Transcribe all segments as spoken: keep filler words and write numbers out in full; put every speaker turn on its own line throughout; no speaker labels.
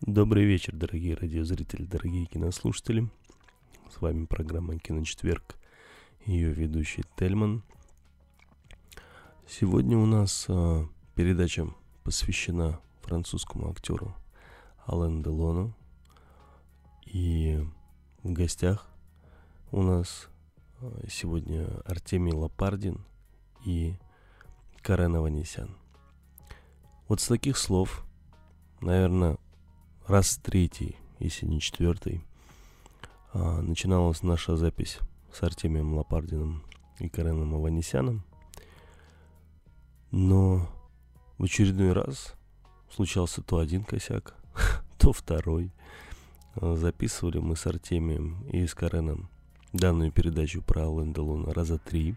Добрый вечер, дорогие радиозрители, дорогие кинослушатели. С вами программа «Киночетверг», ее ведущий Тельман. Сегодня у нас а, передача посвящена французскому актеру Алену Делону. И в гостях у нас а, сегодня Артемий Лопардин и Карен Аванесян. Вот с таких слов, наверное, раз третий, если не четвертый, а, начиналась наша запись с Артемием Лопардиным и Кареном Аванесяном. Но в очередной раз случался то один косяк, то второй. Записывали мы с Артемием и с Кареном данную передачу про Алену Делона раза три.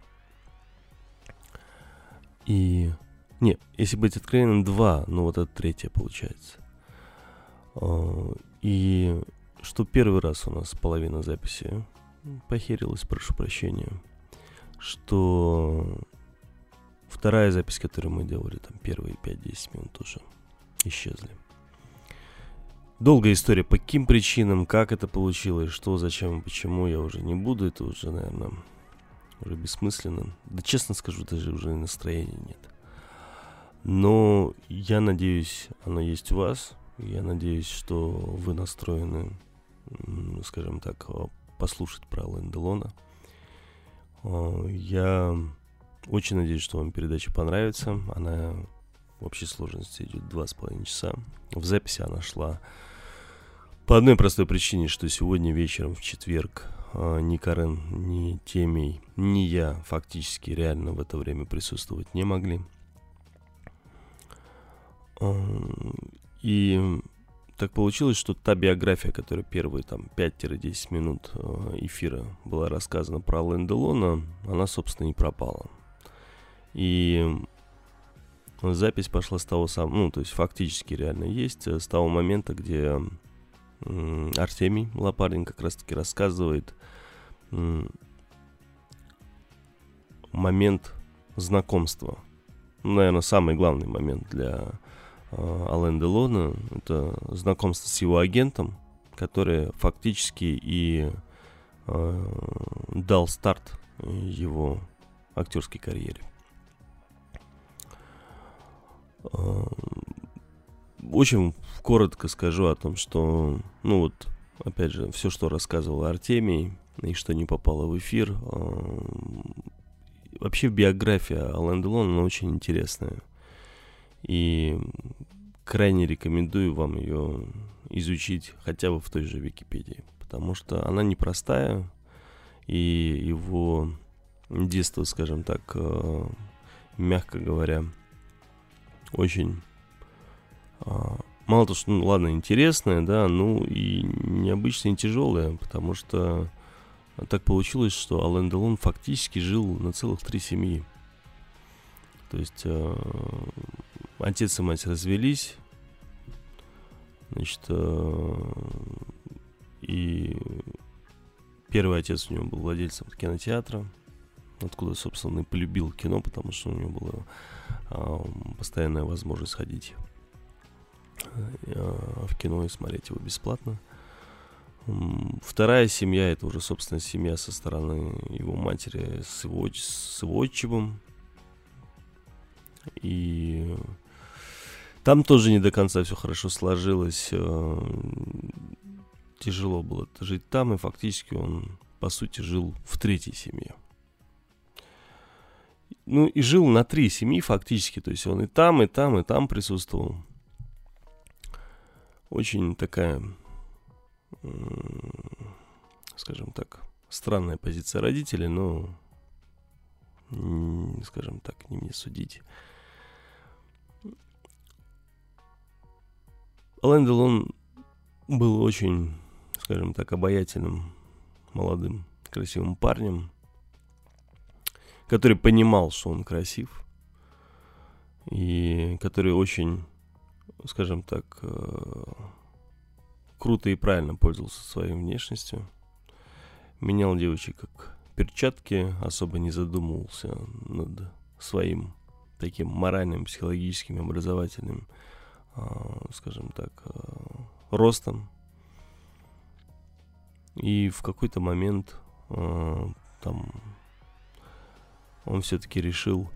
И... Не, если быть откровенным, два, но вот это третье получается. И что первый раз у нас половина записи похерилась, прошу прощения. Что вторая запись, которую мы делали, там первые пять-десять минут уже исчезли. Долгая история, по каким причинам, как это получилось, что, зачем, почему, я уже не буду. Это уже, наверное, уже бессмысленно. Да честно скажу, даже уже настроения нет. Но я надеюсь, оно есть у вас. Я надеюсь, что вы настроены, скажем так, послушать про Алену Делона. Я очень надеюсь, что вам передача понравится. Она в общей сложности идет два с половиной часа. В записи она шла по одной простой причине, что сегодня вечером, в четверг, ни Карен, ни Темий, ни я фактически реально в это время присутствовать не могли. И так получилось, что та биография, которая первые там пять-десять минут эфира была рассказана про Алену Делона, она, собственно, не пропала. И запись пошла с того самого, ну, то есть фактически реально есть, с того момента, где Артемий Лопардин как раз-таки рассказывает момент знакомства. Наверное, самый главный момент для Алены Делона — это знакомство с его агентом, который фактически и э, дал старт его актерской карьере. Э, очень коротко скажу о том, что, ну вот, опять же, все, что рассказывал Артемий и что не попало в эфир, э, вообще биография Алены Делона, она очень интересная. И крайне рекомендую вам ее изучить хотя бы в той же Википедии, потому что она непростая, и его детство, скажем так, мягко говоря, очень мало того, что, ну ладно, интересное, да, ну и необычно и тяжелое, потому что так получилось, что Ален Делон фактически жил на целых три семьи. То есть отец и мать развелись, значит, и первый отец у него был владельцем кинотеатра, откуда, собственно, и полюбил кино, потому что у него была постоянная возможность ходить в кино и смотреть его бесплатно. Вторая семья — это уже, собственно, семья со стороны его матери с его, с его отчимом. И там тоже не до конца все хорошо сложилось. Тяжело было жить там, и фактически он, по сути, жил в третьей семье. Ну, и жил на три семьи фактически. То есть он и там, и там, и там присутствовал. Очень такая, скажем так, странная позиция родителей, но, скажем так, не мне судить. Ален Делон был очень, скажем так, обаятельным, молодым, красивым парнем, который понимал, что он красив, и который очень, скажем так, круто и правильно пользовался своей внешностью, менял девочек как перчатки, особо не задумывался над своим таким моральным, психологическим, образовательным, скажем так, ростом. И в какой-то момент э, там он все-таки решил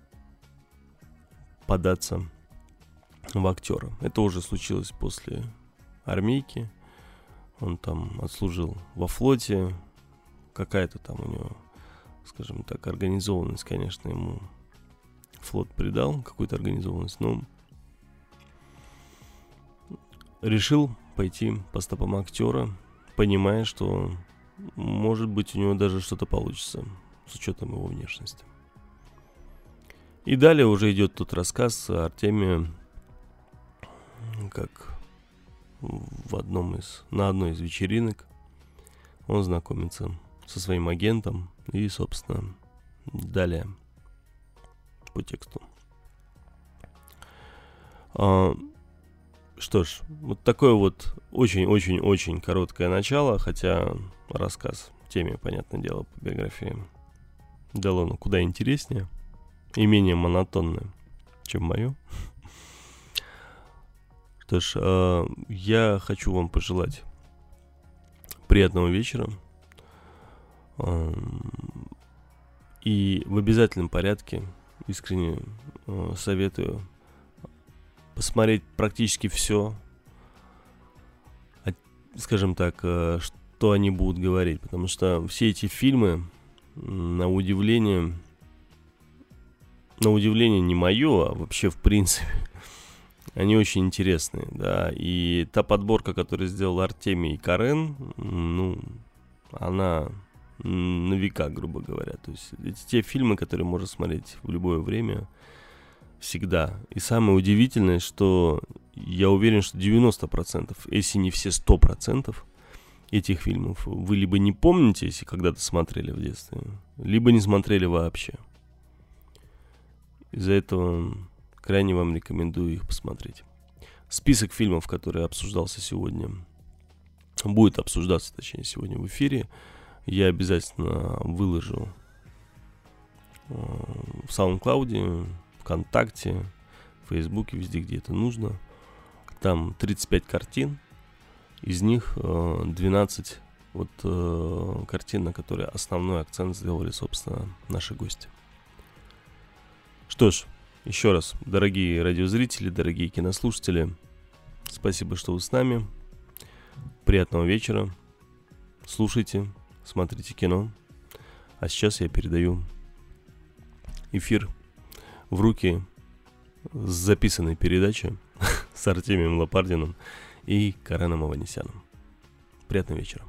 податься в актера. Это уже случилось после армейки. Он там отслужил во флоте. Какая-то там у него, скажем так, организованность, конечно, ему флот придал, какую-то организованность, но решил пойти по стопам актера, понимая, что, может быть, у него даже что-то получится с учетом его внешности. И далее уже идет тот рассказ Артемия, как в одном из, на одной из вечеринок он знакомится со своим агентом и, собственно, далее по тексту. А, что ж, вот такое вот очень-очень-очень короткое начало, хотя рассказ в теме, понятное дело, по биографии Делона куда интереснее и менее монотонное, чем мое. Что ж, э, я хочу вам пожелать приятного вечера. Э, и в обязательном порядке искренне э, советую посмотреть практически все, скажем так, э, что они будут говорить. Потому что все эти фильмы, на удивление, на удивление не мое, а вообще в принципе, они очень интересные, да, и та подборка, которую сделал Артемий и Карен, ну, она на века, грубо говоря, то есть это те фильмы, которые можно смотреть в любое время, всегда. И самое удивительное, что я уверен, что девяносто процентов, если не все сто процентов этих фильмов вы либо не помните, если когда-то смотрели в детстве, либо не смотрели вообще. Из-за этого крайне вам рекомендую их посмотреть. Список фильмов, который обсуждался сегодня, будет обсуждаться, точнее, сегодня в эфире, я обязательно выложу в SoundCloud, ВКонтакте, в Фейсбуке, везде, где это нужно. Там тридцать пять картин, из них двенадцать вот картин, на которые основной акцент сделали, собственно, наши гости. Что ж, еще раз, дорогие радиозрители, дорогие кинослушатели, спасибо, что вы с нами. Приятного вечера. Слушайте, смотрите кино. А сейчас я передаю эфир в руки записанной передачи с Артемием Лопардиным и Кареном Аванесяном. Приятного вечера.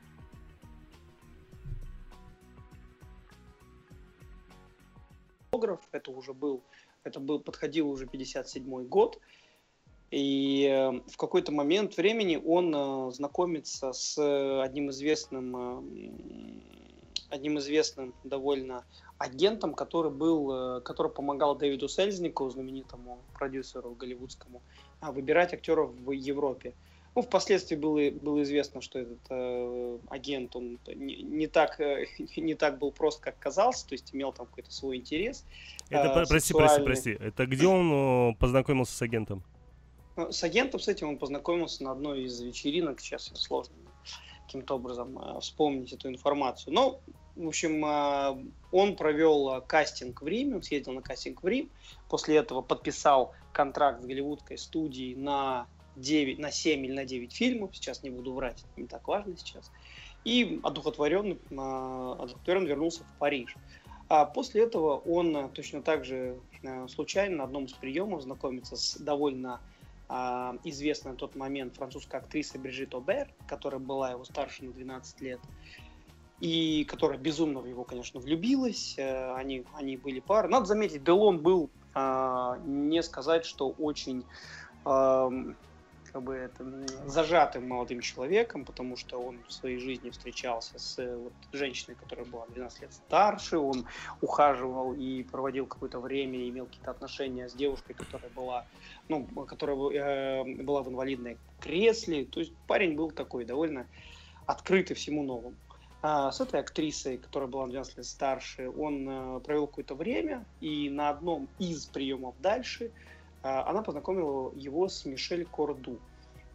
Это уже был, это был, подходил уже пятьдесят седьмой год, и э, в какой-то момент времени он э, знакомится с одним известным, э, одним известным довольно агентом, который был, э, который помогал Дэвиду Селзнику, знаменитому продюсеру голливудскому, э, выбирать актеров в Европе. Ну, впоследствии было, было известно, что этот э, агент, он не, не, так, э, не так был прост, как казался, то есть имел там какой-то свой интерес.
Это,
э,
прости, прости, прости, это где он познакомился с агентом?
С агентом, с этим он познакомился на одной из вечеринок, сейчас сложно каким-то образом э, вспомнить эту информацию. Но, в общем, э, он провел кастинг в Риме, он съездил на кастинг в Рим, после этого подписал контракт с голливудской студией на девять, на семь или на девять фильмов, сейчас не буду врать, не так важно сейчас, и одухотворенно, одухотворенно вернулся в Париж. А после этого он точно так же случайно на одном из приемов знакомится с довольно а, известной на тот момент французской актрисой Брижит Обер, которая была его старше на двенадцать лет, и которая безумно в него, конечно, влюбилась, они, они были парой. Надо заметить, Делон был, а, не сказать, что очень... А, как бы это, зажатым молодым человеком, потому что он в своей жизни встречался с вот, женщиной, которая была на двенадцать лет старше, он ухаживал и проводил какое-то время, и имел какие-то отношения с девушкой, которая была, ну, которая э, была в инвалидном кресле, то есть парень был такой довольно открытый всему новому. А с этой актрисой, которая была на двенадцать лет старше, он э, провел какое-то время, и на одном из приемов дальше она познакомила его с Мишель Корду.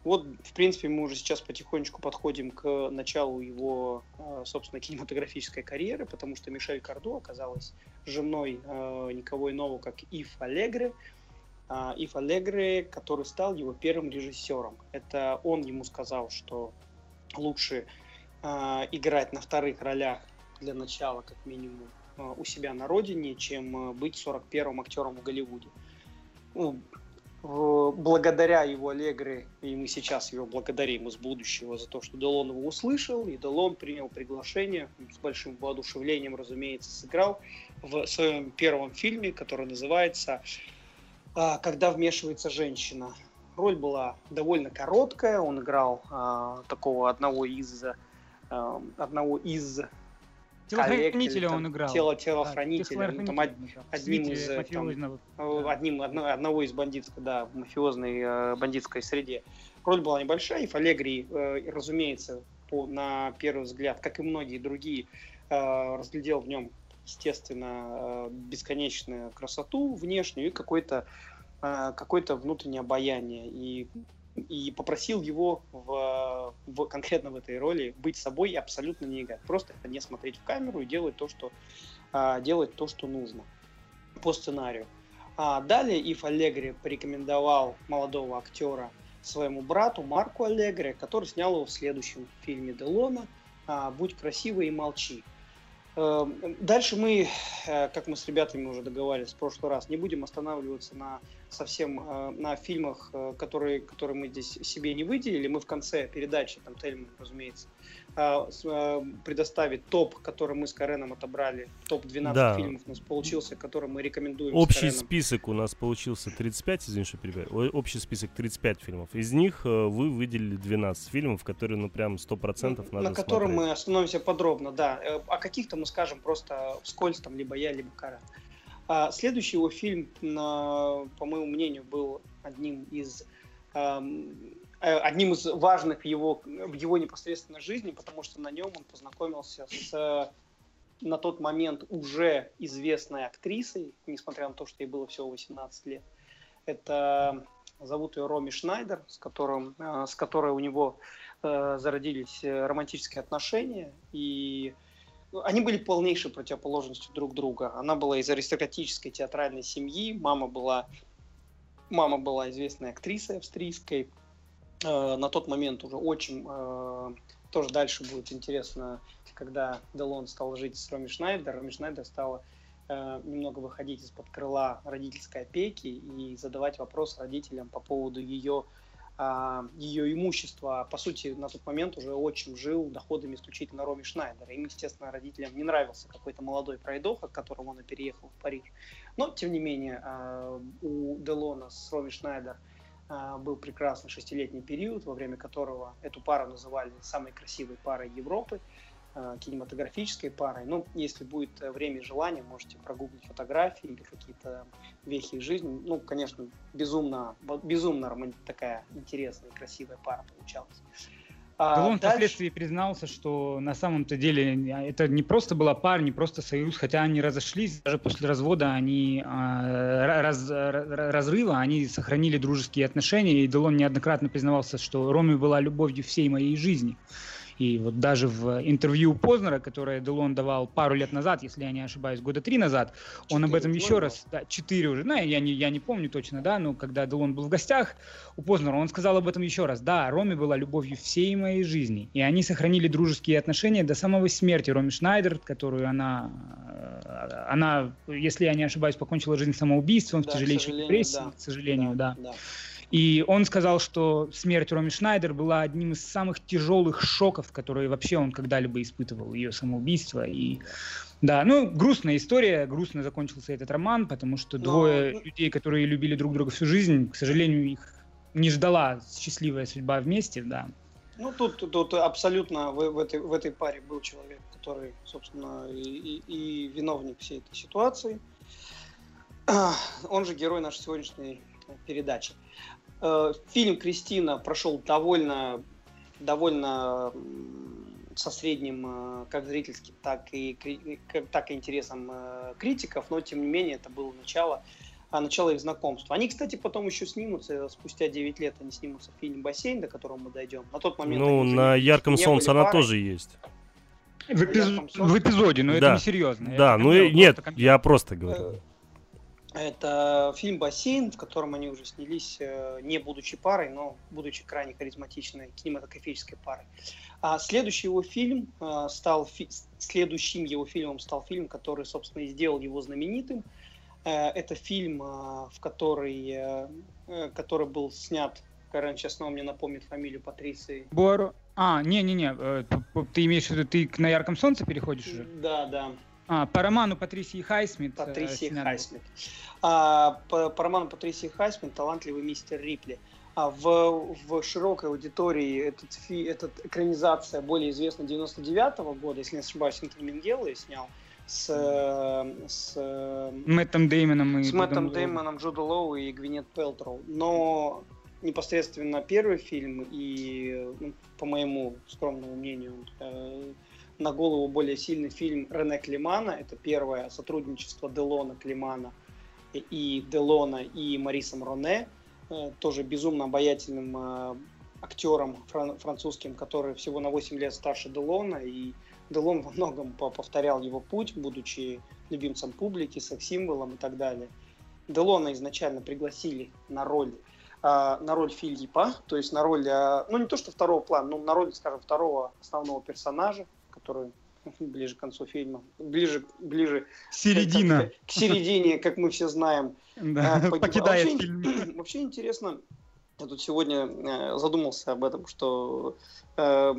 вот, в принципе, мы уже сейчас потихонечку подходим к началу его, собственно, кинематографической карьеры, потому что Мишель Кардо оказалась женой никого иного, как Ив Аллегре. Ив Аллегре, который стал его первым режиссером. Это он ему сказал, что лучше играть на вторых ролях для начала, как минимум, у себя на родине, чем быть сорок первым актером в Голливуде. Ну, благодаря его Аллегре, и мы сейчас его благодарим из будущего за то, что Делон его услышал, и Делон принял приглашение, с большим воодушевлением, разумеется, сыграл в своем первом фильме, который называется «Когда вмешивается женщина». Роль была довольно короткая, он играл а, такого одного из, а, одного из
Телохранителя он играл.
Тело, телохранителя.
Да,
там, одним из, там, одним, одно, одного из бандитской, да, мафиозной э, бандитской среде. Роль была небольшая, и Аллегри, э, разумеется, по, на первый взгляд, как и многие другие, э, разглядел в нем, естественно, э, бесконечную красоту внешнюю и какое-то, э, какое-то внутреннее обаяние. И и попросил его в, в, конкретно в этой роли быть собой и абсолютно не играть. Просто не смотреть в камеру и делать то, что, а, делать то, что нужно по сценарию. А далее Ив Аллегре порекомендовал молодого актера своему брату Марку Аллегре, который снял его в следующем фильме Делона а, «Будь красивой и молчи». Дальше мы, как мы с ребятами уже договаривались в прошлый раз, не будем останавливаться на совсем на фильмах, которые, которые мы здесь себе не выделили. Мы в конце передачи, там Тельман, разумеется, предоставит топ, который мы с Кареном отобрали. топ двенадцать да. фильмов у нас получился, который мы рекомендуем.
Общий список у нас получился тридцать пять, извини, что перебиваю. Общий список тридцать пять фильмов. Из них вы выделили двенадцать фильмов, которые, ну, прям сто процентов надо
смотреть. На котором
смотреть.
мы остановимся подробно, да. О каких-то мы скажем просто вскользь, там, либо я, либо Карен. А следующий его фильм, на, по моему мнению, был одним из, эм, одним из важных в его, в его непосредственной жизни, потому что на нем он познакомился с на тот момент уже известной актрисой, несмотря на то, что ей было всего восемнадцать лет. Это зовут ее Роми Шнайдер, с, которым, э, с которой у него э, зародились романтические отношения, и они были полнейшей противоположностью друг друга. Она была из аристократической театральной семьи, мама была, мама была известной актрисой австрийской. Э, на тот момент уже очень, э, тоже дальше будет интересно, когда Делон стал жить с Роми Шнайдер. Роми Шнайдер стала э, немного выходить из-под крыла родительской опеки и задавать вопрос родителям по поводу ее ее имущества. По сути, на тот момент уже отчим жил доходами исключительно Роми Шнайдера. Им, естественно, родителям не нравился какой-то молодой пройдоха, к которому он и переехал в Париж. Но, тем не менее, у Делона с Роми Шнайдер был прекрасный шестилетний период, во время которого эту пару называли самой красивой парой Европы, кинематографической парой. Ну, если будет время и желание, можете прогуглить фотографии или какие-то вехи из жизни. Ну, конечно, безумно, безумно такая интересная и красивая пара получалась.
А он дальше... впоследствии признался, что на самом-то деле это не просто была пара, не просто союз, хотя они разошлись, даже после развода, они раз, разрыва, они сохранили дружеские отношения, и Делон неоднократно признавался, что Роми была любовью всей моей жизни. И вот даже в интервью Познера, которое Делон давал пару лет назад, если я не ошибаюсь, года три назад, четыре, он об этом еще было. раз, да, четыре уже, ну, я не, я не помню точно, да, но когда Делон был в гостях у Познера, он сказал об этом еще раз. Да, Роми была любовью всей моей жизни, и они сохранили дружеские отношения до самой смерти. Роми Шнайдер, которую она, она, если я не ошибаюсь, покончила жизнь самоубийством, да, в тяжелейшей депрессии, да. к сожалению, да. да. да. И он сказал, что смерть Роми Шнайдер была одним из самых тяжелых шоков, которые вообще он когда-либо испытывал, ее самоубийство. И да, ну, грустная история, грустно закончился этот роман, потому что Но... двое людей, которые любили друг друга всю жизнь, к сожалению, их не ждала счастливая судьба вместе, да.
Ну, тут, тут абсолютно в, в, этой, в этой паре был человек, который, собственно, и, и, и виновник всей этой ситуации. Он же герой нашей сегодняшней передачи. Фильм «Кристина» прошел довольно, довольно со средним как зрительским, так и, так и интересом критиков, но тем не менее это было начало а, начало их знакомства. Они, кстати, потом еще снимутся, спустя девять лет они снимутся в фильме «Бассейн», до которого мы дойдем. На тот момент
ну, на
не,
«Ярком
не
солнце» она
парой.
тоже есть.
В, эпиз... в эпизоде, но да. это не серьезно.
Да, ну и... нет, просто... я просто говорю.
Это фильм «Бассейн», в котором они уже снялись, не будучи парой, но будучи крайне харизматичной кинематографической парой. А следующий его фильм стал фи... следующим его фильмом стал фильм, который, собственно, и сделал его знаменитым. Это фильм, в который, который был снят, Карен сейчас снова мне напомнит фамилию Патриции.
Буаро. А, не-не-не, ты имеешь в виду, ты на «Ярком солнце» переходишь уже?
Да, да.
А, по роману Патрисии Хайсмит.
Патрисии э, Хайсмит. А, по, по роману Патрисии Хайсмит «Талантливый мистер Рипли». А в, в широкой аудитории этот, фи, этот экранизация более известна девяносто девятого года, если не ошибаюсь, Энтони Мингелло снял с, с
Мэттом Деймоном и
с Мэттом Деймоном, Джудом Лоу и Гвинет Пэлтроу. Но непосредственно первый фильм и, ну, по моему скромному мнению, э, на голову более сильный фильм Рене Климана. Это первое сотрудничество Делона, Климана и Делона и Марисом Роне, тоже безумно обаятельным актером французским, который всего на восемь лет старше Делона. И Делон во многом повторял его путь, будучи любимцем публики, секс-символом и так далее. Делона изначально пригласили на роль на роль Филиппа, то есть на роль, ну не то что второго плана, но на роль, скажем, второго основного персонажа, который ближе к концу фильма, ближе, ближе
Середина.
К, к середине, как мы все знаем,
да, покидает
вообще,
фильм.
Вообще интересно, я тут сегодня задумался об этом, что э,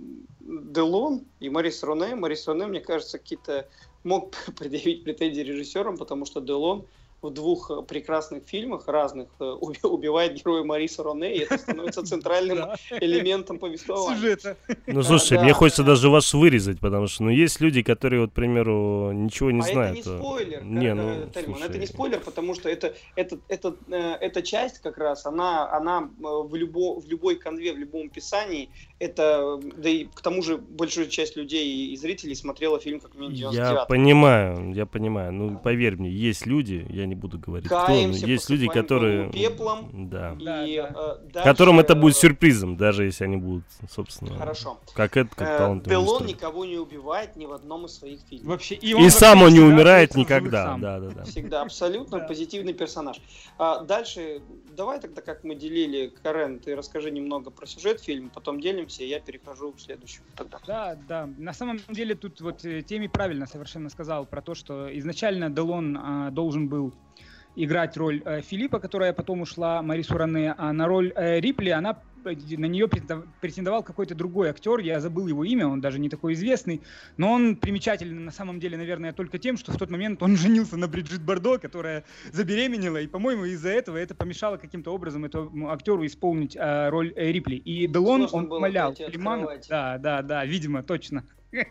Делон и Марис Роне, Марис Роне, мне кажется, какие-то мог предъявить претензии режиссерам, потому что Делон в двух прекрасных фильмах разных убивает героя Мариса Роне, и это становится центральным элементом повествования.
Сюжета.
Ну, слушай, мне хочется даже вас вырезать, потому что, ну, есть люди, которые, вот, к примеру, ничего не
а
знают.
это не спойлер,
не, ну,
Тельман, это не спойлер, потому что это, это, это, эта часть как раз, она, она в, любо, в любой конве, в любом описании, это, да и к тому же большая часть людей и зрителей смотрела фильм как минимум девяносто девятого.
Я понимаю, я понимаю, ну, поверь мне, есть люди, я не буду говорить,
Каемся,
кто, но есть люди, которые...
Пеплом,
да.
И,
да, да.
Э, дальше...
Которым это будет сюрпризом, даже если они будут, собственно...
Хорошо.
Как это, как талант.
Делон никого не убивает ни в одном из своих фильмов.
Вообще,
и и сам он не умирает никогда.
Сам.
Да, да, да.
Всегда абсолютно
да.
позитивный персонаж. А дальше, давай тогда, как мы делили, Карен, ты расскажи немного про сюжет фильма, потом делимся, и я перехожу к следующему. Тогда.
Да, да. На самом деле тут вот Теми правильно совершенно сказал про то, что изначально Делон а, должен был играть роль э, Филиппа, которая потом ушла Марису Роне, а на роль э, Рипли она на нее претендовал какой-то другой актер, я забыл его имя, он даже не такой известный, но он примечателен на самом деле, наверное, только тем, что в тот момент он женился на Бриджит Бардо, которая забеременела, и, по-моему, из-за этого это помешало каким-то образом этому актеру исполнить э, роль э, Рипли. И Делон, он умолял Климана, да, да, да, видимо, точно.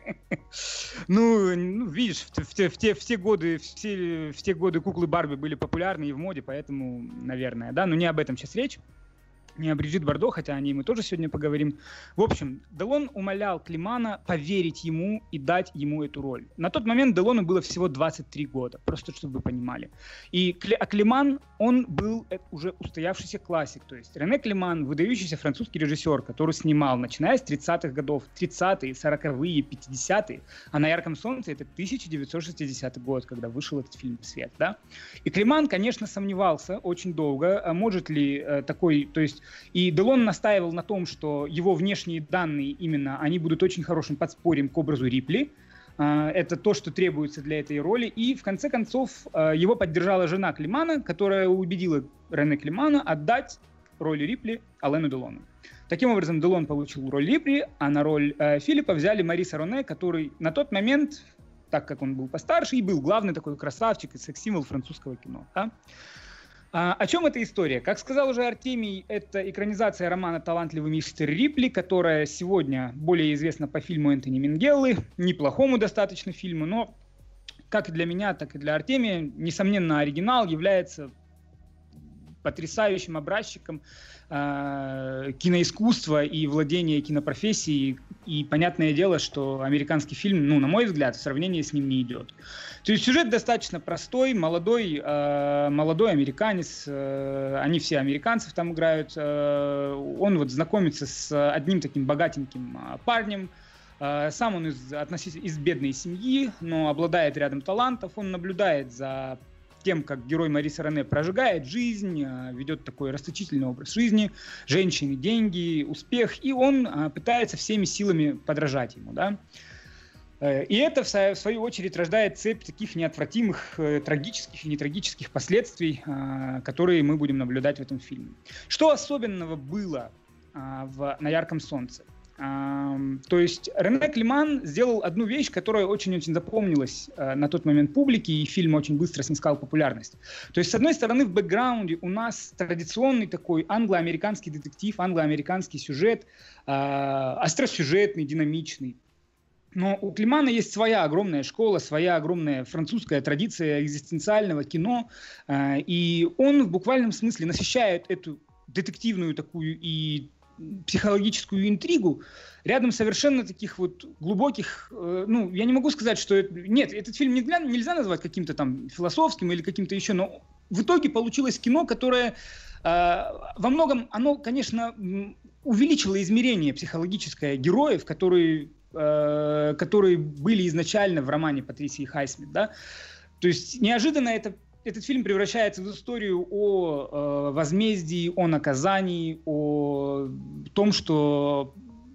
Ну, ну, видишь, в, в, в, те, в те годы, все, в те годы куклы Барби были популярны и в моде, поэтому, наверное, да, но не об этом сейчас речь. Не о Бриджит Бардо, хотя о ней мы тоже сегодня поговорим. В общем, Делон умолял Климана поверить ему и дать ему эту роль. На тот момент Делону было всего двадцать три года, просто чтобы вы понимали. И а Климан, он был уже устоявшийся классик. То есть Рене Климан, выдающийся французский режиссер, который снимал, начиная с тридцатых годов, тридцатые, сороковые, пятидесятые, а на «Ярком солнце» это тысяча девятьсот шестидесятый год, когда вышел этот фильм в свет, да? И Климан, конечно, сомневался очень долго, а может ли э, такой, то есть и Делон настаивал на том, что его внешние данные именно, они будут очень хорошим подспорьем к образу Рипли. Это то, что требуется для этой роли. И в конце концов его поддержала жена Климана, которая убедила Рене Климана отдать роль Рипли Алену Делону. Таким образом, Делон получил роль Рипли, а на роль Филиппа взяли Мариса Роне, который на тот момент, так как он был постарше, и был главный такой красавчик и секс-символ французского кино. Да? А, о чем эта история? Как сказал уже Артемий, это экранизация романа «Талантливый мистер Рипли», которая сегодня более известна по фильму Энтони Мингеллы, неплохому достаточно фильму, но как и для меня, так и для Артемия, несомненно, оригинал является потрясающим образчиком э, киноискусства и владения кинопрофессией. И понятное дело, что американский фильм, ну, на мой взгляд, в сравнении с ним не идет. То есть сюжет достаточно простой, молодой, э, молодой американец, э, они все американцев там играют, э, он вот знакомится с одним таким богатеньким э, парнем, э, сам он из, относительно из бедной семьи, но обладает рядом талантов, он наблюдает за тем, как герой Мариса Рене прожигает жизнь, ведет такой расточительный образ жизни, женщины, деньги, успех, и он пытается всеми силами подражать ему, да. И это, в свою очередь, рождает цепь таких неотвратимых трагических и нетрагических последствий, которые мы будем наблюдать в этом фильме. Что особенного было в «На ярком солнце»? То есть Рене Климан сделал одну вещь, которая очень-очень запомнилась на тот момент публике, и фильм очень быстро снискал популярность. То есть, с одной стороны, в бэкграунде у нас традиционный такой англо-американский детектив, англо-американский сюжет, остросюжетный, динамичный. Но у Климана есть своя огромная школа, своя огромная французская традиция экзистенциального кино, и он в буквальном смысле насыщает эту детективную такую и психологическую интригу рядом совершенно таких вот глубоких, э, ну, я не могу сказать, что... Это, нет, этот фильм не для, нельзя назвать каким-то там философским или каким-то еще, но в итоге получилось кино, которое э, во многом, оно, конечно, увеличило измерение психологическое героев, которые, э, которые были изначально в романе Патрисии Хайсмит, да. То есть неожиданно это Этот фильм превращается в историю о э, возмездии, о наказании, о том, что,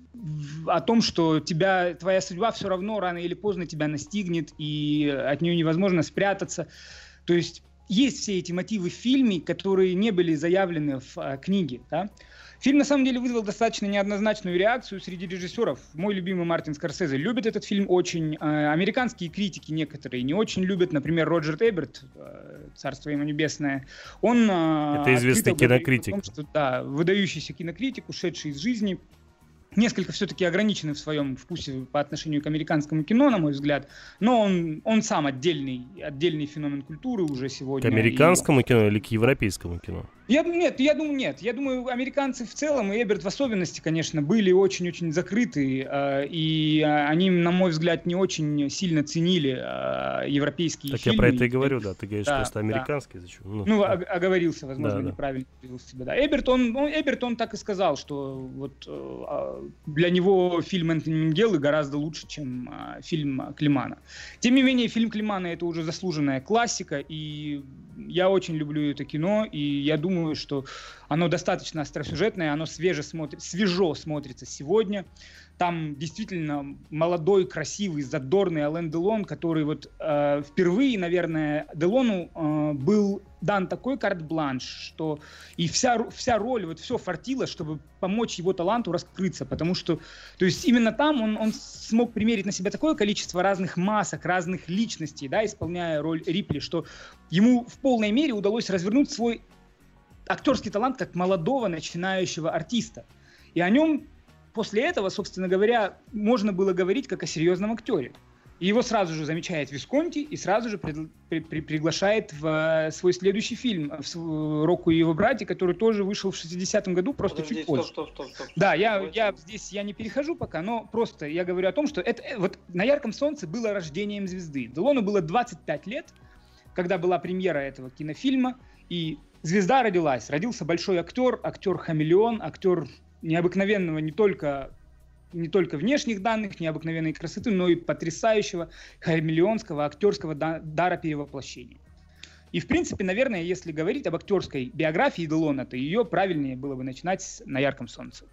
о том, что тебя, твоя судьба все равно рано или поздно тебя настигнет, и от нее невозможно спрятаться. То есть есть все эти мотивы в фильме, которые не были заявлены в э, книге, да? Фильм, на самом деле, вызвал достаточно неоднозначную реакцию среди режиссеров. Мой любимый Мартин Скорсезе любит этот фильм очень. Э, американские критики некоторые не очень любят. Например, Роджер Эберт, э, царство ему небесное, он... Э,
Это известный кинокритик.
Том, что, да, выдающийся кинокритик, ушедший из жизни. Несколько все-таки ограниченный в своем вкусе по отношению к американскому кино, на мой взгляд. Но он, он сам отдельный, отдельный феномен культуры уже сегодня.
К американскому
и...
кино или к европейскому кино?
Я, нет, я думаю, нет. Я думаю, американцы в целом, и Эберт в особенности, конечно, были очень-очень закрыты, э, и они, на мой взгляд, не очень сильно ценили э, европейские
так
фильмы.
Так я про это и говорю, да. Ты говоришь,
да,
просто американский.
Да.
Зачем? Ну,
ну
да.
оговорился, возможно,
да,
неправильно привел себя. Да. Эберт, он, он, Эберт, он так и сказал, что вот, э, для него фильм Энтони Мингеллы гораздо лучше, чем э, фильм Климана. Тем не менее, фильм Климана — это уже заслуженная классика, и я очень люблю это кино, и я думаю, Думаю, что оно достаточно остросюжетное, оно свеже смотри, свежо смотрится сегодня. Там действительно молодой, красивый, задорный Ален Делон, который вот э, впервые, наверное, Делону э, был дан такой карт-бланш, что и вся, вся роль, вот все фартило, чтобы помочь его таланту раскрыться, потому что, то есть именно там он, он смог примерить на себя такое количество разных масок, разных личностей, да, исполняя роль Рипли, что ему в полной мере удалось развернуть свой актерский талант как молодого начинающего артиста. И о нем после этого, собственно говоря, можно было говорить как о серьезном актере. И его сразу же замечает Висконти и сразу же при, при, при, приглашает в uh, свой следующий фильм в «Рокко и его братья», который тоже вышел в шестидесятом году, просто
Подожди,
чуть
стоп,
позже.
Стоп, стоп, стоп, стоп,
да,
стоп,
я,
стоп,
я здесь я не перехожу пока, но просто я говорю о том, что это, вот «На ярком солнце» было рождением звезды. Делону было двадцать пять лет, когда была премьера этого кинофильма, и звезда родилась. Родился большой актер, актер-хамелеон, актер необыкновенного не только, не только внешних данных, необыкновенной красоты, но и потрясающего хамелеонского актерского дара перевоплощения. И, в принципе, наверное, если говорить об актерской биографии Делона, то ее правильнее было бы начинать с «На ярком солнце».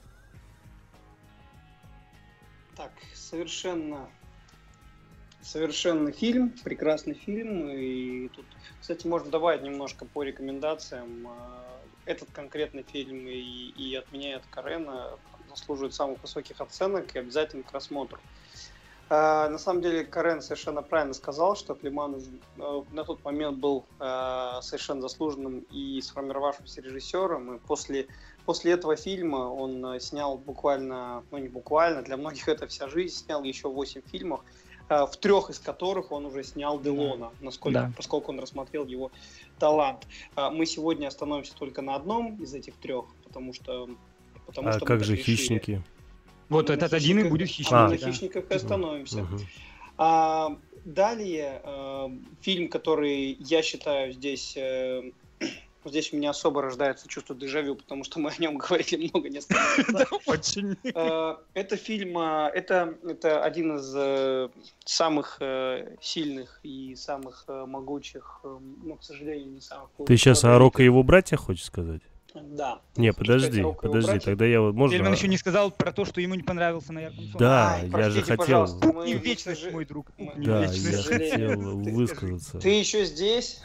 Так, совершенно... Совершенный фильм, прекрасный фильм, и тут, кстати, можно добавить немножко по рекомендациям. Этот конкретный фильм и, и от меня, и от Карена заслуживает самых высоких оценок и обязательно к просмотру. На самом деле, Карен совершенно правильно сказал, что Климан на тот момент был совершенно заслуженным и сформировавшимся режиссером, и после, после этого фильма он снял буквально, ну не буквально, для многих это вся жизнь, снял еще восемь фильмов. в трех из которых он уже снял Делона, насколько, да. поскольку он рассмотрел его талант. Мы сегодня остановимся только на одном из этих трех, потому что... Потому
а
что
как же решили. Хищники?
Вот
ну,
этот один и будет «Хищники».
А, на
да.
«Хищниках» и остановимся.
Угу.
А, далее, э, фильм, который я считаю здесь... Э, Здесь у меня особо рождается чувство дежавю, потому что мы о нем говорили много несколько раз.
Очень.
Это фильм, это, это один из самых сильных и самых могучих, но, к сожалению, не самых...
Ты сейчас о Рокко и его братьях хочешь сказать?
Да.
Не, подожди, подожди, тогда я вот можно...
Тельман еще не сказал про то, что ему не понравился на ярком солнце.
Да,
Ай,
я же хотел...
Мы...
И вечность, мы... мой друг.
Мы... Да, я хотел
ты
высказаться.
Скажи. Ты еще здесь?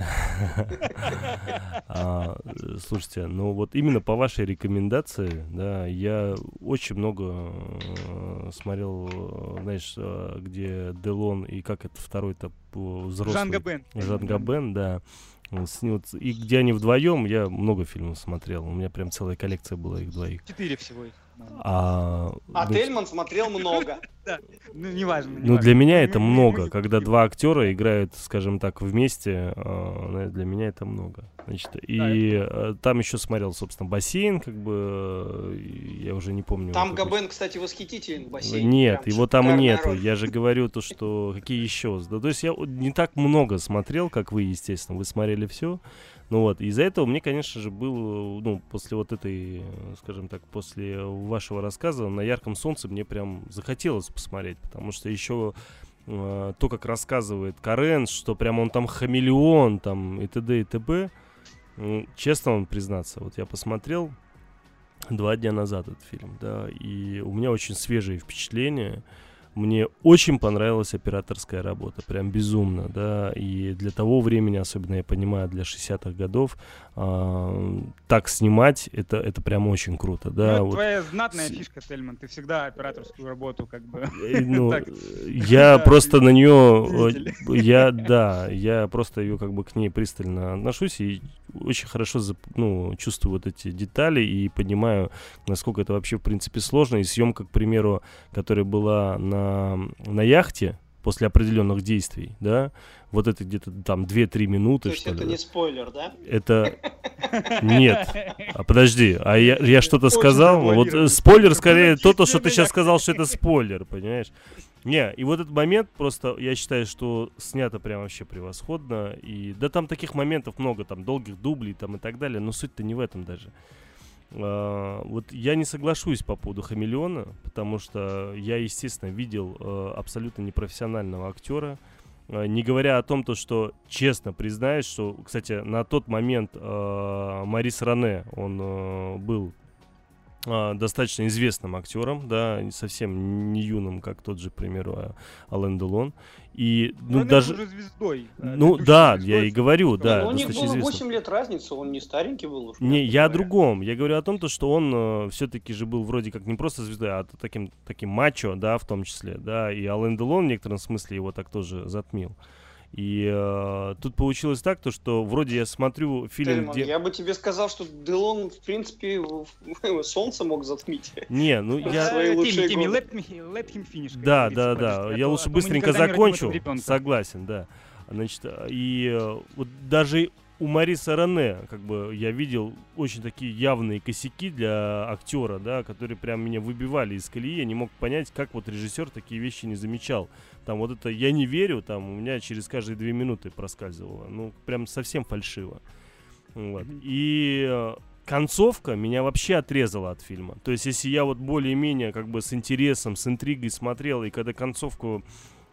а, слушайте, ну вот именно по вашей рекомендации, да, я очень много смотрел, знаешь, где Делон и как это второй-то взрослый...
Жан Габен.
Жан Габен, да. И где они вдвоем, я много фильмов смотрел. У меня прям целая коллекция была их двоих.
Четыре всего.
А,
а ну, Тельман смотрел много.
Да, ну неважно.
Ну для меня это много, когда два актера играют, скажем так, вместе. Для меня это много. Значит, и там еще смотрел, собственно, бассейн, как бы, я уже не помню.
Там Габен, кстати, восхитителен в бассейне.
Нет, его там нету. Я же говорю то, что какие еще. То есть я не так много смотрел, как вы, естественно. Вы смотрели все. Ну вот, из-за этого мне, конечно же, был, ну, после вот этой, скажем так, после вашего рассказа «На ярком солнце» мне прям захотелось посмотреть, потому что еще э, то, как рассказывает Карен, что прям он там хамелеон, там, и т.д. и т.п. Ну, честно вам признаться, вот я посмотрел два дня назад этот фильм, да, и у меня очень свежие впечатления. Мне очень понравилась операторская работа, прям безумно, да, и для того времени, особенно я понимаю, для шестидесятых годов, э, так снимать, это, это прям очень круто, да.
Ну,
вот.
Твоя знатная фишка, Тельман, ты всегда операторскую работу как бы...
Ну, я просто на нее, я, да, я просто ее как бы к ней пристально отношусь и очень хорошо, ну, чувствую вот эти детали и понимаю, насколько это вообще в принципе сложно, и съемка, к примеру, которая была на на яхте после определенных действий, да, вот это где-то там две-три минуты.
То есть
что
это
ли.
Не спойлер, да?
Это... Нет. А подожди, а я, я что-то сказал? Вот спойлер скорее то, то, что ты сейчас сказал, что это спойлер, понимаешь? Не, и вот этот момент просто, я считаю, что снято прям вообще превосходно. И да там таких моментов много, там долгих дублей там и так далее, но суть-то не в этом даже. Uh, вот я не соглашусь по поводу «Хамелеона», потому что я, естественно, видел uh, абсолютно непрофессионального актера, uh, не говоря о том, то, что, честно признаюсь, что, кстати, на тот момент uh, Марис Рене, он uh, был uh, достаточно известным актером, да, совсем не юным, как тот же, к примеру, Ален Делон. И, ну,
Но
даже...
уже звездой.
Ну, да, звездой, я и говорю, да.
Но у них было восемь лет разницы, он не старенький был. Уж,
не, я о другом. Я говорю о том, то, что он э, все-таки же был вроде как не просто звездой, а таким, таким мачо, да, в том числе, да. И Ален Делон в некотором смысле его так тоже затмил. И э, тут получилось так, то, что вроде я смотрю фильм,
Тельман,
где...
Я бы тебе сказал, что Делон, в принципе, солнце мог затмить.
Не, ну я...
Тимми, Тимми, let him finish.
Да, да, да. Я лучше быстренько закончу. Согласен, да. Значит, и вот даже у Мариса Рене, как бы, я видел очень такие явные косяки для актера, да, которые прям меня выбивали из колеи. Я не мог понять, как вот режиссер такие вещи не замечал. Там вот это «я не верю», там у меня через каждые две минуты проскальзывало. Ну, прям совсем фальшиво. Вот. И концовка меня вообще отрезала от фильма. То есть, если я вот более-менее как бы с интересом, с интригой смотрел, и когда концовку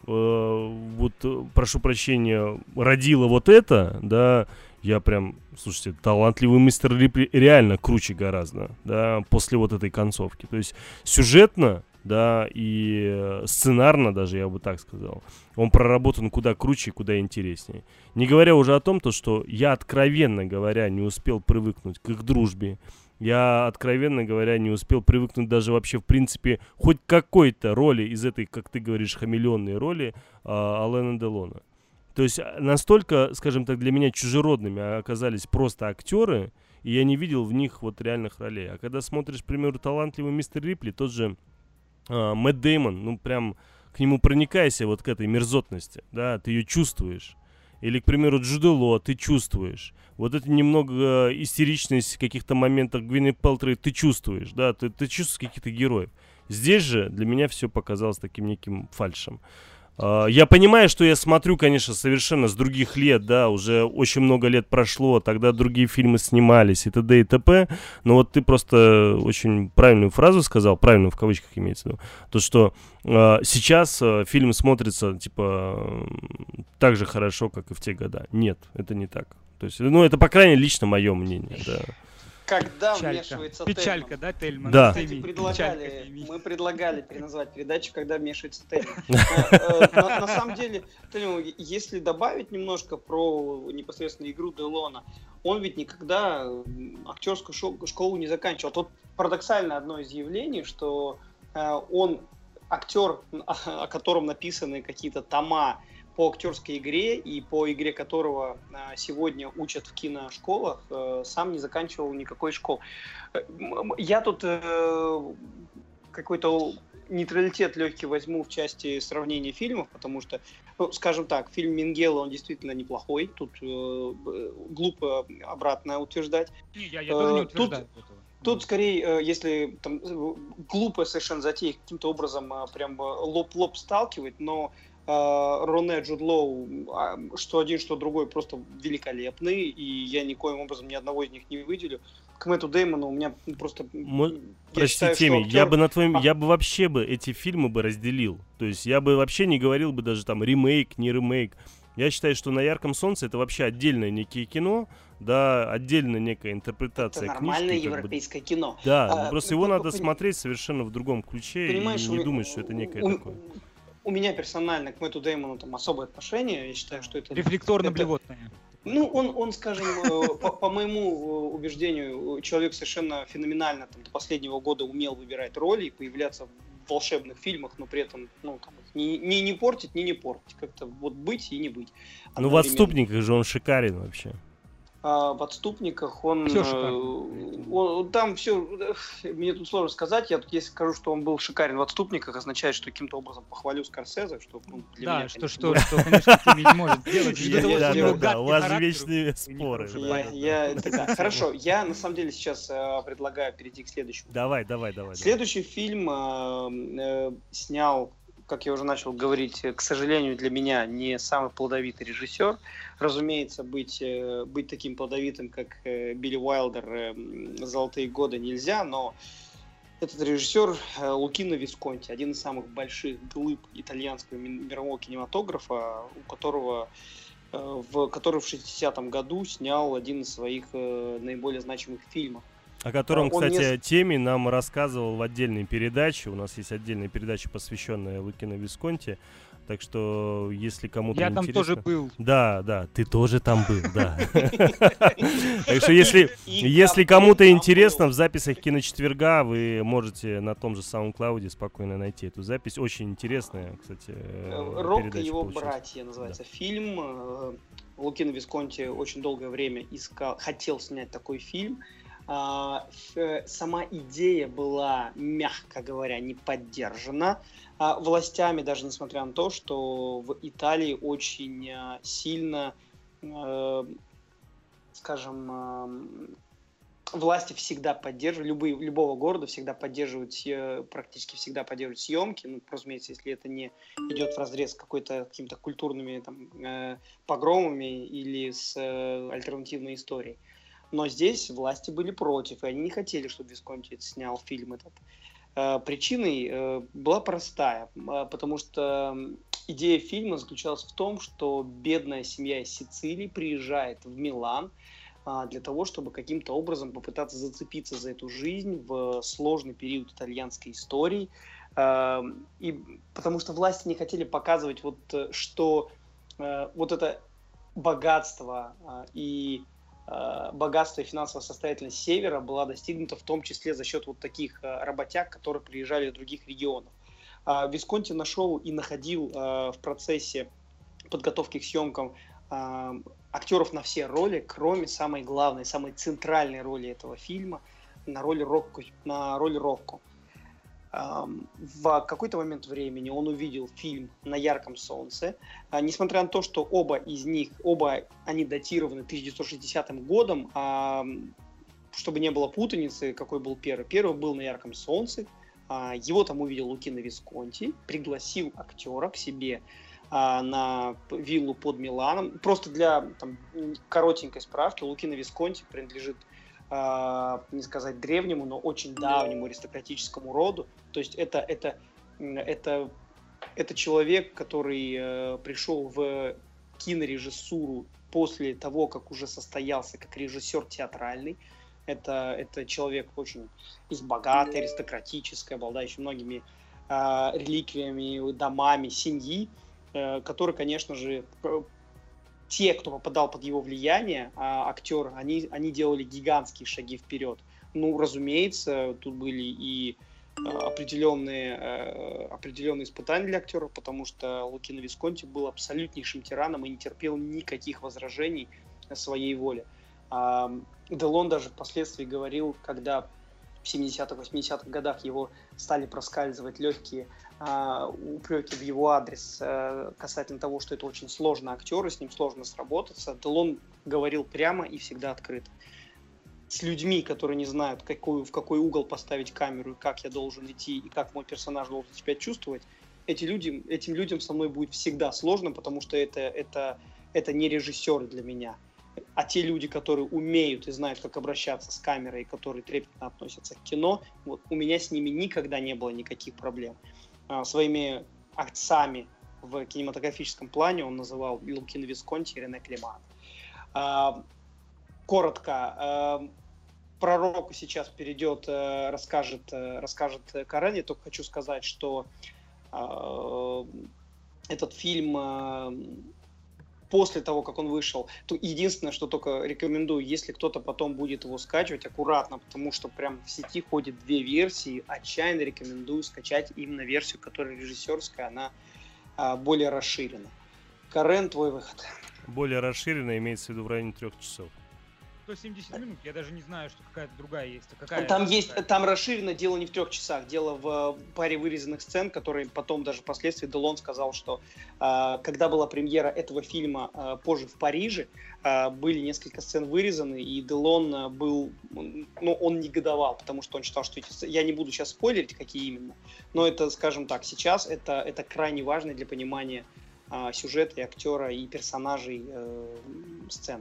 э, вот, прошу прощения, родила вот это, да, я прям, слушайте, талантливый мистер Рипли реально круче гораздо, да, после вот этой концовки. То есть сюжетно, да, и сценарно даже, я бы так сказал, он проработан куда круче и куда интереснее. Не говоря уже о том, то, что я, откровенно говоря, не успел привыкнуть к их дружбе. Я, откровенно говоря, не успел привыкнуть даже вообще, в принципе, хоть какой-то роли из этой, как ты говоришь, хамелеонной роли а, Алена Делона. То есть настолько, скажем так, для меня чужеродными оказались просто актеры, и я не видел в них вот реальных ролей. А когда смотришь, к примеру, талантливый мистер Рипли, тот же uh, Мэтт Дэймон, ну прям к нему проникайся, вот к этой мерзотности, да, ты ее чувствуешь. Или, к примеру, Джуд Лоу ты чувствуешь. Вот это немного истеричность в каких-то моментах Гвинет Пэлтроу ты чувствуешь, да, ты, ты чувствуешь каких-то героев. Здесь же для меня все показалось таким неким фальшем. Я понимаю, что я смотрю, конечно, совершенно с других лет, да, уже очень много лет прошло, тогда другие фильмы снимались и т.д. и т.п., но вот ты просто очень правильную фразу сказал, правильную в кавычках имеется в виду, то, что э, сейчас э, фильм смотрится, типа, э, так же хорошо, как и в те года. Нет, это не так. То есть, ну, это, по крайней мере, лично мое мнение, да.
Когда
Печалька.
вмешивается
Печалька,
Тельман.
да, Тельман?
Да.
Кстати, предлагали, мы предлагали переназвать передачу, когда вмешивается Тельман. На самом деле, если добавить немножко про непосредственно игру Делона, он ведь никогда актерскую школу не заканчивал. Тут парадоксально одно из явлений, что он актер, о котором написаны какие-то тома по актерской игре и по игре которого сегодня учат в киношколах, сам не заканчивал никакой школы. Я тут какой-то нейтралитет легкий возьму в части сравнения фильмов, потому что, ну, скажем так, фильм Мингелла, он действительно неплохой, тут глупо обратное утверждать.
Не, я, я тоже не утверждаю
тут, этого. Тут скорее, если там глупо совершенно затея каким-то образом прям лоб-лоб сталкивать, но Роне, Джуд Лоу, что один, что другой, просто великолепны, и я никоим образом ни одного из них не выделю. К Мэтту Дэймону у меня просто...
Мы... Прости, Теми, актер... я бы на твоем, а... я бы вообще бы эти фильмы бы разделил. То есть я бы вообще не говорил бы даже там ремейк, не ремейк. Я считаю, что «На ярком солнце» это вообще отдельное некое кино, да, отдельная некая интерпретация
это
книжки.
нормальное европейское
бы...
кино.
Да, а, просто его надо
поним...
смотреть совершенно в другом ключе и не у... думать, что это некое
у...
такое.
У меня персонально к Мэтту Дэймону там особое отношение. Я считаю, что это...
Рефлекторно-блевотное.
Ну, он, он, скажем, по, по моему убеждению, человек совершенно феноменально там, до последнего года умел выбирать роли и появляться в волшебных фильмах, но при этом ну, там, не, не, не портить, не не портить. Как-то вот быть и не быть.
Ну, в «Отступниках» же он шикарен вообще.
А в «Отступниках» он, все он, он там все, мне тут сложно сказать, я тут если скажу, что он был шикарен в «Отступниках», означает, что каким-то образом похвалю Скорсезе, что ну, для
да,
меня,
что,
конечно,
что, что, конечно, Тимми не может делать.
Да, да, да, у вас вечные споры.
Хорошо, я на самом деле сейчас предлагаю перейти к следующему.
Давай, давай, давай.
Следующий фильм снял, как я уже начал говорить, к сожалению, для меня не самый плодовитый режиссер. Разумеется, быть, быть таким плодовитым, как Билли Уайлдер, «Золотые годы» нельзя, но этот режиссер Лукино Висконти, один из самых больших глыб итальянского мирового кинематографа, у которого, в, который в шестидесятом году снял один из своих наиболее значимых фильмов.
О котором,
Он
кстати,
не...
Теми нам рассказывал в отдельной передаче. У нас есть отдельная передача, посвященная Лукино Висконти. Так что, если кому-то
Я
интересно...
там тоже был.
Да, да, ты тоже там был, да. Так что, если если кому-то интересно, в записях «Киночетверга» вы можете на том же SoundCloud спокойно найти эту запись. Очень интересная, кстати,
«Рок и его братья» называется фильм. Лукино Висконти очень долгое время искал, хотел снять такой фильм. Сама идея была, мягко говоря, не поддержана властями, даже несмотря на то, что в Италии очень сильно, скажем, власти всегда поддерживают, любые, любого города всегда поддерживают, практически всегда поддерживают съемки, ну, разумеется, если это не идет вразрез с какой-то, какими-то культурными там, погромами или с альтернативной историей. Но здесь власти были против, и они не хотели, чтобы Висконти снял фильм этот. Причиной была простая, потому что идея фильма заключалась в том, что бедная семья из Сицилии приезжает в Милан для того, чтобы каким-то образом попытаться зацепиться за эту жизнь в сложный период итальянской истории. И потому что власти не хотели показывать, вот, что вот это богатство и богатство и финансовая состоятельность Севера была достигнута в том числе за счет вот таких работяг, которые приезжали из других регионов. Висконти нашел и находил в процессе подготовки к съемкам актеров на все роли, кроме самой главной, самой центральной роли этого фильма, на роль Рокко. На роль Рокко. В какой-то момент времени он увидел фильм «На ярком солнце». Несмотря на то, что оба из них, оба они датированы тысяча девятьсот шестидесятым годом, чтобы не было путаницы, какой был первый. Первый был «На ярком солнце». Его там увидел Лукино Висконти, пригласил актера к себе на виллу под Миланом. Просто для там, коротенькой справки, Лукино Висконти принадлежит, не сказать древнему, но очень давнему аристократическому роду. То есть это, это, это, это человек, который э, пришел в кинорежиссуру после того, как уже состоялся как режиссер театральный. Это, это человек очень из богатой, аристократической, обладающий многими э, реликвиями, домами семьи, э, который, конечно же, те, кто попадал под его влияние, а, актеры, они, они делали гигантские шаги вперед. Ну, разумеется, тут были и а, определенные, а, определенные испытания для актеров, потому что Лукино Висконти был абсолютнейшим тираном и не терпел никаких возражений своей воле. А, Делон даже впоследствии говорил, когда в семидесятых-восьмидесятых годах его стали проскальзывать легкие Uh, упреки в его адрес uh, касательно того, что это очень сложный актер, и с ним сложно сработаться. Делон говорил прямо и всегда открыто. С людьми, которые не знают, какую, в какой угол поставить камеру, и как я должен идти, и как мой персонаж должен себя чувствовать, эти люди, этим людям со мной будет всегда сложно, потому что это, это, это не режиссеры для меня. А те люди, которые умеют и знают, как обращаться с камерой, и которые трепетно относятся к кино, вот, у меня с ними никогда не было никаких проблем. Своими отцами в кинематографическом плане он называл Лукино Висконти и Рене Климан. Коротко, пророку сейчас перейдет, расскажет, расскажет Карен. Я только хочу сказать, что этот фильм после того, как он вышел, то единственное, что только рекомендую, если кто-то потом будет его скачивать, аккуратно, потому что прям в сети ходит две версии, отчаянно рекомендую скачать именно версию, которая режиссерская, она а, более расширена. Карен, твой выход.
Более расширена имеется в виду в районе трех часов.
сто семьдесят минут, я даже не знаю, что какая-то другая есть. А какая
там
какая?
есть, там расширено дело не в трех часах, дело в паре вырезанных сцен, которые потом даже впоследствии Делон сказал, что э, когда была премьера этого фильма э, позже в Париже, э, были несколько сцен вырезаны, и Делон э, был, ну, он негодовал, потому что он считал, что эти, я не буду сейчас спойлерить, какие именно, но это, скажем так, сейчас это, это крайне важно для понимания э, сюжета и актера, и персонажей э, сцены.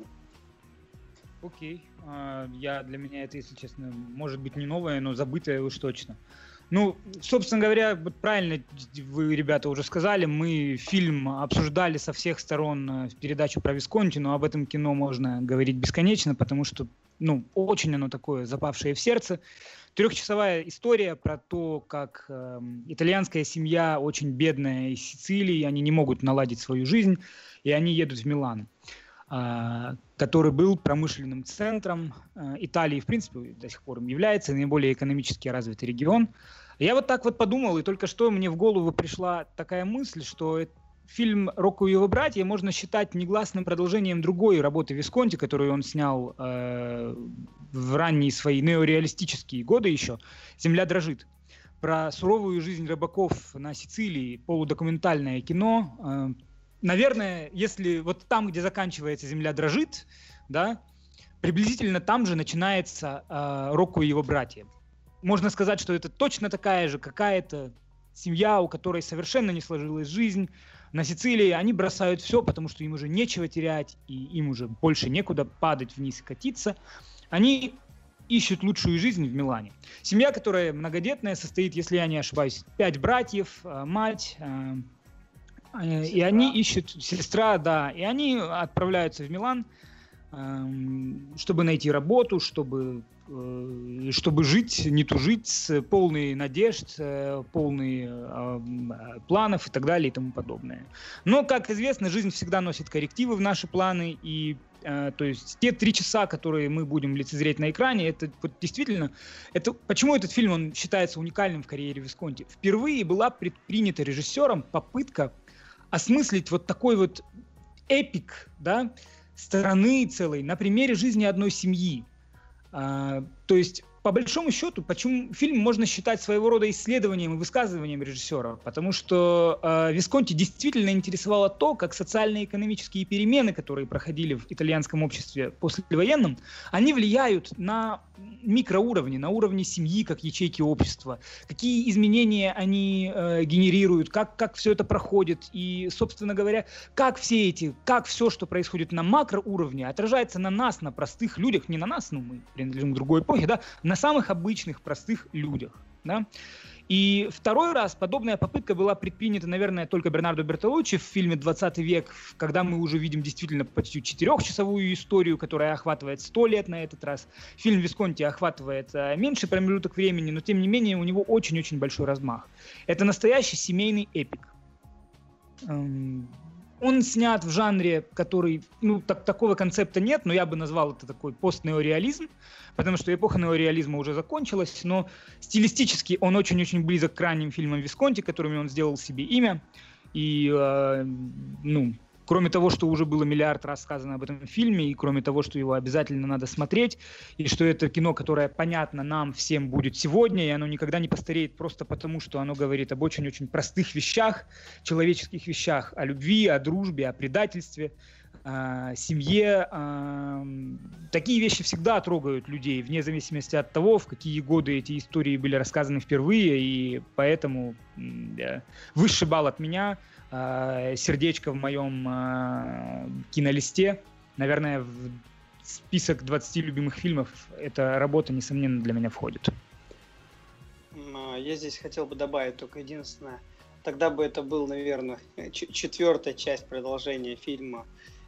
Окей. Okay. Я, для меня это, если честно, может быть не новое, но забытое уж точно. Ну, собственно говоря, вот правильно вы, ребята, уже сказали, мы фильм обсуждали со всех сторон в передачу про Висконти, но об этом кино можно говорить бесконечно, потому что, ну, очень оно такое запавшее в сердце. Трехчасовая история про то, как э, итальянская семья, очень бедная из Сицилии, они не могут наладить свою жизнь, и они едут в Милан, который был промышленным центром Италии, в принципе, до сих пор им является наиболее экономически развитый регион. Я вот так вот подумал, и только что мне в голову пришла такая мысль, что фильм «Рокко и его братья» можно считать негласным продолжением другой работы Висконти, которую он снял э, в ранние свои неореалистические годы еще, «Земля дрожит». Про суровую жизнь рыбаков на Сицилии, полудокументальное кино. Э, Наверное, если вот там, где заканчивается «Земля дрожит», да, приблизительно там же начинается э, «Рокко и его братья». Можно сказать, что это точно такая же какая-то семья, у которой совершенно не сложилась жизнь. На Сицилии они бросают все, потому что им уже нечего терять, и им уже больше некуда падать вниз и катиться. Они ищут лучшую жизнь в Милане. Семья, которая многодетная, состоит, если я не ошибаюсь, пять братьев, э, мать... Э, Сестра. И они ищут, сестра, да, и они отправляются в Милан, чтобы найти работу, чтобы, чтобы жить, не тужить, с полной надежд, полной планов и так далее и тому подобное. Но, как известно, жизнь всегда носит коррективы в наши планы, и то есть те три часа, которые мы будем лицезреть на экране, это вот действительно, это, почему этот фильм он считается уникальным в карьере Висконти? Впервые была предпринята режиссером попытка осмыслить вот такой вот эпик, да, страны целой на примере жизни одной семьи. А, то есть по большому счету, почему фильм можно считать своего рода исследованием и высказыванием режиссера? Потому что э, Висконти действительно интересовало то, как социально-экономические перемены, которые проходили в итальянском обществе послевоенном, они влияют на микроуровне, на уровне семьи, как ячейки общества, какие изменения они э, генерируют, как, как все это проходит, и, собственно говоря, как все эти, как все, что происходит на макроуровне, отражается на нас, на простых людях, не на нас, ну, мы принадлежим к другой эпохе, да, на самых обычных, простых людях, да. И второй раз подобная попытка была предпринята, наверное, только Бернардо Бертолуччи в фильме «двадцатый век», когда мы уже видим действительно почти четырехчасовую историю, которая охватывает сто лет на этот раз. Фильм Висконти охватывает а, меньший промежуток времени, но тем не менее у него очень-очень большой размах. Это настоящий семейный эпик. Эм... Он снят в жанре, который, ну, так, такого концепта нет, но я бы назвал это такой постнеореализм, потому что эпоха неореализма уже закончилась, но стилистически он очень-очень близок к ранним фильмам Висконти, которыми он сделал себе имя. И, э, ну, кроме того, что уже было миллиард раз сказано об этом фильме, и кроме того, что его обязательно надо смотреть, и что это кино, которое понятно нам всем будет сегодня, и оно никогда не постареет просто потому, что оно говорит об очень-очень простых вещах, человеческих вещах, о любви, о дружбе, о предательстве, о семье. О... Такие вещи всегда трогают людей, вне зависимости от того, в какие годы эти истории были рассказаны впервые, и поэтому да, высший балл от меня — сердечко в моем э, кинолисте. Наверное, в список двадцати любимых фильмов эта работа, несомненно, для меня входит.
Я здесь хотел бы добавить только единственное. Тогда бы это был, наверное, четвертая часть продолжения фильма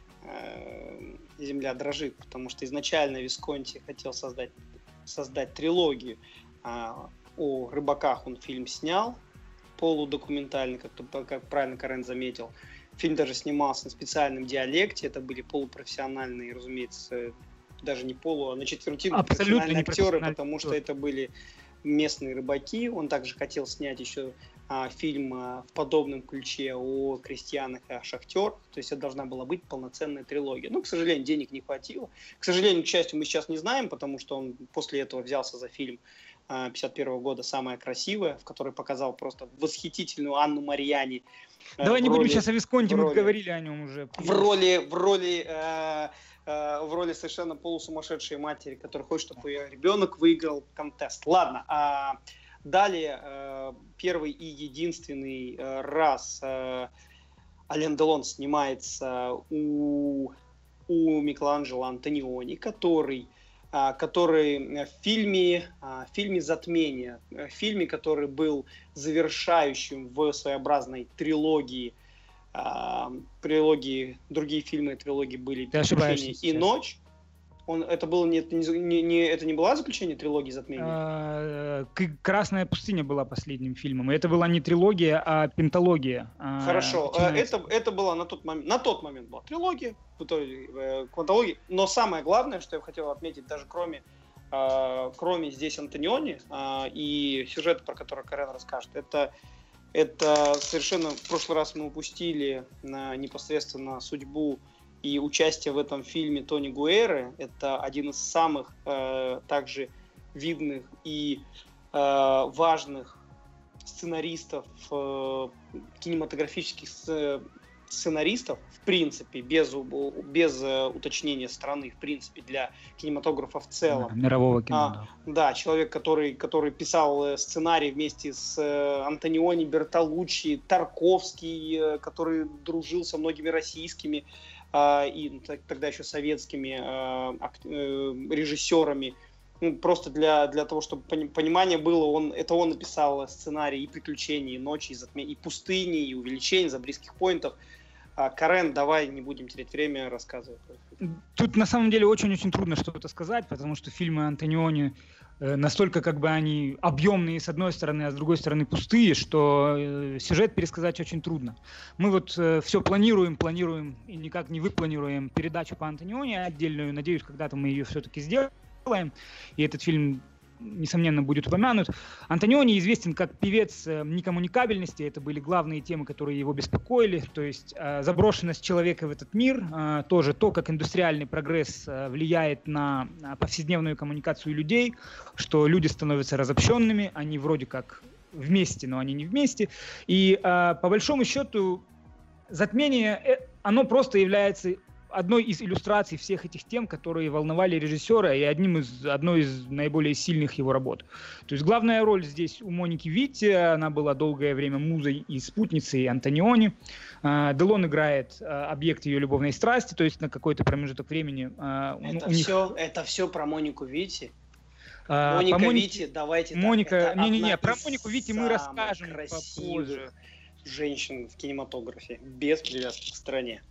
э, «Земля дрожит», потому что изначально Висконти хотел создать, создать трилогию. А, о рыбаках он фильм снял, полудокументальный, как, как правильно Карен заметил. Фильм даже снимался на специальном диалекте. Это были полупрофессиональные, разумеется, даже не полу, а на четвертину профессиональные актеры, потому что это были местные рыбаки. Он также хотел снять еще а, фильм а, в подобном ключе о крестьянах и о шахтерах. То есть это должна была быть полноценная трилогия. Но, к сожалению, денег не хватило. К сожалению, к счастью, мы сейчас не знаем, потому что он после этого взялся за фильм пятьдесят первого года «Самая красивая», в которой показал просто восхитительную Анну Марьяни.
Давай не роли, будем сейчас о Висконти, мы говорили о нем уже.
В роли, в роли, э, э, в роли совершенно полусумасшедшей матери, которая хочет, чтобы ее ребенок выиграл контест. Ладно, а далее э, первый и единственный э, раз э, Ален Делон снимается у, у Микеланджело Антониони, который... который в фильме, в фильме «Затмение», в фильме, который был завершающим в своеобразной трилогии, трилогии, другие фильмы трилогии были «Приключения» и «Ночь». Он, это, было не, не, не, это не была заключение трилогии «Затмение»?
«Красная пустыня» была последним фильмом. И это была не трилогия, а пенталогия.
Хорошо. Это, это была на тот момент, на тот момент была трилогия, квантология. Но самое главное, что я хотел отметить, даже кроме, кроме здесь Антониони и сюжета, про который Карен расскажет, это, это совершенно... В прошлый раз мы упустили непосредственно судьбу и участие в этом фильме Тони Гуэры. Это один из самых э, также видных и э, важных сценаристов, э, кинематографических сценаристов, в принципе, без, без э, уточнения страны, в принципе, для кинематографа в целом.
Мирового кино.
А, да. да, человек, который, который писал сценарий вместе с э, Антониони, Бертолуччи, Тарковский, э, который дружил со многими российскими и тогда еще советскими режиссерами. Ну, просто для, для того, чтобы понимание было, он, это он написал сценарий и «Приключений», и «Ночи», и «Затмения», и «Пустыни», и «Увеличение», «Забризких поинтов». Карен, давай не будем терять время, рассказывай.
Тут на самом деле очень-очень трудно что-то сказать, потому что фильмы Антониони настолько как бы они объемные с одной стороны, а с другой стороны пустые, что э, сюжет пересказать очень трудно. Мы вот э, все планируем, планируем и никак не выпланируем передачу по Антониони отдельную. Надеюсь, когда-то мы ее все-таки сделаем. И этот фильм несомненно, будет упомянут. Антониони известен как певец некоммуникабельности. Это были главные темы, которые его беспокоили. То есть заброшенность человека в этот мир, тоже то, как индустриальный прогресс влияет на повседневную коммуникацию людей, что люди становятся разобщенными, они вроде как вместе, но они не вместе. И по большому счету «Затмение», оно просто является одной из иллюстраций всех этих тем, которые волновали режиссера, и одним из, одной из наиболее сильных его работ. То есть главная роль здесь у Моники Витти, она была долгое время музой и спутницей Антониони. Делон играет объект ее любовной страсти, то есть на какой-то промежуток времени.
Это,
у
все,
них...
это все про Монику Витти?
А,
Моника
Мони...
Витти, давайте
Моника... Не-не-не, про Монику Витти мы расскажем попозже.
Женщин в кинематографе, без привязки к стране.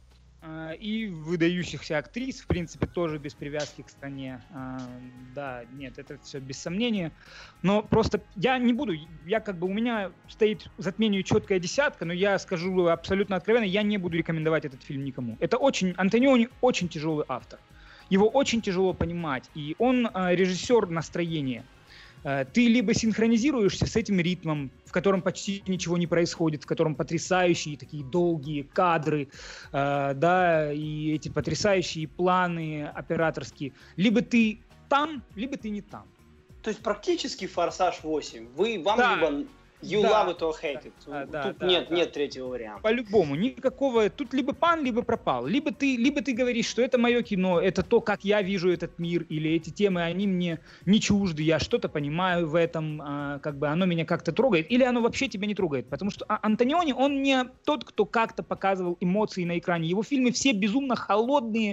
И выдающихся актрис, в принципе, тоже без привязки к стране. Да, нет, это все без сомнения. Но просто я не буду, я как бы, у меня стоит «Затмению» четкая десятка, но я скажу абсолютно откровенно, я не буду рекомендовать этот фильм никому. Это очень, Антониони очень тяжелый автор. Его очень тяжело понимать, и он режиссер настроения. Ты либо синхронизируешься с этим ритмом, в котором почти ничего не происходит, в котором потрясающие такие долгие кадры, э, да, и эти потрясающие планы операторские. Либо ты там, либо ты не там.
То есть практически «Форсаж восемь». Вы, вам
да.
либо you
да.
love it or hate it.
Да,
Тут
да,
нет,
да.
нет третьего варианта.
По-любому. Никакого. Тут либо пан, либо пропал. Либо ты, либо ты говоришь, что это мое кино, это то, как я вижу этот мир, или эти темы, они мне не чужды, я что-то понимаю в этом, а, как бы оно меня как-то трогает, или оно вообще тебя не трогает. Потому что Антониони, он не тот, кто как-то показывал эмоции на экране. Его фильмы все безумно холодные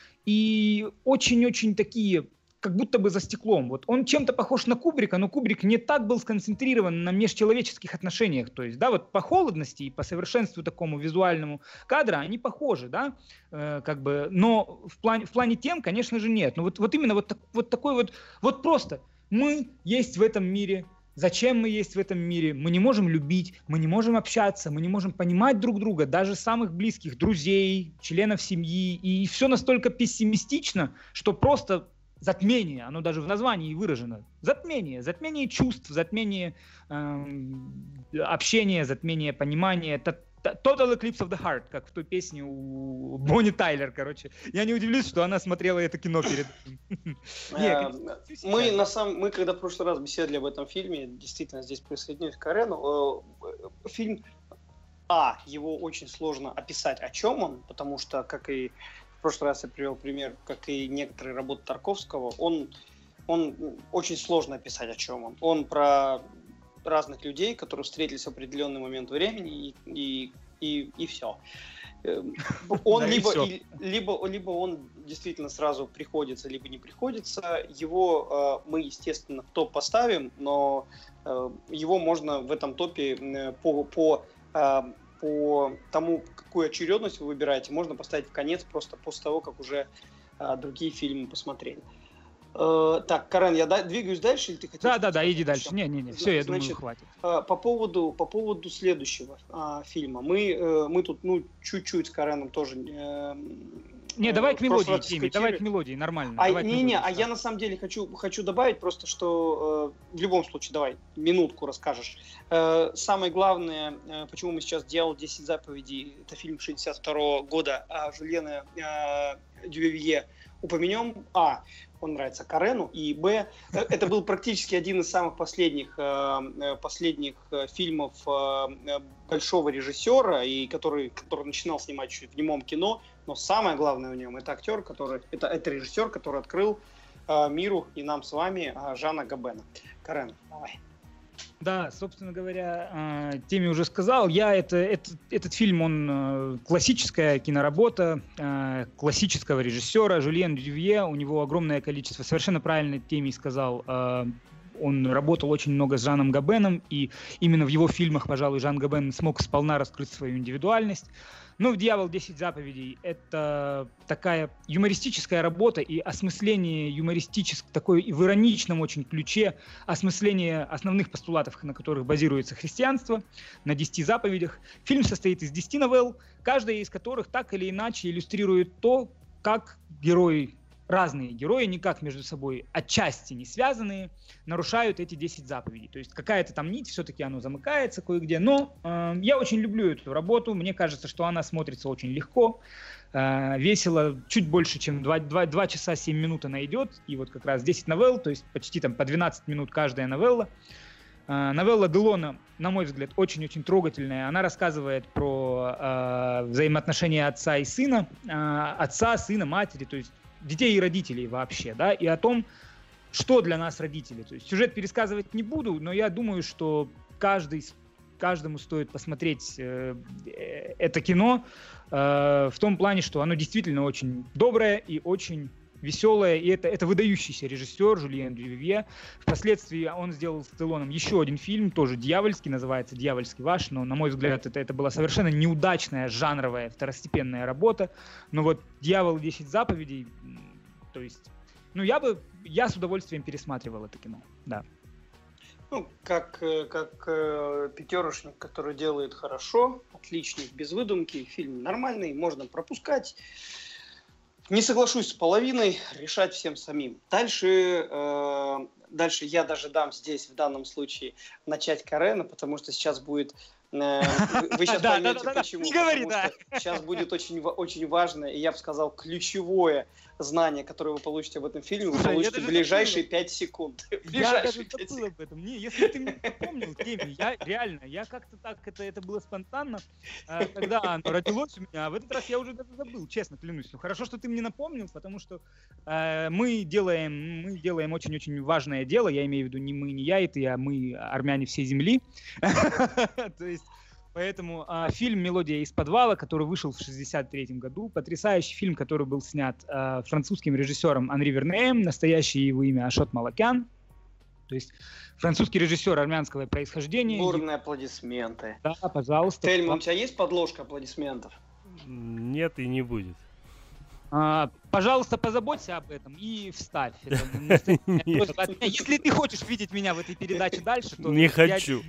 и очень-очень такие... как будто бы за стеклом. Вот он чем-то похож на Кубрика, но Кубрик не так был сконцентрирован на межчеловеческих отношениях. То есть, да, вот по холодности и по совершенству такому визуальному кадра они похожи, да, э, как бы, но в плане, в плане тем, конечно же, нет. Но вот, вот именно вот, так, вот такой вот, вот просто мы есть в этом мире. Зачем мы есть в этом мире? Мы не можем любить, мы не можем общаться, мы не можем понимать друг друга, даже самых близких, друзей, членов семьи. И все настолько пессимистично, что просто... Затмение, оно даже в названии выражено. Затмение, затмение чувств, затмение э, общения, затмение понимания. Total Eclipse of the Heart, как в той песне у Бонни Тайлер, короче. Я не удивлюсь, что она смотрела это кино перед этим.
Мы, на самом, мы, когда в прошлый раз беседовали об этом фильме, действительно здесь присоединюсь к Карену, фильм, а, его очень сложно описать, о чем он, потому что, как и в прошлый раз я привел пример, как и некоторые работы Тарковского, он, он очень сложно описать, о чем он. Он про разных людей, которые встретились в определенный момент времени, и, и, и, и все. Он либо, либо, либо он действительно сразу приходится, либо не приходится. Его мы, естественно, в топ поставим, но его можно в этом топе по... по по тому, какую очередность вы выбираете, можно поставить в конец просто после того, как уже а, другие фильмы посмотрели. Э, так, Карен, я да, двигаюсь дальше, или ты хотел?
Да, да, да, иди дальше. Не-не-не, все, я
Значит,
думаю, хватит.
Э, по поводу, по поводу следующего э, фильма. Мы, э, мы тут, ну, чуть-чуть с Кареном тоже... Э,
Не, давай к мелодии, Тимми, давай к мелодии, нормально.
А, не-не, а я на самом деле хочу, хочу добавить просто, что э, в любом случае, давай, минутку расскажешь. Э, самое главное, э, почему мы сейчас делали десять заповедей, это фильм шестьдесят второго года, а Жюльена э, Дювивье упомянем. А, он нравится Карену, и Б, это был практически один из самых последних, э, последних фильмов э, большого режиссера, и который, который начинал снимать чуть в немом кино. Но самое главное в нем это актер, который, это, это режиссер, который открыл э, миру и нам с вами э, Жана Габена. Карен, давай.
Да, собственно говоря, э, Тимми уже сказал, я это, это, этот фильм, он э, классическая киноработа э, классического режиссера Жюльен Дювье, у него огромное количество, совершенно правильно Тимми сказал, э, он работал очень много с Жаном Габеном, и именно в его фильмах, пожалуй, Жан Габен смог сполна раскрыть свою индивидуальность. Ну, «Дьявол. десять заповедей» — это такая юмористическая работа и осмысление юмористического, такой в ироничном очень ключе, осмысление основных постулатов, на которых базируется христианство, на десяти заповедях. Фильм состоит из десяти новелл, каждая из которых так или иначе иллюстрирует то, как герой разные герои, никак между собой отчасти не связанные, нарушают эти десять заповедей. То есть какая-то там нить, все-таки оно замыкается кое-где. Но э, я очень люблю эту работу. Мне кажется, что она смотрится очень легко, э, весело. Чуть больше, чем два часа семь минут она идет. И вот как раз десять новелл, то есть почти там по двенадцать минут каждая новелла. Э, новелла Делона, на мой взгляд, очень-очень трогательная. Она рассказывает про э, взаимоотношения отца и сына, э, отца, сына, матери, то есть детей и родителей вообще, да, и о том, что для нас родители. То есть сюжет пересказывать не буду, но я думаю, что каждый, каждому стоит посмотреть э, это кино э, в том плане, что оно действительно очень доброе и очень веселое, и это, это выдающийся режиссер Жюльен Дювивье. Впоследствии он сделал с Делоном еще один фильм, тоже дьявольский, называется «Дьявольский ваш», но, на мой взгляд, это, это была совершенно неудачная жанровая второстепенная работа. Но вот «Дьявол и десять заповедей», то есть, ну, я бы, я с удовольствием пересматривал это кино, да.
Ну, как, как э, пятерочник, который делает хорошо, отличник, без выдумки, фильм нормальный, можно пропускать. Не соглашусь с половиной, решать всем самим. Дальше, э, дальше я даже дам здесь, в данном случае, начать Карена, потому что сейчас будет... Э, вы, вы сейчас поймете, почему. Не говори, да. Сейчас будет очень, очень важное, и я бы сказал, ключевое знание, которое вы получите в этом фильме, вы получите в ближайшие пять секунд.
Я даже забыл об этом. Не, если ты мне напомнил, Теми, я реально, я как-то так, это, это было спонтанно, э, когда оно родилось у меня, а в этот раз я уже даже забыл, честно клянусь. Ну, хорошо, что ты мне напомнил, потому что э, мы делаем, мы делаем очень-очень важное дело, я имею в виду не мы, не я и ты, а мы, армяне всей земли. То есть Поэтому а, фильм «Мелодия из подвала», который вышел в шестьдесят третьем году, потрясающий фильм, который был снят а, французским режиссером Анри Вернеем, настоящее его имя Ашот Малакян, то есть французский режиссер армянского происхождения.
Бурные аплодисменты.
Да, пожалуйста.
Тельман, у тебя есть подложка аплодисментов?
Нет и не будет.
А, пожалуйста, позаботься об этом и вставь. Если ты хочешь видеть меня в этой передаче дальше, то...
Не хочу.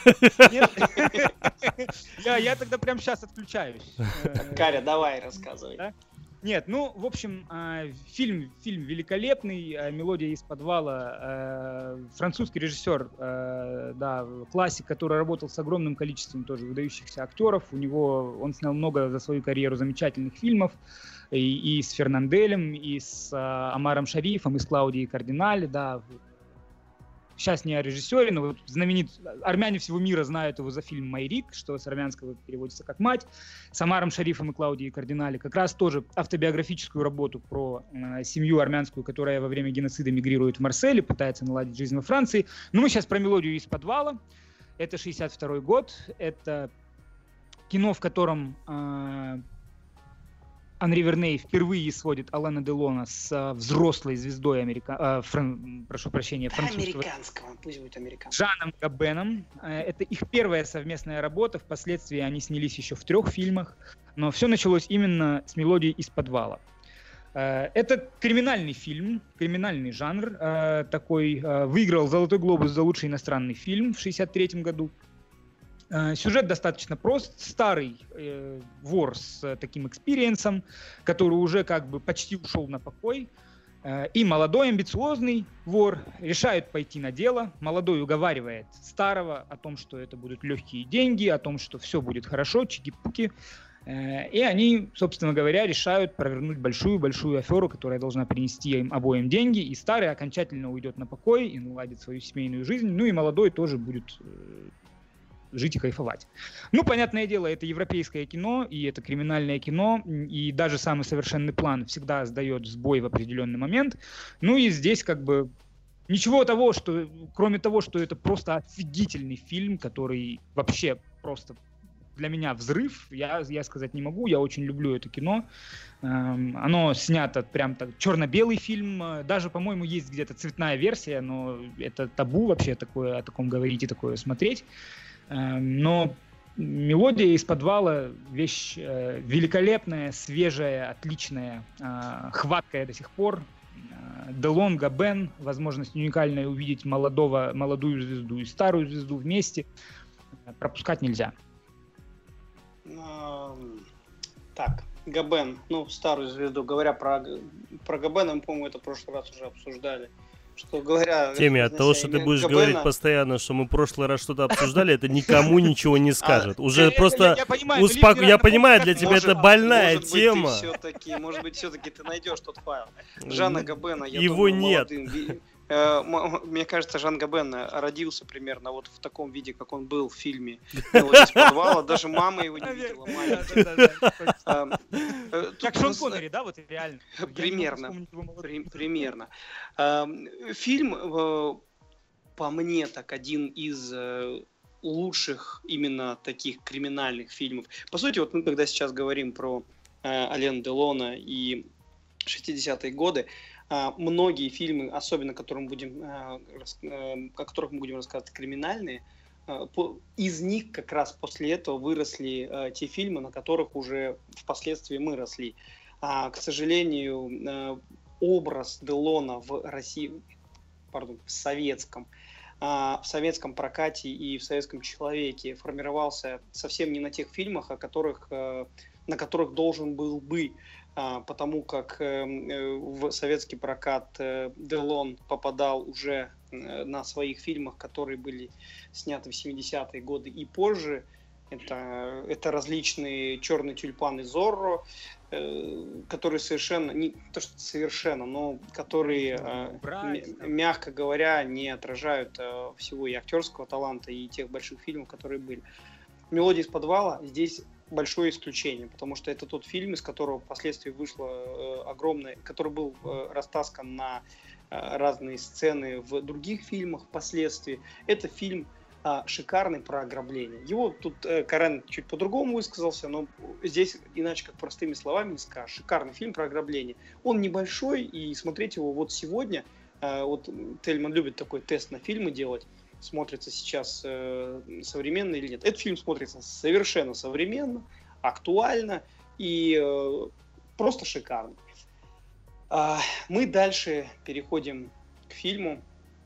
Я тогда прямо сейчас отключаюсь.
Каря, давай, рассказывай.
Нет, ну, в общем, фильм, фильм великолепный, «Мелодия из подвала», французский режиссер, да, классик, который работал с огромным количеством тоже выдающихся актеров, у него, он снял много за свою карьеру замечательных фильмов, и, и с Фернанделем, и с Омаром Шарифом, и с Клаудией Кардиналь, да. Сейчас не о режиссере, но вот знаменит, армяне всего мира знают его за фильм «Майрик», что с армянского переводится как «Мать», с Омаром Шарифом и Клаудией Кардинали, как раз тоже автобиографическую работу про э, семью армянскую, которая во время геноцида мигрирует в Марсель и пытается наладить жизнь во Франции. Но мы сейчас про «Мелодию из подвала». Это шестьдесят второй год, это кино, в котором... Э, Анри Верней впервые сводит Алана Делона с а, взрослой звездой америка... а, фран... прошу прощения, французского...
Американского, пусть будет американского.
Жаном Габеном. Это их первая совместная работа. Впоследствии они снялись еще в трех фильмах. Но все началось именно с «Мелодии из подвала». Это криминальный фильм, криминальный жанр такой. Выиграл «Золотой глобус» за лучший иностранный фильм в шестьдесят третьем году. Сюжет достаточно прост. Старый э, вор с э, таким экспириенсом, который уже как бы почти ушел на покой, э, и молодой амбициозный вор решают пойти на дело. Молодой уговаривает старого о том, что это будут легкие деньги, о том, что все будет хорошо, чики-пуки. Э, и они, собственно говоря, решают провернуть большую-большую аферу, которая должна принести им обоим деньги. И старый окончательно уйдет на покой и наладит свою семейную жизнь. Ну и молодой тоже будет... Э, жить и кайфовать. Ну, понятное дело, это европейское кино, и это криминальное кино, и даже самый совершенный план всегда сдает сбой в определенный момент. Ну и здесь как бы ничего того, что, кроме того, что это просто офигительный фильм, который вообще просто для меня взрыв, я, я сказать не могу, я очень люблю это кино. Эм, оно снято прям так, черно-белый фильм, даже, по-моему, есть где-то цветная версия, но это табу вообще такое, о таком говорить и такое смотреть. Но «Мелодия из подвала» — вещь э, великолепная, свежая, отличная, э, хваткая до сих пор. Э, Делон, Габен, возможность уникальная увидеть молодого, молодую звезду и старую звезду вместе. Пропускать нельзя.
Um, так, Габен, ну, старую звезду. Говоря про, про Габена, мы, по-моему, это в прошлый раз уже обсуждали. Что говоря...
Теме, от того, что ты будешь
Габена...
говорить постоянно, что мы в прошлый раз что-то обсуждали, это никому ничего не скажет. Уже просто успоку... Я понимаю, для тебя это больная тема.
Может быть, все-таки ты найдешь тот файл. Жана Габена, я
Его нет.
Мне кажется, Жан Габен родился примерно вот в таком виде, как он был в фильме. Вот из подвала, даже мама его не видела.
Как Шон Коннери, да, вот реально?
Примерно. Примерно. Фильм, по мне, так один из лучших именно таких криминальных фильмов. По сути, вот мы когда сейчас говорим про Алена Делона и шестидесятые годы, многие фильмы, особенно которым будем, о которых мы будем рассказывать, криминальные, из них как раз после этого выросли те фильмы, на которых уже впоследствии мы росли. К сожалению, образ Делона в России, пардон, в советском, в советском прокате и в советском человеке формировался совсем не на тех фильмах, о которых, на которых должен был бы, потому как в советский прокат Делон попадал уже на своих фильмах, которые были сняты в семидесятые годы и позже. Это, это различные «Черный тюльпан» и «Зорро», которые совершенно, не то что совершенно, но которые, м- мягко говоря, не отражают всего и актерского таланта, и тех больших фильмов, которые были. «Мелодия из подвала» здесь большое исключение, потому что это тот фильм, из которого впоследствии вышло э, огромное, который был э, растаскан на э, разные сцены в других фильмах впоследствии. Это фильм э, шикарный про ограбление. Его тут э, Карен чуть по-другому высказался, но здесь иначе как простыми словами не скажешь. Шикарный фильм про ограбление. Он небольшой, и смотреть его вот сегодня, э, вот Тельман любит такой тест на фильмы делать, смотрится сейчас э, современно или нет. Этот фильм смотрится совершенно современно, актуально и э, просто шикарно. А, мы дальше переходим к фильму,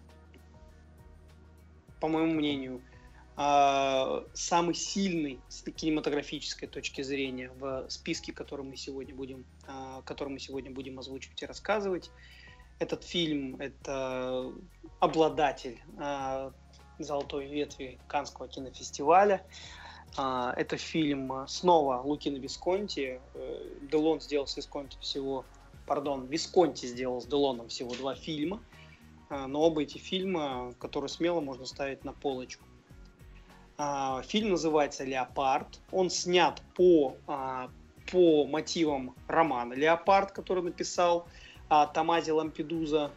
по моему мнению, э, самый сильный с кинематографической точки зрения в списке, который мы сегодня будем, э, который мы сегодня будем озвучивать и рассказывать. Этот фильм – это обладатель э, золотой ветви Каннского кинофестиваля. Э, это фильм снова Лукино Висконти. Э, Делон сделал с Висконти всего, пардон, Висконти сделал с Делоном всего два фильма. Э, но оба эти фильма, которые смело можно ставить на полочку. Э, фильм называется «Леопард». Он снят по, э, по мотивам романа «Леопард», который написал Томмазо Лампедуза.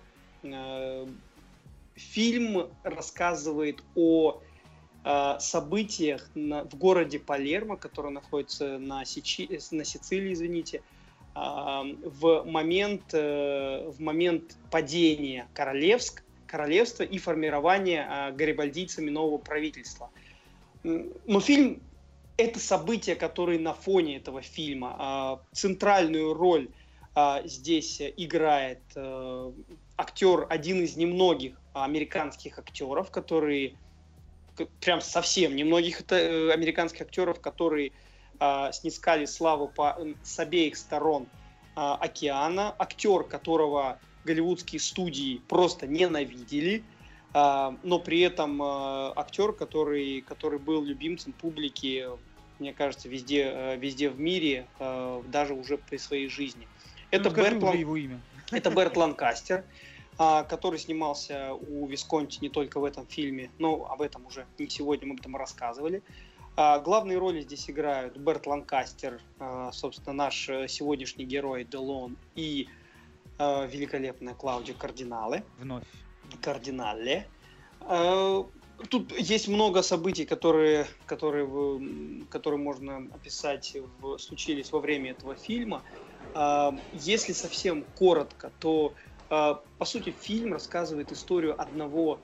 Фильм рассказывает о событиях в городе Палермо, который находится на, Сичи... на Сицилии, извините, в момент, в момент падения королевск... королевства и формирования гарибальдийцами нового правительства. Но фильм – это события, которые на фоне этого фильма. Центральную роль здесь играет э, актер, один из немногих американских актеров, которые, прям совсем немногих это, э, американских актеров, которые э, снискали славу по, с обеих сторон э, океана. Актер, которого голливудские студии просто ненавидели, э, но при этом э, актер, который, который был любимцем публики, мне кажется, везде, э, везде в мире, э, даже уже при своей жизни. Это,
ну,
Берт Лан...
его имя.
Это Берт Ланкастер, который снимался у Висконти не только в этом фильме, но об этом уже не сегодня мы об этом рассказывали. Главные роли здесь играют Берт Ланкастер, собственно, наш сегодняшний герой Делон, и великолепная Клаудия Кардинале.
Вновь.
Кардинале. Тут есть много событий, которые, которые, которые можно описать, в, случились во время этого фильма. Если совсем коротко, то, по сути, фильм рассказывает историю одного,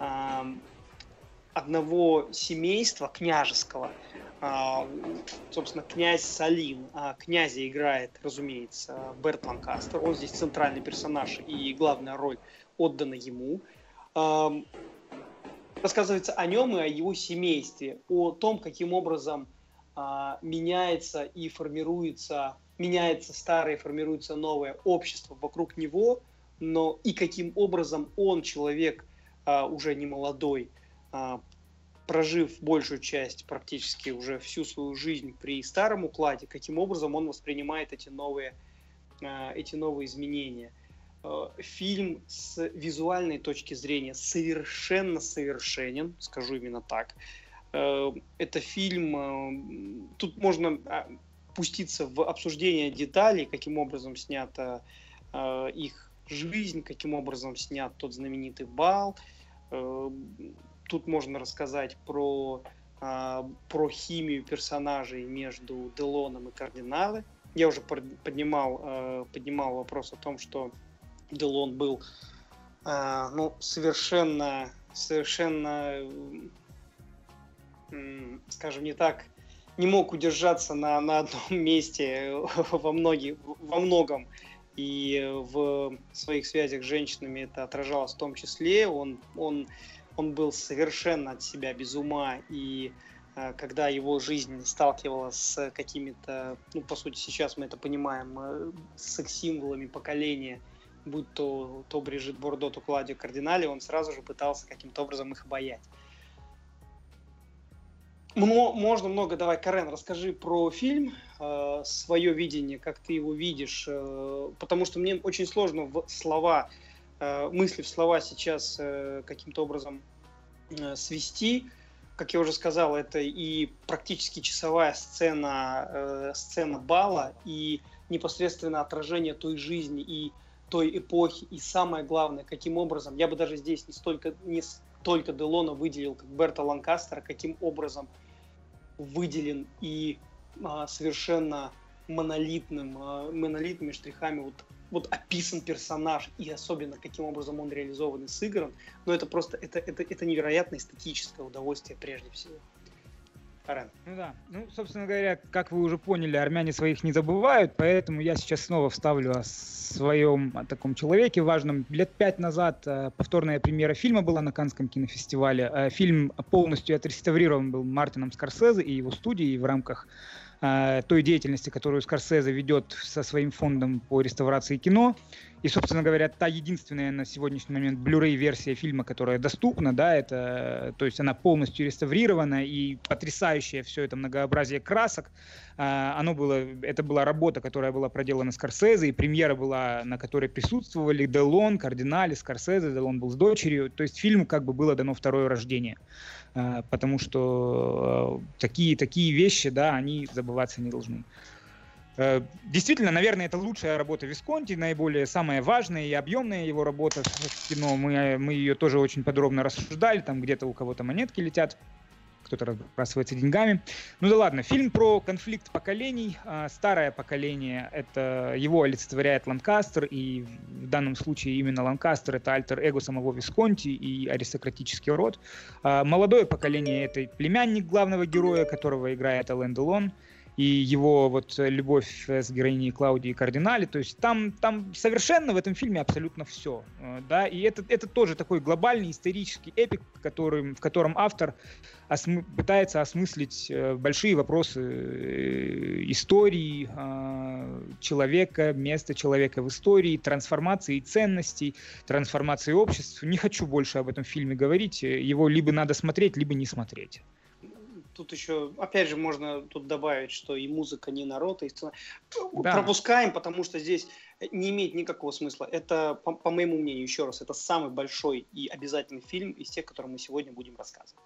одного семейства княжеского. Собственно, князь Салим. Князя играет, разумеется, Берт Ланкастер. Он здесь центральный персонаж, и главная роль отдана ему. Рассказывается о нем и о его семействе, о том, каким образом меняется и формируется меняется старое, формируется новое общество вокруг него, но и каким образом он, человек а, уже не молодой, а, прожив большую часть, практически уже всю свою жизнь при старом укладе, каким образом он воспринимает эти новые, а, эти новые изменения. А, фильм с визуальной точки зрения совершенно совершенен, скажу именно так. А, это фильм, а, тут можно пуститься в обсуждение деталей, каким образом снята а, их жизнь, каким образом снят тот знаменитый бал. Тут можно рассказать про, про химию персонажей между Делоном и Кардинале. Я уже поднимал, поднимал вопрос о том, что Делон был ну, совершенно, совершенно, скажем не так, не мог удержаться на, на одном месте во, многих, во многом. И в своих связях с женщинами это отражалось в том числе. Он, он, он был совершенно от себя без ума. И э, когда его жизнь сталкивалась с какими-то, ну, по сути, сейчас мы это понимаем, э, секс-символами поколения, будь то, то Брижит Бордо, то Клаудио Кардинале, он сразу же пытался каким-то образом их обаять. Можно много, давай, Карен, расскажи про фильм, э, свое видение, как ты его видишь, э, потому что мне очень сложно в слова, э, мысли в слова сейчас э, каким-то образом э, свести. Как я уже сказал, это и практически часовая сцена, э, сцена бала, и непосредственно отражение той жизни и той эпохи, и самое главное, каким образом, я бы даже здесь не столько, не столько Делона выделил, как Берта Ланкастера, каким образом выделен и а, совершенно монолитным, а, монолитными штрихами вот, вот описан персонаж, и особенно каким образом он реализован и сыгран, но это просто, это, это, это невероятное эстетическое удовольствие прежде всего. Карен.
Ну да, ну, собственно говоря, как вы уже поняли, армяне своих не забывают, поэтому я сейчас снова вставлю о своем о таком человеке важном. Лет пять назад э, повторная премьера фильма была на Каннском кинофестивале. Э, фильм полностью отреставрирован был Мартином Скорсезе и его студией в рамках э, той деятельности, которую Скорсезе ведет со своим фондом по реставрации кино. И, собственно говоря, та единственная на сегодняшний момент Blu-ray версия фильма, которая доступна, да, это, то есть она полностью реставрирована и потрясающее все это многообразие красок. А, оно было, это была работа, которая была проделана Скорсезе, и премьера была, на которой присутствовали Делон, Кардинале, Скорсезе, Делон был с дочерью. То есть фильму как бы было дано второе рождение, а, потому что а, такие, такие вещи, да, они забываться не должны. Действительно, наверное, это лучшая работа Висконти, наиболее самая важная и объемная его работа в кино. Мы, мы ее тоже очень подробно рассуждали, там где-то у кого-то монетки летят, кто-то разбрасывается деньгами. Ну да ладно, фильм про конфликт поколений. Старое поколение, это его олицетворяет Ланкастер, и в данном случае именно Ланкастер — это альтер-эго самого Висконти и аристократический род. Молодое поколение — это племянник главного героя, которого играет Ален Делон, и его вот любовь с героиней Клаудией Кардинале, то есть там, там совершенно в этом фильме абсолютно все, да, и это, это тоже такой глобальный исторический эпик, который, в котором автор осмы- пытается осмыслить большие вопросы истории человека, места человека в истории, трансформации ценностей, трансформации обществ. Не хочу больше об этом фильме говорить, его либо надо смотреть, либо не смотреть.
Тут еще, опять же, можно тут добавить, что и музыка не народ, и сцена. Да. Пропускаем, потому что здесь не имеет никакого смысла. Это, по, по моему мнению, еще раз, это самый большой и обязательный фильм из тех, которые мы сегодня будем рассказывать.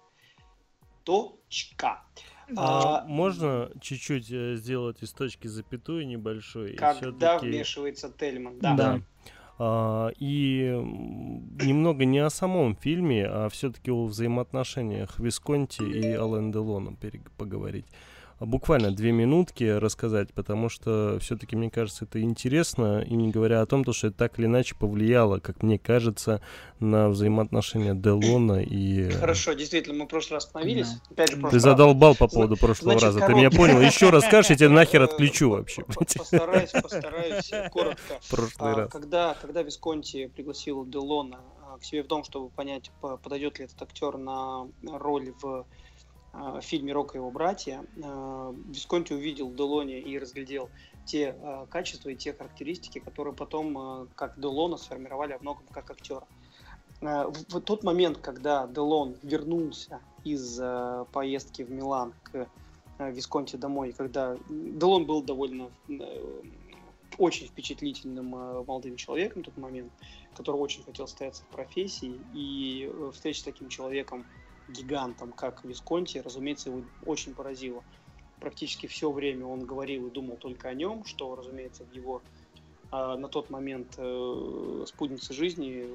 Точка.
А, а, можно чуть-чуть сделать из точки запятой небольшой?
Когда вмешивается Тельман. Да.
да. А, и немного не о самом фильме, а все-таки о взаимоотношениях Висконти и Ален Делона поговорить. Буквально две минутки рассказать, потому что все-таки, мне кажется, это интересно, и не говоря о том, что это так или иначе повлияло, как мне кажется, на взаимоотношения Делона и...
Хорошо, действительно, мы в прошлый раз остановились.
Да.
Опять же,
Ты задолбал по поводу прошлого Значит, раза, корот... ты меня понял. Еще раз скажешь, я тебя нахер отключу вообще.
Постараюсь, постараюсь коротко.
Прошлый раз.
Когда, когда Висконти пригласил Делона к себе в дом, чтобы понять, подойдет ли этот актер на роль в в фильме «Рок и его братья», Висконти увидел в Делоне и разглядел те качества и те характеристики, которые потом, как Делона, сформировали во многом как актера. В тот момент, когда Делон вернулся из поездки в Милан к Висконти домой, когда Делон был довольно очень впечатлительным молодым человеком в тот момент, который очень хотел остаться в профессии, и встреча с таким человеком, гигантом, как Висконти, разумеется, его очень поразило. Практически все время он говорил и думал только о нем, что, разумеется, в его э, на тот момент э, спутнице жизни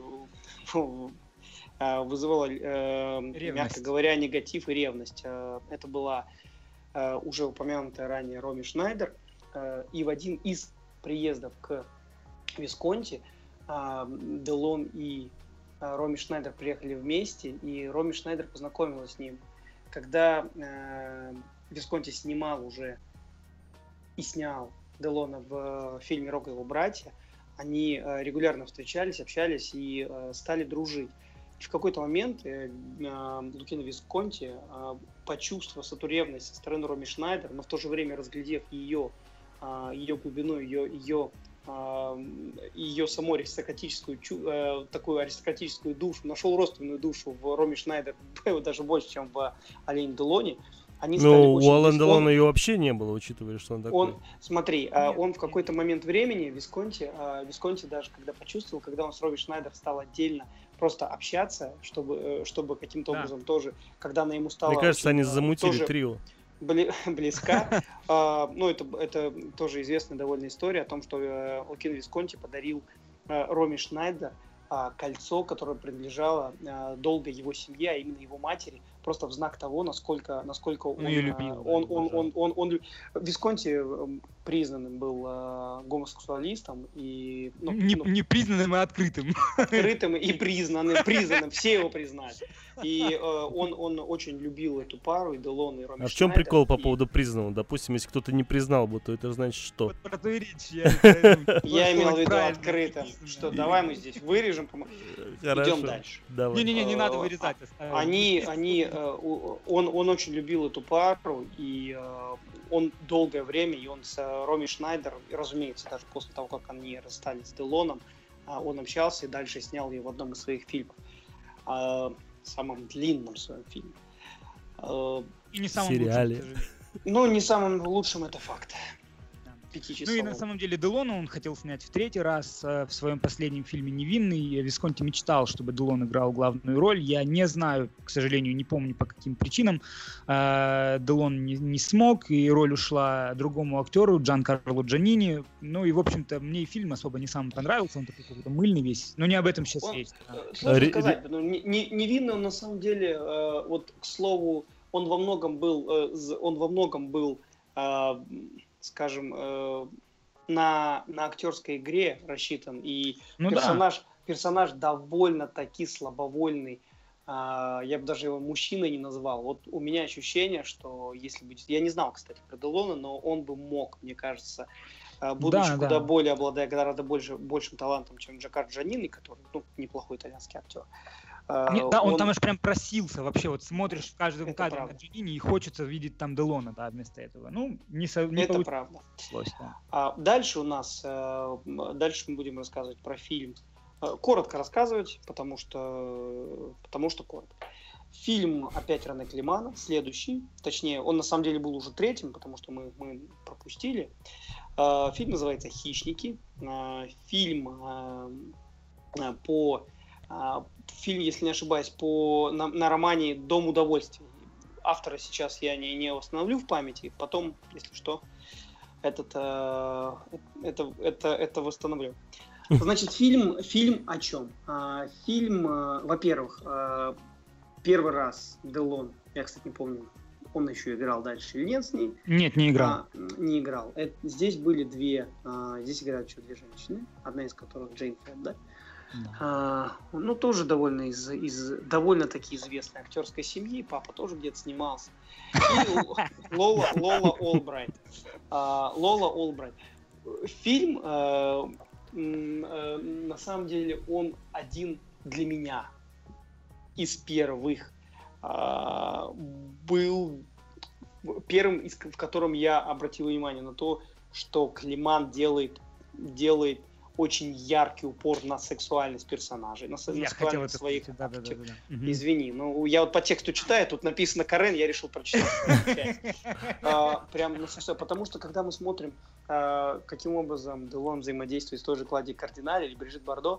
э, вызывало, э, мягко говоря, негатив и ревность. Э, это была э, уже упомянутая ранее Роми Шнайдер, э, и в один из приездов к Висконти э, Делон и Роми Шнайдер приехали вместе, и Роми Шнайдер познакомилась с ним. Когда э, Висконти снимал уже и снял Делона в э, фильме «Рок и его братья», они э, регулярно встречались, общались и э, стали дружить. И в какой-то момент э, э, Лукино Висконти, э, почувствовав эту ревность со стороны Роми Шнайдер, но в то же время разглядев ее, э, ее глубину, ее, ее ее саму аристократическую, такую аристократическую душу, нашел родственную душу в Роми Шнайдер, даже больше, чем в Алене Делоне. Они
Но у Алана Делона ее вообще не было, учитывая, что он такой.
Он, смотри, нет, он в какой-то момент времени, Висконти, Висконти даже когда почувствовал, когда он с Роми Шнайдер стал отдельно просто общаться, чтобы, чтобы каким-то да. образом тоже, когда она ему стала...
Мне кажется,
очень,
они замутили
тоже...
трио.
близка. Ну, это, это тоже известная довольно история о том, что Лукино Висконти подарил Роми Шнайдер кольцо, которое принадлежало долго его семье, а именно его матери, просто в знак того, насколько, насколько он, он, любил, он, он, он, он, он, он... Висконти признанным был э, гомосексуалистом и...
Ну, не, ну, не признанным, а открытым.
Открытым и признанным, признанным, все его признали. И э, он, он очень любил эту пару, и Делон, и Роми Шнайдер.
А в чем прикол по
и...
поводу признанного? Допустим, если кто-то не признал бы, то это значит что?
Вот про то и речь.
Я имел в виду открытым, что давай мы здесь вырежем, идем дальше.
Не-не-не, не надо вырезать.
Они, они, он, он очень любил эту пару, и он долгое время, и он с Роми Шнайдер, разумеется, даже после того, как они расстались с Делоном, он общался и дальше снял ее в одном из своих фильмов. Самом длинном своем фильме.
И не самом
сериале.
лучшем.
Ну, не самым лучшим, это факт.
Ну и на самом деле Делона он хотел снять в третий раз в своем последнем фильме «Невинный». Висконти мечтал, чтобы Делон играл главную роль. Я не знаю, к сожалению, не помню по каким причинам. Делон не, не смог, и роль ушла другому актеру, Джанкарло Джанини. Ну и, в общем-то, мне и фильм особо не сам понравился. Он такой какой-то мыльный весь. Но не об этом сейчас
он,
речь.
Сложно сказать. Но не, не, «Невинный» он на самом деле, вот, к слову, он во многом был, он во многом был скажем, э, на, на актерской игре рассчитан, и ну персонаж, да. персонаж довольно-таки слабовольный, э, я бы даже его мужчиной не назвал. Вот у меня ощущение, что если бы... Я не знал, кстати, про Делона, но он бы мог, мне кажется, э, будучи да, куда да. более, обладая гораздо больше, большим талантом, чем Джанкарло Джанини, который, ну, неплохой итальянский актер.
Нет, да, он, он там аж прям просился вообще, вот смотришь в каждом кадре на Джанини и хочется видеть там Делона, да, вместо этого. Ну, не, со, не
это правда. Да. А дальше у нас, дальше мы будем рассказывать про фильм. Коротко рассказывать, потому что, потому что коротко. Фильм опять Рене Климана, следующий, точнее, он на самом деле был уже третьим, потому что мы, мы пропустили. Фильм называется «Хищники». Фильм по... Фильм, если не ошибаюсь, по, на, на романе «Дом удовольствий». Автора сейчас я не, не восстановлю в памяти, потом, если что, этот, э, это, это, это восстановлю. Значит, фильм, фильм о чем? А, фильм, э, во-первых, э, первый раз Делон, я, кстати, не помню, он еще играл дальше или нет с ней.
Нет, не играл.
А, не играл. Это, здесь были две, а, здесь играют еще две женщины, одна из которых Джейн Фонда. Да. А, ну, тоже довольно из, из довольно-таки известной актерской семьи. Папа тоже где-то снимался. И Лола, Лола Олбрайт. А, Лола Олбрайт. Фильм, а, а, на самом деле, он один для меня из первых был первым, в котором я обратил внимание на то, что Климан делает, делает очень яркий упор на сексуальность персонажей, на, на сексуальность своих да, да, да, да, да. Извини, ну я вот по тексту читаю, тут написано Карен, я решил прочитать. Прям на все, потому что когда мы смотрим, каким образом Делон взаимодействует с той же Клаудией Кардинале или Брижит Бардо,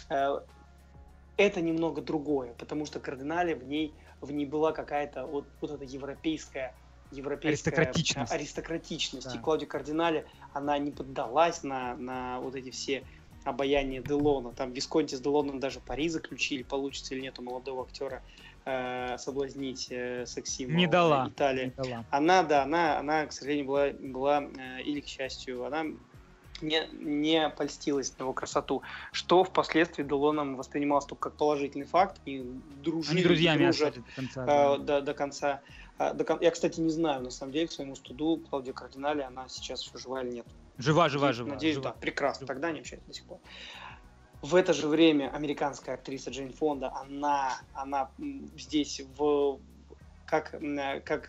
это немного другое, потому что Кардинале в ней, в ней была какая-то вот, вот эта европейская европейская
аристократичность.
аристократичность.
Да.
И Клаудия Кардинале, она не поддалась на, на вот эти все обаяния Делона. Там Висконти с Делоном даже пари заключили, получится или нет у молодого актера э, соблазнить э, секс-символ
не дала.
Италии.
Не дала.
Она, да, она, она, к сожалению, была, была э, или, к счастью, она не, не польстилась на его красоту, что впоследствии Делоном воспринималось только как положительный факт, и дружили,
Они друзьями
дружат,
до конца.
э,
Да.
до, до конца. Я, кстати, не знаю, на самом деле, к своему студу, Клаудия Кардинале, она сейчас еще жива или нет.
Жива, жива, жива.
Надеюсь,
жива.
да, прекрасно.
Жива.
Тогда не общаются до сих пор. В это же время американская актриса Джейн Фонда, она, она здесь в, как, как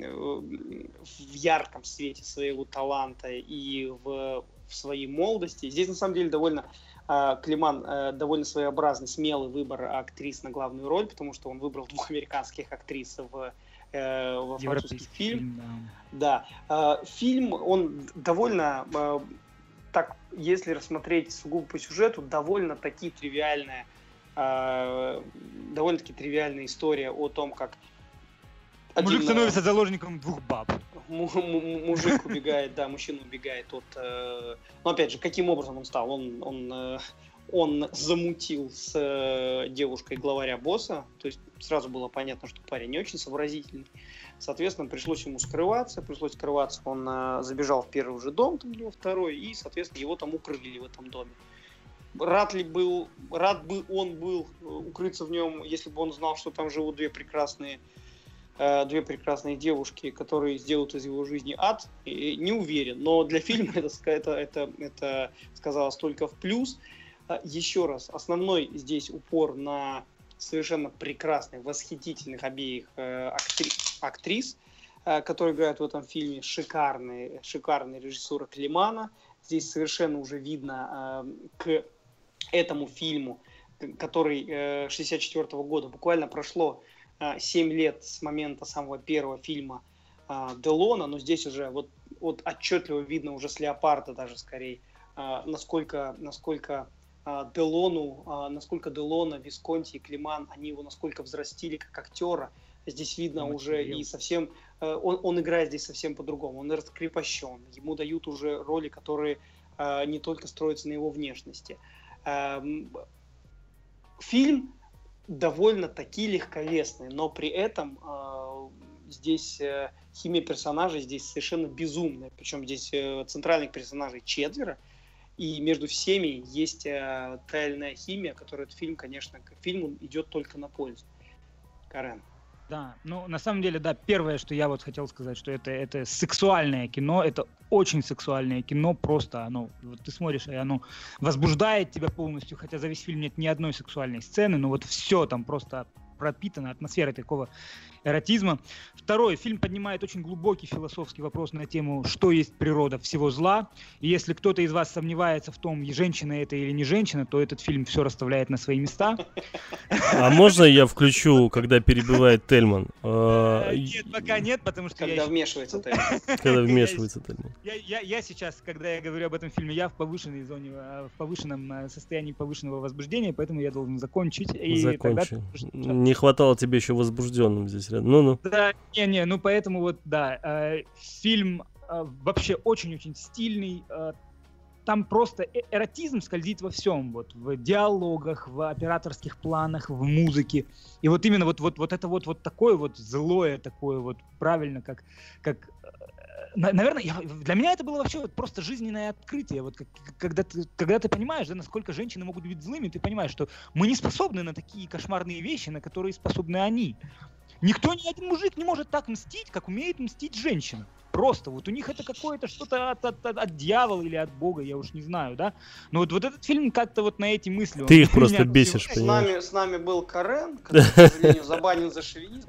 в ярком свете своего таланта и в, в своей молодости. Здесь, на самом деле, довольно Климан довольно своеобразный, смелый выбор актрис на главную роль, потому что он выбрал двух американских актрис в во французский фильм.
фильм
да. Да. Фильм, он довольно, так, если рассмотреть сугубо по сюжету, довольно-таки тривиальная, довольно-таки тривиальная история о том, как
мужик
один,
становится заложником двух баб.
Мужик убегает, да, мужчина убегает от... Но опять же, каким образом он стал? Он, он, он замутил с девушкой главаря босса, то есть сразу было понятно, что парень не очень сообразительный. Соответственно, пришлось ему скрываться, пришлось скрываться, он забежал в первый же дом, там, во второй, и, соответственно, его там укрыли в этом доме. Рад ли был, рад бы он был укрыться в нем, если бы он знал, что там живут две прекрасные две прекрасные девушки, которые сделают из его жизни ад, и не уверен. Но для фильма это, это, это, это сказалось только в плюс. Еще раз, основной здесь упор на совершенно прекрасных, восхитительных обеих актри, актрис, которые играют в этом фильме. Шикарный, шикарный режиссер Климана. Здесь совершенно уже видно к этому фильму, который шестьдесят четвёртого года, буквально прошло семь лет с момента самого первого фильма э, Делона, но здесь уже вот, вот отчетливо видно уже с Леопарда даже скорее, э, насколько, насколько э, Делону, э, насколько Делона, Висконти и Климан, они его насколько взрастили как актера. Здесь видно он уже и совсем, э, он, он играет здесь совсем по-другому, он раскрепощен, ему дают уже роли, которые э, не только строятся на его внешности. Э, фильм довольно-таки легковесный, но при этом э, здесь э, химия персонажей здесь совершенно безумная, причем здесь э, центральных персонажей четверо, и между всеми есть э, тайная химия, которая этот фильм, конечно, к фильму идет только на пользу. Карен.
Да, ну на самом деле, да, первое, что я вот хотел сказать, что это, это сексуальное кино, это очень сексуальное кино, просто оно, вот ты смотришь, и оно возбуждает тебя полностью, хотя за весь фильм нет ни одной сексуальной сцены, но вот все там просто пропитано атмосферой такого эротизма. Второе, фильм поднимает очень глубокий философский вопрос на тему, что есть природа всего зла. И если кто-то из вас сомневается в том, женщина это или не женщина, то этот фильм все расставляет на свои места.
А можно я включу, когда перебивает Тельман?
Нет, пока нет, потому что...
Когда вмешивается Тельман.
Когда вмешивается Тельман.
Я сейчас, когда я говорю об этом фильме, я в повышенной зоне, в повышенном состоянии повышенного возбуждения, поэтому я должен закончить.
Закончи. Не хватало тебе еще возбужденным здесь рядом. Ну-ну.
Да, не-не, ну поэтому вот, да, э, фильм э, вообще очень-очень стильный. Э, там просто э- эротизм скользит во всем, вот, в диалогах, в операторских планах, в музыке. И вот именно вот, вот, вот это вот, вот такое вот злое, такое вот правильно, как... как наверное, я, для меня это было вообще вот просто жизненное открытие. Вот как, когда, ты, когда ты понимаешь, да, насколько женщины могут быть злыми, ты понимаешь, что мы не способны на такие кошмарные вещи, на которые способны они. Никто, ни один мужик не может так мстить, как умеет мстить женщина. просто. Вот у них это какое-то что-то от, от, от, от дьявола или от Бога, я уж не знаю, да. Но вот, вот этот фильм как-то вот на эти мысли...
Ты их просто бесишь,
с нами, с нами был Карен, который, к сожалению, забанен за шовинизм.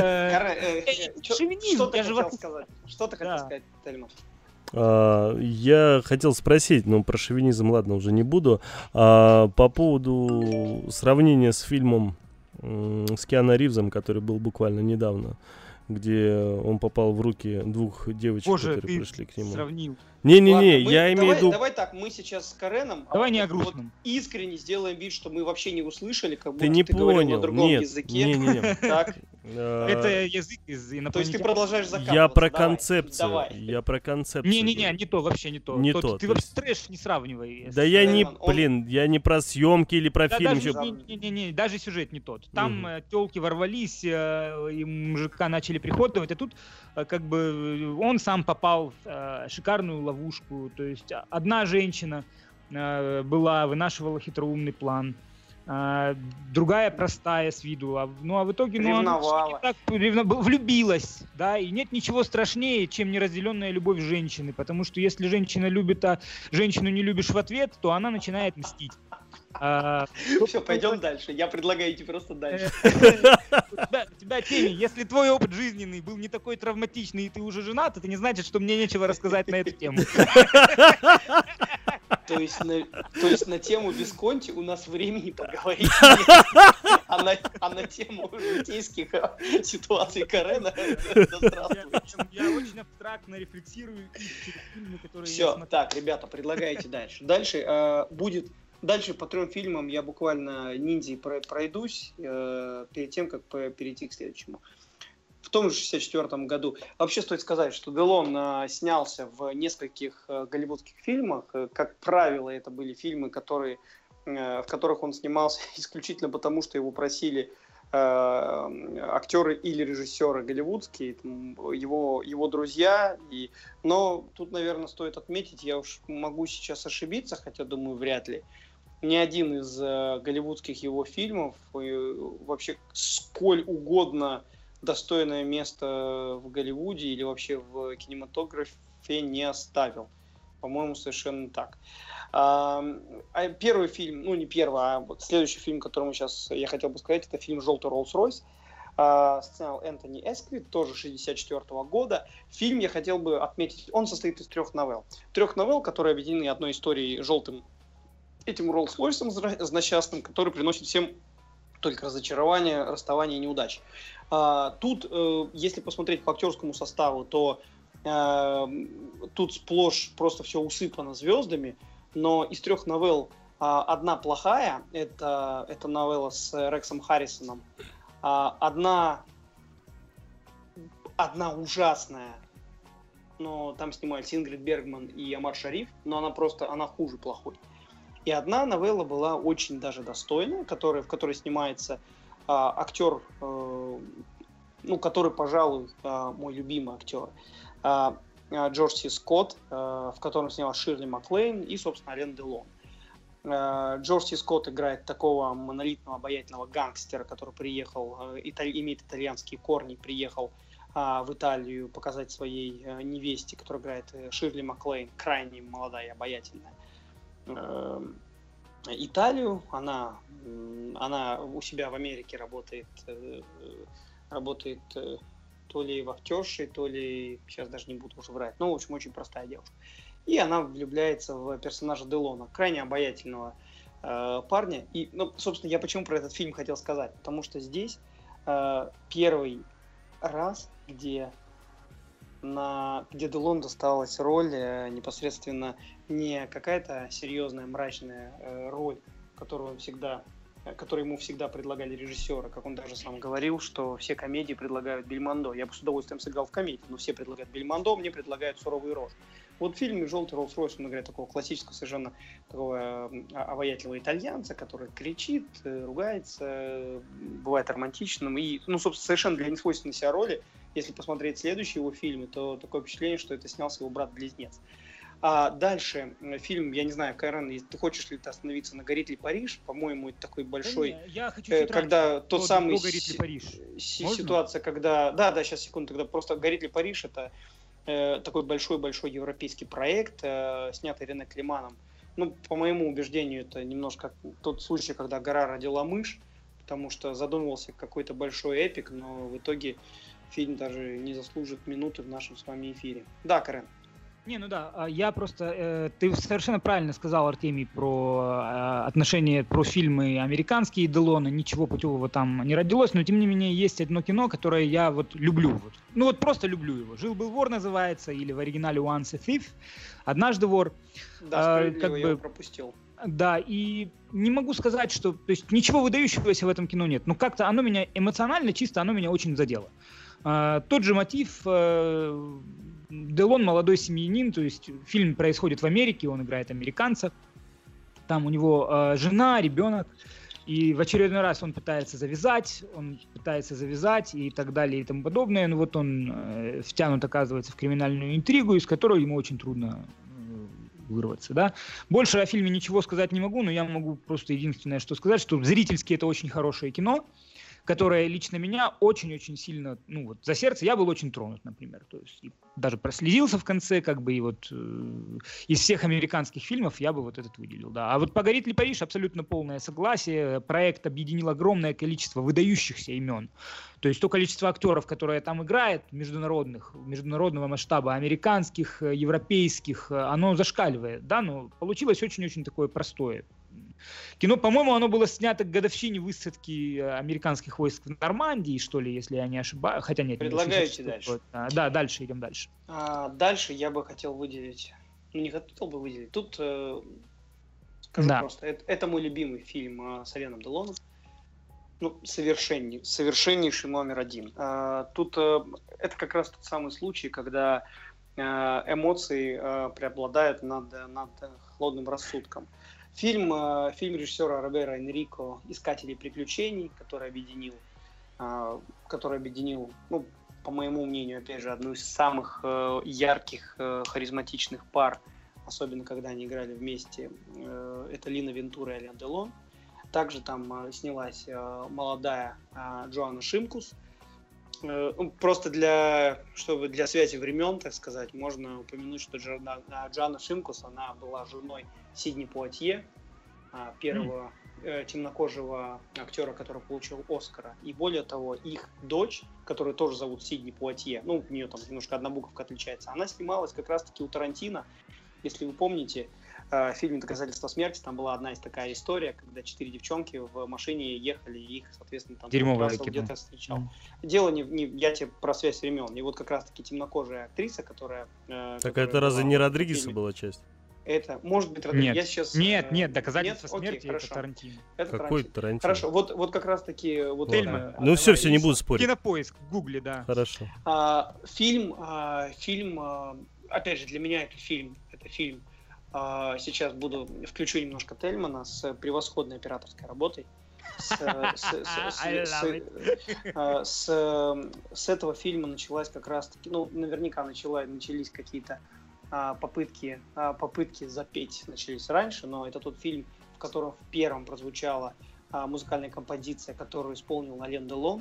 Что ты хотел сказать? Что ты хотел сказать, Тельман?
Я хотел спросить, но про шовинизм, ладно, уже не буду. А, по поводу сравнения с фильмом с Киану Ривзом, который был буквально недавно, где он попал в руки двух девочек,
Боже,
которые
ты
пришли к нему.
Сравнил.
Не-не-не, я имею
давай,
в виду...
Давай так, мы сейчас с Кареном
давай не о
вот
грустном.
искренне сделаем вид, что мы вообще не услышали, как будто
ты, не
ты говорил
понял.
на другом
Нет,
языке.
Не, не, не.
Так.
Это язык из инопланетян.
То есть ты продолжаешь закапываться.
Я про
Давай,
концепцию.
давай.
Я про концепцию.
Не-не-не, не то, вообще не то.
Не
то,
то.
Ты
то
вообще
есть...
трэш не сравнивай.
Да я не,
он...
блин, я не про съемки или про
да,
фильм.
Даже,
еще...
не, не, не, не, даже сюжет не тот. Там
Угу.
э, тёлки ворвались, э, и мужика начали приходовать, а тут э, как бы он сам попал в э, шикарную ловушку. То есть одна женщина э, была, вынашивала хитроумный план. А, другая простая с виду, а, ну а в итоге ну, она не так ревно, влюбилась, да, и нет ничего страшнее, чем неразделенная любовь женщины, потому что если женщина любит, а женщину не любишь в ответ, то она начинает мстить.
А, Все, пойдем дальше. Я предлагаю идти просто дальше.
У тебя, Теми, если твой опыт жизненный был не такой травматичный, и ты уже женат, это не значит, что мне нечего рассказать на эту тему.
То есть, на, то есть на тему Висконти у нас времени поговорить а на, а на тему житейских ситуаций Карена.
Я очень абстрактно рефлексирую через фильмы, которые
Все, я смотрю. Так, ребята, предлагайте дальше. Дальше э, будет... Дальше по трем фильмам я буквально ниндзей пройдусь э, перед тем, как перейти к следующему. В том же шестьдесят четвёртом году. Вообще стоит сказать, что Делон э, снялся в нескольких э, голливудских фильмах. Э, как правило, это были фильмы, которые, э, в которых он снимался исключительно потому, что его просили э, актеры или режиссеры голливудские, там, его, его друзья. И... Но тут, наверное, стоит отметить, я уж могу сейчас ошибиться, хотя, думаю, вряд ли. Ни один из э, голливудских его фильмов э, вообще сколь угодно достойное место в Голливуде или вообще в кинематографе не оставил. По-моему, совершенно так. А, а первый фильм, ну не первый, а вот следующий фильм, который сейчас я хотел бы сказать, это фильм «Желтый Роллс-Ройс». А, снял Энтони Эсквит, тоже шестьдесят четвёртого года. Фильм я хотел бы отметить, он состоит из трех новелл. Трех новелл, которые объединены одной историей желтым, этим Роллс-Ройсом злосчастным, который приносит всем только разочарование, расставание и неудачи. А, тут, э, если посмотреть по актерскому составу, то э, тут сплошь просто все усыпано звездами, но из трех новелл а, одна плохая, это, это новелла с Рексом Харрисоном, а, одна, одна ужасная, но там снимались Ингрид Бергман и Амар Шариф, но она просто, она хуже плохой. И одна новелла была очень даже достойная, которая, в которой снимается а, актер, э, ну, который, пожалуй, а, мой любимый актер, а, а, Джордж Си Скотт, а, в котором снималась Ширли Маклейн и, собственно, Ален Делон. А, Джордж Си Скотт играет такого монолитного, обаятельного гангстера, который приехал, а, италь, имеет итальянские корни, приехал а, в Италию показать своей а, невесте, которая играет Ширли Маклейн, крайне молодая и обаятельная, Италию. Она, она у себя в Америке работает, работает то ли вахтершей, то ли, сейчас даже не буду уже врать, ну, в общем, очень простая девушка. И она влюбляется в персонажа Делона, крайне обаятельного э, парня. И, ну, собственно, я почему про этот фильм хотел сказать, потому что здесь э, первый раз, где на, где Делон досталась роль э, непосредственно не какая-то серьезная, мрачная э, роль, которую он всегда, э, которую ему всегда предлагали режиссеры, как он даже сам говорил, что все комедии предлагают Бельмондо. Я бы с удовольствием сыграл в комедии, но все предлагают Бельмондо, мне предлагают суровый рожь. Вот в фильме «Желтый Роллс-Ройс» он играет такого классического, совершенно такого э, обаятельного итальянца, который кричит, э, ругается, э, бывает романтичным и, ну, собственно, совершенно для несвойственной себя роли. Если посмотреть следующие его фильмы, то такое впечатление, что это снялся его брат-близнец. А дальше фильм, я не знаю, Карен, ты хочешь ли ты остановиться на «Горит ли Париж?» По-моему, это такой большой...
Да не, я хочу
э, когда тот
до,
самый...
до «Горит ли Париж»?
С- ситуация, когда... Да, да, сейчас, секунду, тогда просто «Горит ли Париж» — это э, такой большой-большой европейский проект, э, снятый Рене Климаном. Ну, по моему убеждению, это немножко тот случай, когда гора родила мышь, потому что задумывался какой-то большой эпик, но в итоге фильм даже не заслужит минуты в нашем с вами эфире. Да, Карен?
Не, ну да, я просто... Э, ты совершенно правильно сказал, Артемий, про э, отношения, про фильмы американские Делона. Ничего путевого там не родилось, но тем не менее есть одно кино, которое я вот люблю. Вот. Ну вот просто люблю его. «Жил-был вор» называется, или в оригинале «Once a Thief», «Однажды вор».
Да, справедливо, как бы, я его пропустил.
Да, и не могу сказать, что... То есть ничего выдающегося в этом кино нет, но как-то оно меня эмоционально, чисто оно меня очень задело. Uh, тот же мотив... Uh, Делон молодой семьянин, то есть фильм происходит в Америке, он играет американца, там у него э, жена, ребенок, и в очередной раз он пытается завязать, он пытается завязать и так далее и тому подобное, но вот он э, втянут, оказывается, в криминальную интригу, из которой ему очень трудно э, вырваться, да. Больше о фильме ничего сказать не могу, но я могу просто единственное, что сказать, что зрительски это очень хорошее кино, которое лично меня очень-очень сильно, ну вот, за сердце, я был очень тронут, например, то есть даже прослезился в конце, как бы, и вот э, из всех американских фильмов я бы вот этот выделил, да. А вот «Погорит ли Париж» абсолютно полное согласие, проект объединил огромное количество выдающихся имен, то есть то количество актеров, которое там играет, международных, международного масштаба, американских, европейских, оно зашкаливает, да, но получилось очень-очень такое простое кино. По-моему, оно было снято к годовщине высадки американских войск в Нормандии, что ли, если я не ошибаюсь. Хотя нет.
Предлагаете не дальше?
А, да, дальше, идем дальше.
А, дальше я бы хотел выделить, ну не хотел бы выделить, тут э, скажу да. просто, это, это мой любимый фильм э, с Аленом Делоном. Ну, совершенней, совершеннейший номер один. А, тут э, это как раз тот самый случай, когда э, эмоции э, преобладают над, над холодным рассудком. Фильм, э, фильм режиссера Робера Энрико «Искатели приключений», который объединил, э, который объединил, ну, по моему мнению, опять же, одну из самых э, ярких, э, харизматичных пар, особенно когда они играли вместе, э, это Лина Вентура и Ален Делон. Также там э, снялась э, молодая э, Джоанна Шимкус. Э, ну, просто для, чтобы для связи времен, так сказать, можно упомянуть, что Джоанна, Джоанна Шимкус, она была женой Сидни Пуатье, первого э, темнокожего актера, который получил Оскара. И более того, их дочь, которую тоже зовут Сидни Пуатье, ну, у нее там немножко одна буковка отличается, она снималась как раз-таки у Тарантино. Если вы помните, э, в фильме «Доказательство смерти» там была одна из такая история, когда четыре девчонки в машине ехали, и их, соответственно, там где-то встречал. Mm. Дело не, не... Я тебе про связь времен. И вот как раз-таки темнокожая актриса, которая... Э,
так которая это разве не Родригеса была часть?
Это может быть
Родригес.
Я сейчас...
Нет, нет, «Доказательство нет? смерти» Окей, это Тарантино.
Это Какой Тарантино?
Хорошо, вот, вот как раз-таки... Вот
это, ну все, все, не буду спорить.
Кинопоиск в Гугле, да.
Хорошо.
А, фильм, а, фильм, а, опять же, для меня это фильм, это фильм, а, сейчас буду, включу немножко Тельмана с превосходной операторской работой. С, с, с, с, с, с этого фильма началась как раз-таки, ну, наверняка начала, начались какие-то попытки, попытки запеть начались раньше, но это тот фильм, в котором в первом прозвучала музыкальная композиция, которую исполнил Ален Делон.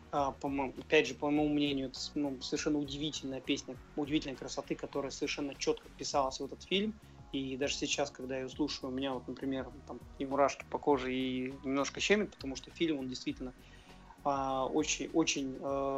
Опять же, по моему мнению, это, ну, совершенно удивительная песня, удивительной красоты, которая совершенно четко вписалась в этот фильм. И даже сейчас, когда я ее слушаю, у меня, вот, например, там и мурашки по коже, и немножко щемит, потому что фильм, он действительно очень, очень,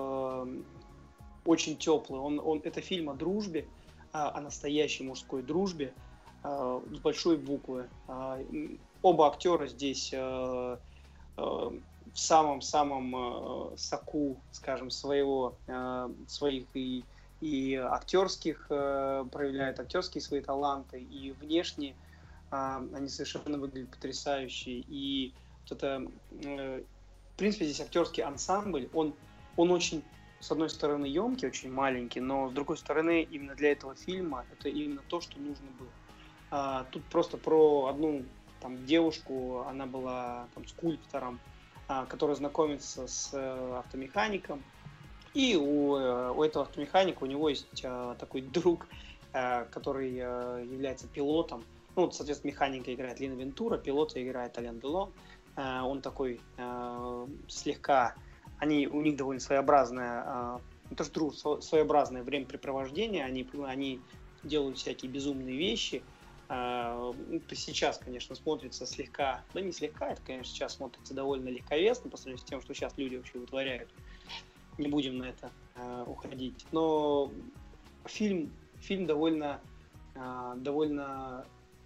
очень теплый. Он, он, это фильм о дружбе, о настоящей мужской дружбе э, с большой буквы. Э, оба актера здесь э, э, в самом-самом э, соку, скажем, своего, э, своих и, и актерских, э, проявляют актерские свои таланты, и внешне э, они совершенно выглядят потрясающе. И вот это, э, в принципе, здесь актерский ансамбль, он, он очень... с одной стороны, емкий, очень маленький, но с другой стороны, именно для этого фильма это именно то, что нужно было. А, тут просто про одну там девушку, она была там скульптором, а, которая знакомится с а, автомехаником, и у, у этого автомеханика у него есть а, такой друг, а, который а, является пилотом. Ну, вот, соответственно, механика играет Лина Вентура, пилота играет Ален Делон. А, он такой а, слегка... Они, у них довольно своеобразная, это же дружба, своеобразное времяпрепровождение, они, они делают всякие безумные вещи. Uh, это сейчас, конечно, смотрится слегка, да не слегка, это, конечно, сейчас смотрится довольно легковесно по сравнению с тем, что сейчас люди вообще вытворяют. Не будем на это uh, уходить. Но фильм, фильм довольно, uh, довольно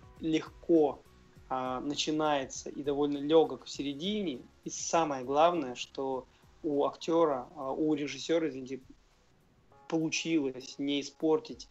легко uh, начинается и довольно легок в середине. И самое главное, что у актера, uh, у режиссера, извините, получилось не испортить,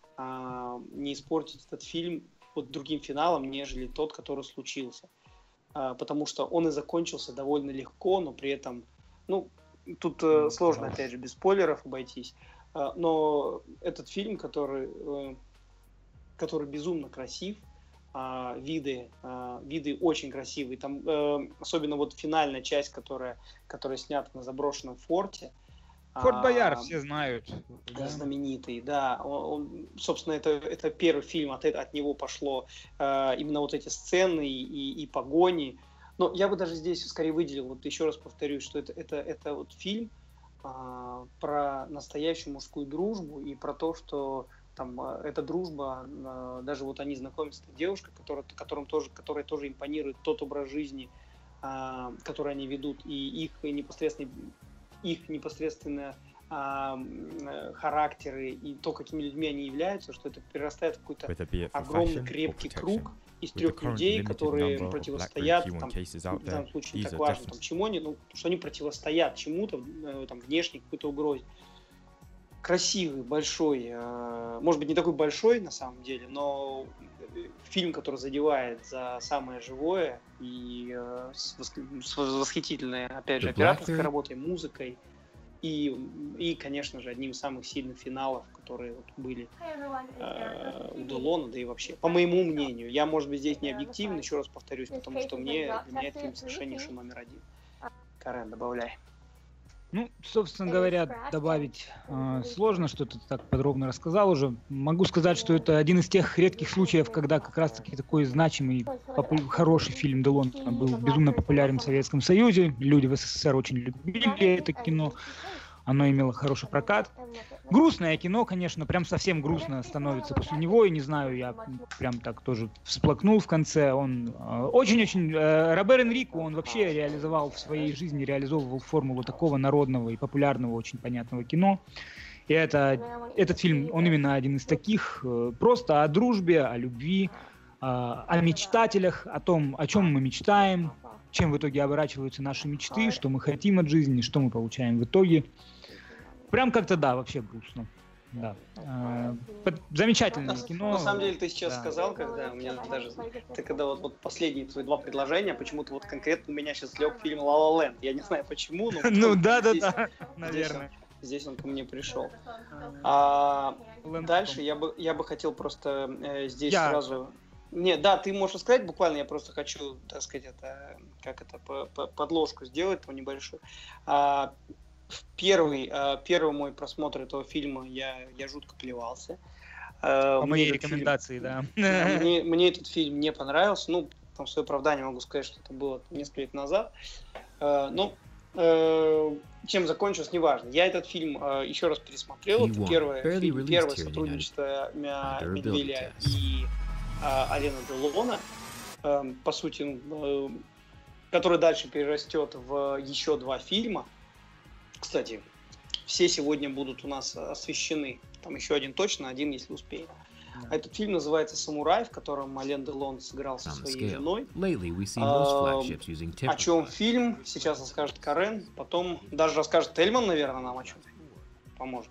uh, не испортить этот фильм вот другим финалом, нежели тот, который случился. А, потому что он и закончился довольно легко, но при этом, ну, тут э, сложно, опять же, без спойлеров обойтись. А, но этот фильм, который, э, который безумно красив, а, виды, а, виды очень красивые. Там, э, особенно вот финальная часть, которая, которая снята на заброшенном форте.
Форт Боярд, все знают.
Да. Знаменитый, да. Он, он, собственно, это, это первый фильм, от, от него пошло э, именно вот эти сцены и, и погони. Но я бы даже здесь скорее выделил, вот еще раз повторюсь, что это, это, это вот фильм э, про настоящую мужскую дружбу и про то, что там э, эта дружба, э, даже вот они знакомятся с этой девушкой, которая, которым тоже, которая тоже импонирует тот образ жизни, э, который они ведут, и их непосредственно их непосредственно а, характеры и то, какими людьми они являются, что это перерастает в какой-то огромный крепкий круг из трех людей, которые противостоят, там, в данном случае не так важно, там, чему они, ну, что они противостоят чему-то, там, внешней какой-то угрозе. Красивый, большой, э, может быть, не такой большой на самом деле, но фильм, который задевает за самое живое и э, с, восх- с восхитительной, опять же, операторской работой, музыкой и, и, конечно же, одним из самых сильных финалов, которые вот были э, у Делона, да и вообще, по моему мнению. Я, может быть, здесь не объективен, еще раз повторюсь, потому что мне, для меня это фильм совершеннейший номер один. Карен, добавляй.
Ну, собственно говоря, добавить э, сложно, что ты так подробно рассказал уже. Могу сказать, что это один из тех редких случаев, когда как раз-таки такой значимый, попу- хороший фильм Делон был безумно популярен в Советском Союзе. Люди в СССР очень любили это кино. Оно имело хороший прокат. Грустное кино, конечно, прям совсем грустно становится после него. И не знаю, я прям так тоже всплакнул в конце. Он э, очень-очень... Э, Робер Энрико, он вообще реализовал в своей жизни, реализовывал формулу такого народного и популярного, очень понятного кино. И это, этот фильм, он именно один из таких. Э, просто о дружбе, о любви, э, о мечтателях, о том, о чем мы мечтаем, чем в итоге оборачиваются наши мечты, что мы хотим от жизни, что мы получаем в итоге. Прям как-то, да, вообще грустно. Да. А, замечательное кино.
На самом деле, ты сейчас да. сказал, когда у меня даже... Ты когда вот, вот последние твои два предложения, почему-то вот конкретно у меня сейчас лег фильм «Ла Ла Ленд». Я не знаю почему, но...
Ну да-да-да, наверное.
Здесь он ко мне пришел. А дальше я бы, я бы хотел просто э, здесь я... сразу... Нет, да, ты можешь сказать, буквально я просто хочу, так сказать, это, как это, по, по, подложку сделать, по небольшую. А, первый, а, первый мой просмотр этого фильма я, я жутко плевался.
А, по моей рекомендации, фильм, да.
да мне, мне этот фильм не понравился, ну, там, в свое оправдание могу сказать, что это было несколько лет назад. А, но а, чем закончилось, неважно. Я этот фильм а, еще раз пересмотрел, это первое, фильм, первое сотрудничество Медвеля и Алена Делона, э, по сути, э, который дальше перерастет в еще два фильма. Кстати, все сегодня будут у нас освещены. Там еще один точно, один, если успеем. Да. Этот фильм называется «Самурай», в котором Ален Делон сыграл со своей женой. А, о чем фильм, сейчас расскажет Карен, потом даже расскажет Тельман, наверное, нам о чем поможет.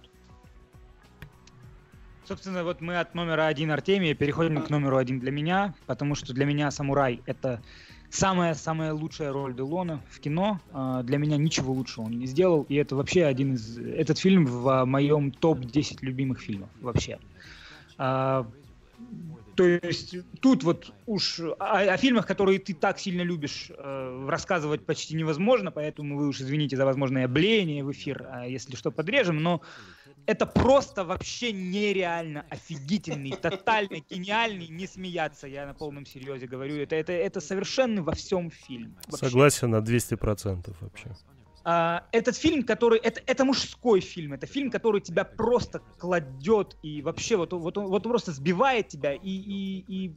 Собственно, вот мы от номера один Артемия переходим к номеру один для меня, потому что для меня «Самурай» — это самая-самая лучшая роль Делона в кино. Для меня ничего лучшего он не сделал, и это вообще один из... Этот фильм в моем топ десять любимых фильмов вообще. То есть тут вот уж о, о фильмах, которые ты так сильно любишь, рассказывать почти невозможно, поэтому вы уж извините за возможное блеяние в эфир, если что, подрежем, но это просто вообще нереально офигительный, тотально гениальный, не смеяться, я на полном серьезе говорю. Это, это, это совершенно во всем фильм. Вообще.
Согласен на двести процентов вообще.
А, этот фильм, который... Это, это мужской фильм. Это фильм, который тебя просто кладет и вообще вот, вот, вот просто сбивает тебя. И, и, и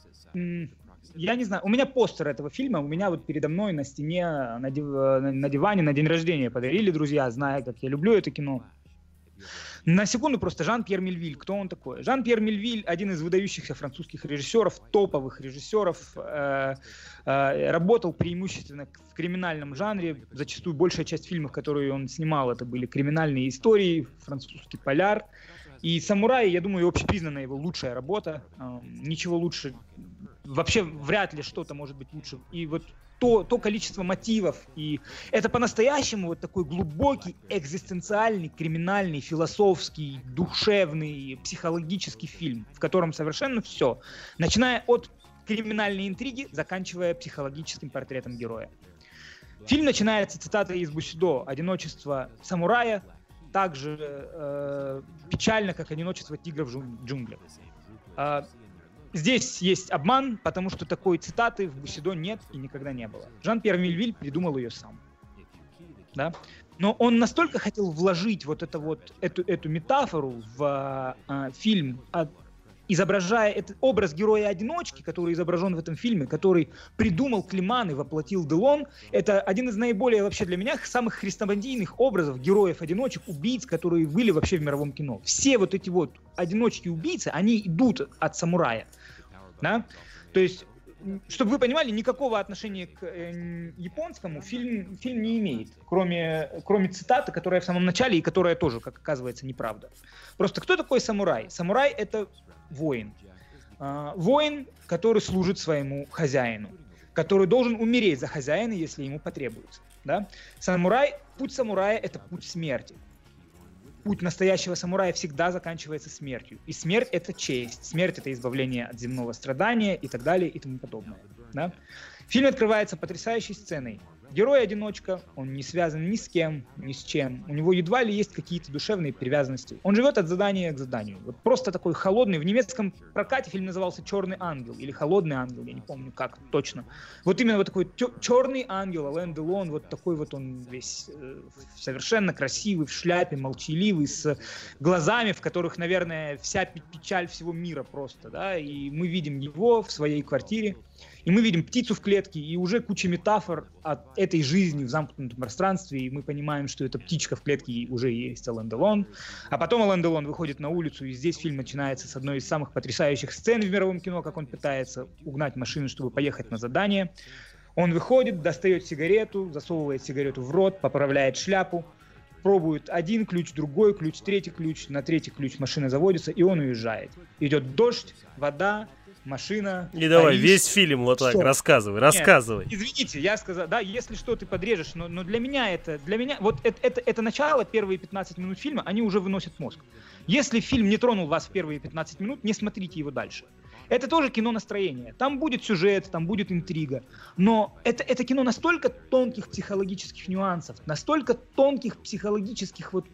м, я не знаю, у меня постер этого фильма, у меня вот передо мной на стене, на, див, на диване на день рождения подарили друзья, зная, как я люблю это кино. На секунду просто Жан-Пьер Мельвиль. Кто он такой? Жан-Пьер Мельвиль один из выдающихся французских режиссеров, топовых режиссеров, э, э, работал преимущественно в криминальном жанре. Зачастую большая часть фильмов, которые он снимал, это были криминальные истории, французский поляр. И «Самурай», я думаю, общепризнанная его лучшая работа. Э, ничего лучше, вообще вряд ли что-то может быть лучше. И вот То, то количество мотивов, и это по-настоящему вот такой глубокий, экзистенциальный, криминальный, философский, душевный, психологический фильм, в котором совершенно все, начиная от криминальной интриги, заканчивая психологическим портретом героя. Фильм начинается цитатой из Бусидо: «Одиночество самурая так же э, печально, как одиночество тигра в джунглях». Э, Здесь есть обман, потому что такой цитаты в Бусидо нет и никогда не было. Жан-Пьер Мельвиль придумал ее сам. Да? Но он настолько хотел вложить вот, это вот эту, эту метафору в э, фильм, а, изображая этот образ героя-одиночки, который изображен в этом фильме, который придумал Климан и воплотил Делон. Это один из наиболее вообще для меня самых хрестоматийных образов героев-одиночек, убийц, которые были вообще в мировом кино. Все вот эти вот одиночки-убийцы, они идут от самурая. Да? То есть, чтобы вы понимали, никакого отношения к э, японскому фильм, фильм не имеет, кроме, кроме цитаты, которая в самом начале и которая тоже, как оказывается, неправда. Просто кто такой самурай? Самурай — это воин. Э, воин, который служит своему хозяину, который должен умереть за хозяина, если ему потребуется. Да? Самурай, путь самурая — это путь смерти. Путь настоящего самурая всегда заканчивается смертью. И смерть — это честь. Смерть — это избавление от земного страдания и так далее и тому подобное. Да? Фильм открывается потрясающей сценой. Герой-одиночка, он не связан ни с кем, ни с чем. У него едва ли есть какие-то душевные привязанности. Он живет от задания к заданию. Вот просто такой холодный. В немецком прокате фильм назывался «Черный ангел» или «Холодный ангел», я не помню как точно. Вот именно вот такой черный ангел, Ален Делон, вот такой вот он весь э, совершенно красивый, в шляпе, молчаливый, с глазами, в которых, наверное, вся печаль всего мира просто. Да? И мы видим его в своей квартире. И мы видим птицу в клетке, и уже куча метафор от этой жизни в замкнутом пространстве, и мы понимаем, что эта птичка в клетке уже есть Ален Делон. А потом Ален Делон выходит на улицу, и здесь фильм начинается с одной из самых потрясающих сцен в мировом кино, как он пытается угнать машину, чтобы поехать на задание. Он выходит, достает сигарету, засовывает сигарету в рот, поправляет шляпу, пробует один ключ, другой ключ, третий ключ, на третий ключ машина заводится, и он уезжает. Идет дождь, вода, машина.
И давай, Париж. Весь фильм вот так, все. рассказывай, рассказывай.
Нет, извините, я сказал, да, если что, ты подрежешь, но, но для меня это, для меня, вот это, это, это начало, первые пятнадцать минут фильма, они уже выносят мозг. Если фильм не тронул вас в первые пятнадцать минут, не смотрите его дальше. Это тоже кино настроения. Там будет сюжет, там будет интрига. Но это, это кино настолько тонких психологических нюансов, настолько тонких психологических вот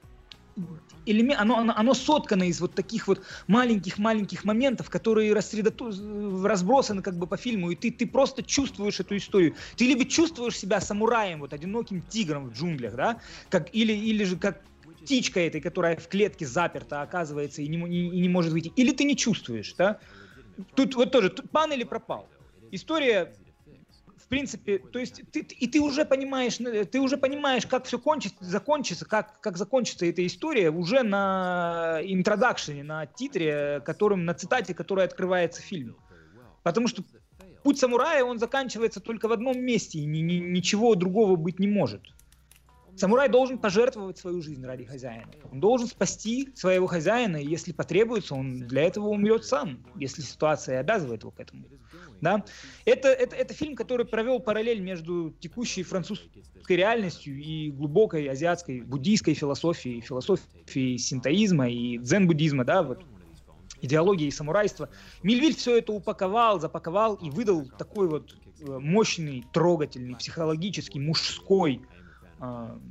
элемент, оно, оно, оно соткано из вот таких вот маленьких-маленьких моментов, которые рассредоту... разбросаны как бы по фильму, и ты, ты просто чувствуешь эту историю. Ты либо чувствуешь себя самураем, вот одиноким тигром в джунглях, да, как, или, или же как птичка этой, которая в клетке заперта, оказывается, и не, и, и не может выйти. Или ты не чувствуешь, да. Тут вот тоже, тут пан или пропал. История... В принципе, то есть ты, и ты уже понимаешь, ты уже понимаешь, как все кончится, закончится, как, как закончится эта история уже на интродакшене, на титре, которым, на цитате, которая открывается фильм. Потому что путь самурая, он заканчивается только в одном месте, и ни, ни, ничего другого быть не может. Самурай должен пожертвовать свою жизнь ради хозяина. Он должен спасти своего хозяина, и если потребуется, он для этого умрет сам, если ситуация обязывает его к этому. Да? Это, это, это фильм, который провел параллель между текущей французской реальностью и глубокой азиатской буддийской философией, философией синтоизма и дзен-буддизма, да, вот, идеологией самурайства. Мельвиль все это упаковал, запаковал и выдал такой вот мощный, трогательный, психологический, мужской,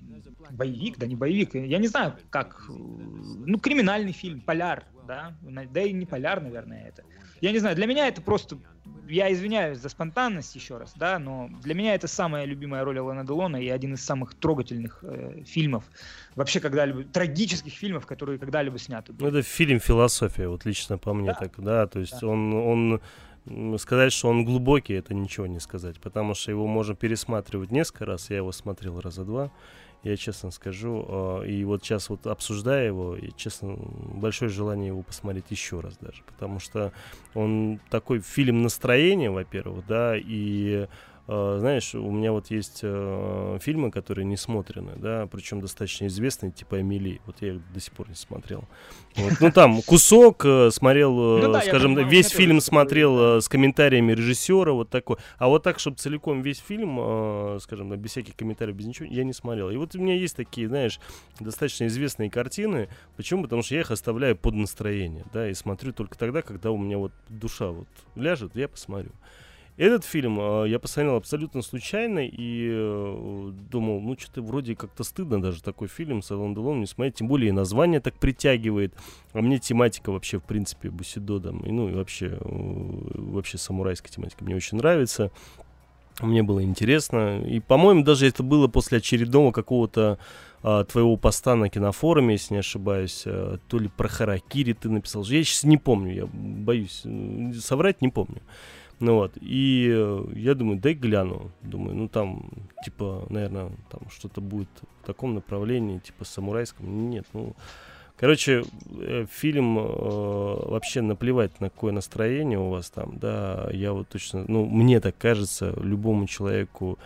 боевик, да не боевик, я не знаю, как, ну, криминальный фильм, «Поляр», да, да и не «Поляр», наверное, это. Я не знаю, для меня это просто, я извиняюсь за спонтанность еще раз, да, но для меня это самая любимая роль Алена Делона и один из самых трогательных э, фильмов, вообще когда-либо, трагических фильмов, которые когда-либо сняты.
Ну, это фильм «Философия», вот лично по мне, да. так, да, то есть да. он, он, сказать, что он глубокий, это ничего не сказать, потому что его можно пересматривать несколько раз, я его смотрел раза два, я честно скажу, и вот сейчас вот обсуждая его, и, честно, большое желание его посмотреть еще раз даже, потому что он такой фильм настроения, во-первых, да, и знаешь, у меня вот есть э, фильмы, которые не смотрены, да, причем достаточно известные, типа «Эмили», вот я их до сих пор не смотрел. Вот. Ну там кусок э, смотрел, э, ну, да, скажем, понимаю, весь фильм смотрел э, с комментариями режиссера, вот такой. А вот так, чтобы целиком весь фильм, э, скажем, без всяких комментариев, без ничего, я не смотрел. И вот у меня есть такие, знаешь, достаточно известные картины. Почему? Потому что я их оставляю под настроение, да, и смотрю только тогда, когда у меня вот душа вот ляжет, я посмотрю. Этот фильм э, я посмотрел абсолютно случайно и э, думал, ну что-то вроде как-то стыдно даже такой фильм с Аленом Делоном не смотреть, тем более и название так притягивает, а мне тематика вообще в принципе Бусидо, там, и, ну и вообще, э, вообще самурайская тематика мне очень нравится, мне было интересно, и по-моему даже это было после очередного какого-то э, твоего поста на Кинофоруме, если не ошибаюсь, э, то ли про харакири ты написал, я сейчас не помню, я боюсь э, соврать, не помню. Ну вот, и э, я думаю, дай гляну, думаю, ну там, типа, наверное, там что-то будет в таком направлении, типа самурайском, нет, ну, короче, э, фильм, э, вообще наплевать на какое настроение у вас там, да, я вот точно, ну, мне так кажется, любому человеку,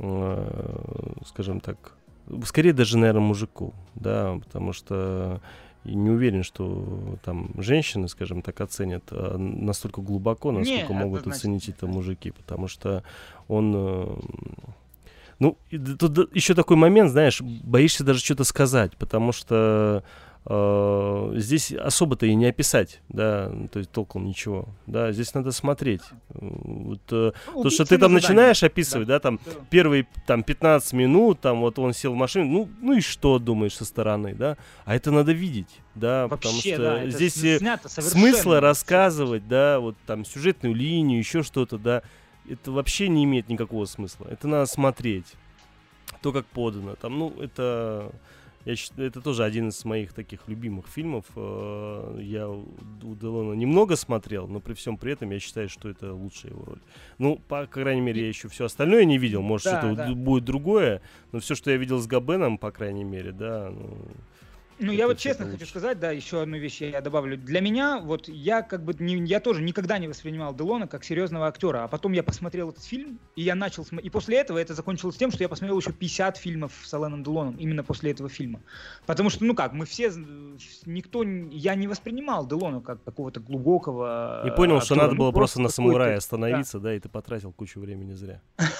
э, скажем так, скорее даже, наверное, мужику, да, потому что... И не уверен, что там женщины, скажем так, оценят а, настолько глубоко, насколько не, могут оценить это мужики, потому что он... Э, ну, тут еще такой момент, знаешь, боишься даже что-то сказать, потому что э, здесь особо-то и не описать, да, то есть толком ничего, да, здесь надо смотреть. Вот, э, ну, то, что ты там начинаешь описывать, да, да там, да. первые там пятнадцать минут, там, вот он сел в машину, ну, ну и что думаешь со стороны, да, а это надо видеть, да, вообще, потому что да, здесь смысла рассказывать, да, вот там сюжетную линию, еще что-то, да, это вообще не имеет никакого смысла, это надо смотреть, то, как подано, там, ну, это... Я считаю, это тоже один из моих таких любимых фильмов. Я у Делона немного смотрел, но при всем при этом я считаю, что это лучшая его роль. Ну, по крайней мере, я еще все остальное не видел. Может, да, что-то да. будет другое. Но все, что я видел с Габеном, по крайней мере, да. Ну,
ну я вот честно хочу сказать, да, еще одну вещь я добавлю. Для меня, вот я как бы, не, я тоже никогда не воспринимал Делона как серьезного актера, а потом я посмотрел этот фильм, и я начал смотреть, и после этого это закончилось тем, что я посмотрел еще пятьдесят фильмов с Аленом Делоном, именно после этого фильма. Потому что, ну как, мы все, никто, я не воспринимал Делона как какого-то глубокого
И понял, актера. Что надо было ну, просто на самурае остановиться,
да.
да, и ты потратил кучу времени зря.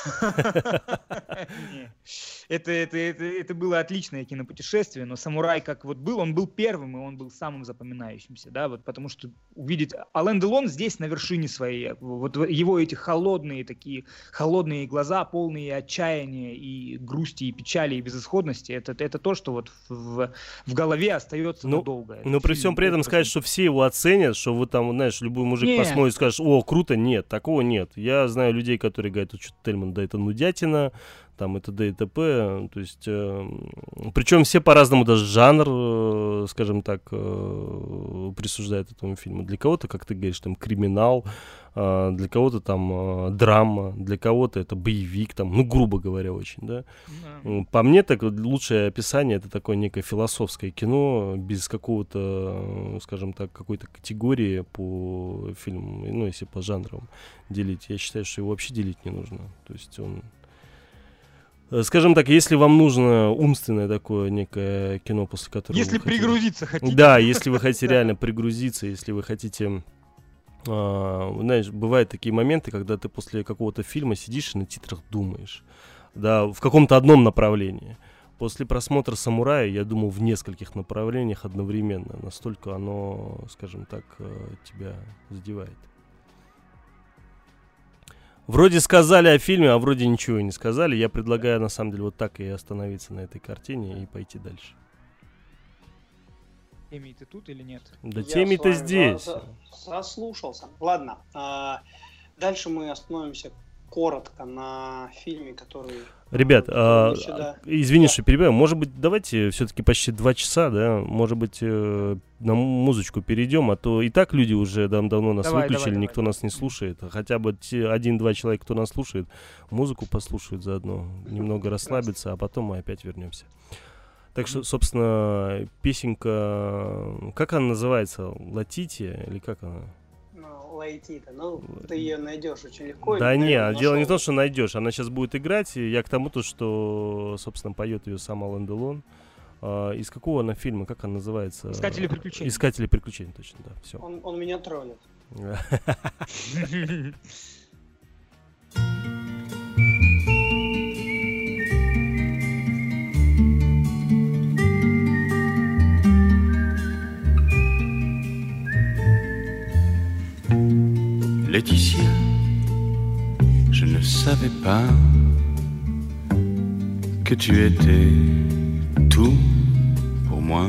Это было отличное кинопутешествие, но самурай как вот был, он был первым, и он был самым запоминающимся, да, вот потому что увидеть Ален Делон здесь на вершине своей, вот его эти холодные такие, холодные глаза, полные отчаяния и грусти, и печали, и безысходности, это, это то, что вот в, в голове остается
ну,
надолго.
Но при всем при этом сказать, что все его оценят, что вот там, знаешь, любой мужик нет. посмотрит и скажет, о, круто, нет, такого нет. Я знаю людей, которые говорят, что Тельман, да это нудятина, там и т.д. и т.п. То есть, э, причем все по-разному даже жанр, э, скажем так, э, присуждают этому фильму. Для кого-то, как ты говоришь, там криминал, э, для кого-то там э, драма, для кого-то это боевик, там, ну, грубо говоря, очень, да. Yeah. По мне, так лучшее описание — это такое некое философское кино, без какого-то, скажем так, какой-то категории по фильму, ну, если по жанрам делить. Я считаю, что его вообще делить не нужно. То есть он... Скажем так, если вам нужно умственное такое некое кино, после которого...
Если
вы хотите...
пригрузиться хотите.
Да, если вы хотите реально пригрузиться, если вы хотите... А, знаешь, бывают такие моменты, когда ты после какого-то фильма сидишь и на титрах думаешь. Да, в каком-то одном направлении. После просмотра «Самурая» я думал в нескольких направлениях одновременно. Настолько оно, скажем так, тебя задевает. Вроде сказали о фильме, а вроде ничего и не сказали. Я предлагаю, на самом деле, вот так и остановиться на этой картине и пойти дальше.
Теми, ты тут или нет?
Да, Теми-то здесь. За,
за, заслушался. Ладно. А, дальше мы остановимся коротко на фильме, который...
Ребят, а, извини, да. что перебиваю. Может быть, давайте все-таки почти два часа, да? Может быть, э, на музычку перейдем, а то и так люди уже дав- давно нас давай, выключили, давай, никто давай. нас не слушает. Хотя бы те один-два человека, кто нас слушает, музыку послушают заодно, немного расслабиться, а потом мы опять вернемся. Так что, собственно, песенка, как она называется? Латити или как она?
Лайтита, ну, ты ее найдешь очень легко.
Да не, наверное, дело не в том, что найдешь. Она сейчас будет играть, и я к тому-то, что, собственно, поет ее сам Ален Делон. А, из какого она фильма, как она называется?
«Искатели приключений».
«Искатели приключений», точно, да, все.
Он, он меня троллит.
Laetitia, je ne savais pas que tu étais tout pour moi.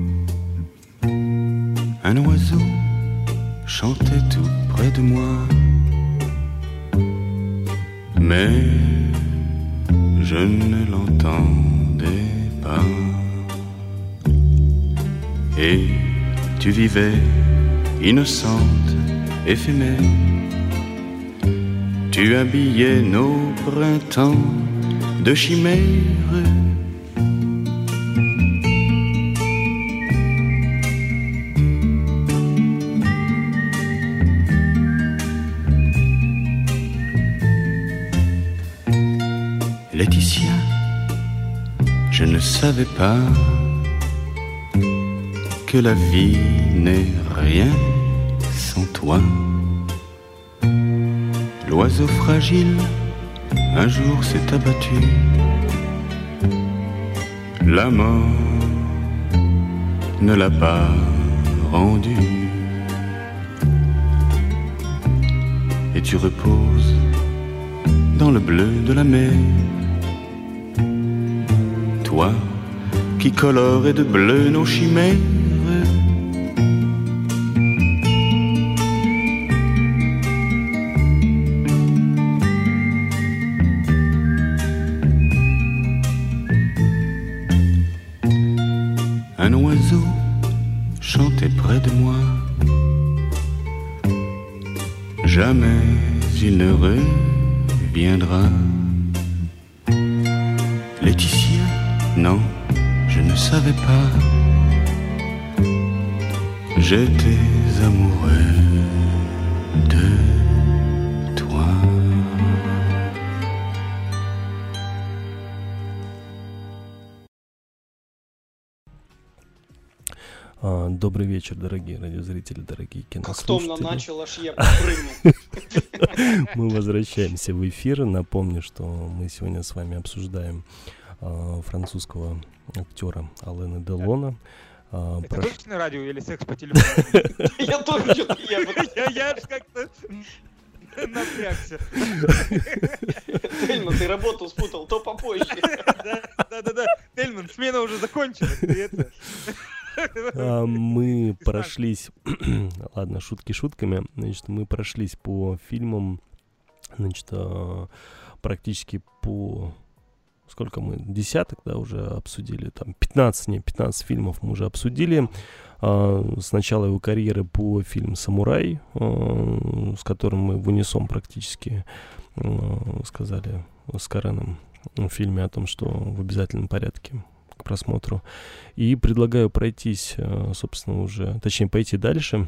Un oiseau chantait tout près de moi, mais je ne l'entendais pas. Et tu vivais innocente, éphémère. Tu habillais nos printemps de chimères. Laetitia, je ne savais pas que la vie n'est rien sans toi. L'oiseau fragile un jour s'est abattu. La mort ne l'a pas rendu. Et tu reposes dans le bleu de la mer. Toi qui colorais de bleu nos chimères. Un oiseau chantait près de moi. Jamais il ne reviendra. Laetitia, non, je ne savais pas. J'étais amoureux de toi.
Добрый вечер, дорогие радиозрители, дорогие кинослушатели.
Как томно начал, аж я подпрыгнул.
Мы возвращаемся в эфир. Напомню, что мы сегодня с вами обсуждаем э, французского актера Алена Делона.
Э, Это прош... точно радио или секс по телефону?
Я тоже что-то...
Я же как-то напрягся.
Тельман, ты работу спутал, то попозже.
Да-да-да, Тельман, смена уже закончилась.
А, мы прошлись, ладно, шутки шутками, значит, мы прошлись по фильмам, значит, а, практически по, сколько мы, десяток, да, уже обсудили, там, пятнадцать, не, пятнадцать фильмов мы уже обсудили, а, с начала его карьеры по фильму «Самурай», а, с которым мы в унисон практически а, сказали с Кареном в фильме о том, что в обязательном порядке к просмотру. И предлагаю пройтись, собственно, уже, точнее, пойти дальше.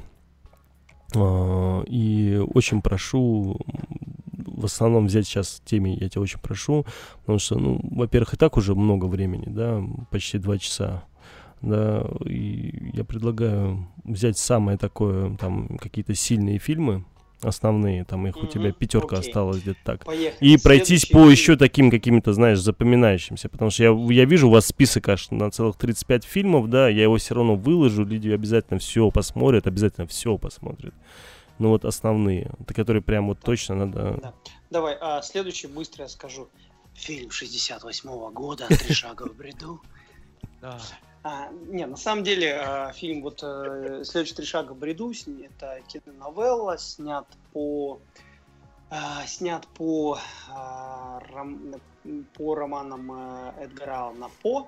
И очень прошу, в основном взять сейчас теме, я тебя очень прошу, потому что, ну, во-первых, и так уже много времени, да, почти два часа, да, и я предлагаю взять самое такое, там, какие-то сильные фильмы, основные, там их mm-hmm. у тебя пятерка okay. осталась где-то так.
Поехали.
И пройтись по фильм. Еще таким каким-то, знаешь, запоминающимся, потому что я, я вижу у вас список аж на целых тридцать пять фильмов, да, я его все равно выложу, люди обязательно все посмотрят, обязательно все посмотрят. Ну вот основные, которые прям вот точно надо...
Да. Давай, а следующий быстро я скажу. Фильм шестьдесят восьмого года «Три шага в бреду».
Да.
А, не, на самом деле а, фильм вот а, «Следующие три шага в бреду» это киноновелла, снят по а, снят по а, ром, по романам а, Эдгара Аллана По.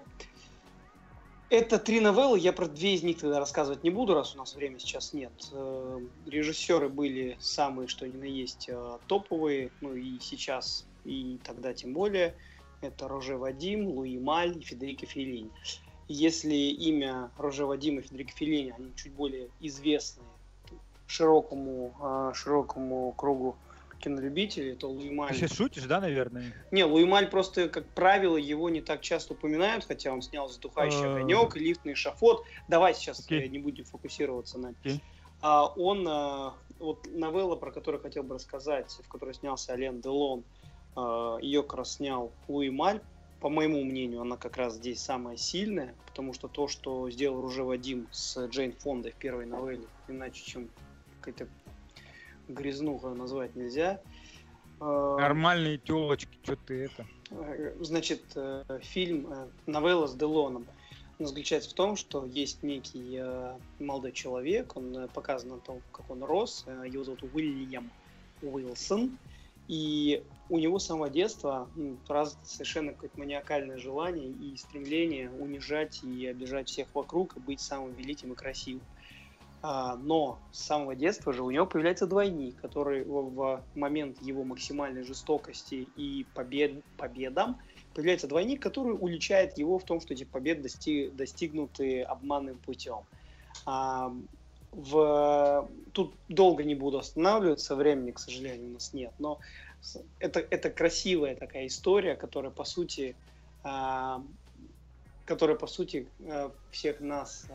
Это три новеллы, я про две из них тогда рассказывать не буду, раз у нас времени сейчас нет. Режиссеры были самые, что ни на есть, топовые, ну и сейчас, и тогда тем более. Это Роже Вадим, Луи Маль и Федерико Феллини. Если имя Роже Вадима и Федерико Феллини, они чуть более известны широкому, широкому кругу кинолюбителей, то Луи Маль...
Ты сейчас шутишь, да, наверное?
Не, Луи Маль просто, как правило, его не так часто упоминают, хотя он снял «Затухающий огонек», «Лифтный эшафот». Давай сейчас okay. не будем фокусироваться на этом. Okay. А, он, а, вот новелла, про которую хотел бы рассказать, в которой снялся Ален Делон, а, ее как раз снял Луи Маль. По моему мнению, она как раз здесь самая сильная, потому что то, что сделал Роже Вадим с Джейн Фондой в первой новелле, иначе чем какая-то грязнуха назвать нельзя.
Нормальные тёлочки, что ты это?
Значит, фильм, новелла с Делоном заключается в том, что есть некий молодой человек, он показан о том, как он рос, его зовут Уильям Уилсон, и у него с самого детства ну, совершенно какое-то маниакальное желание и стремление унижать и обижать всех вокруг и быть самым великим и красивым. Но с самого детства же у него появляется двойник, который в момент его максимальной жестокости и побед, победам появляется двойник, который уличает его в том, что эти победы достиг, достигнуты обманным путем. А, в... Тут долго не буду останавливаться, времени, к сожалению, у нас нет, но это, это красивая такая история, которая по сути, а, которая по сути всех нас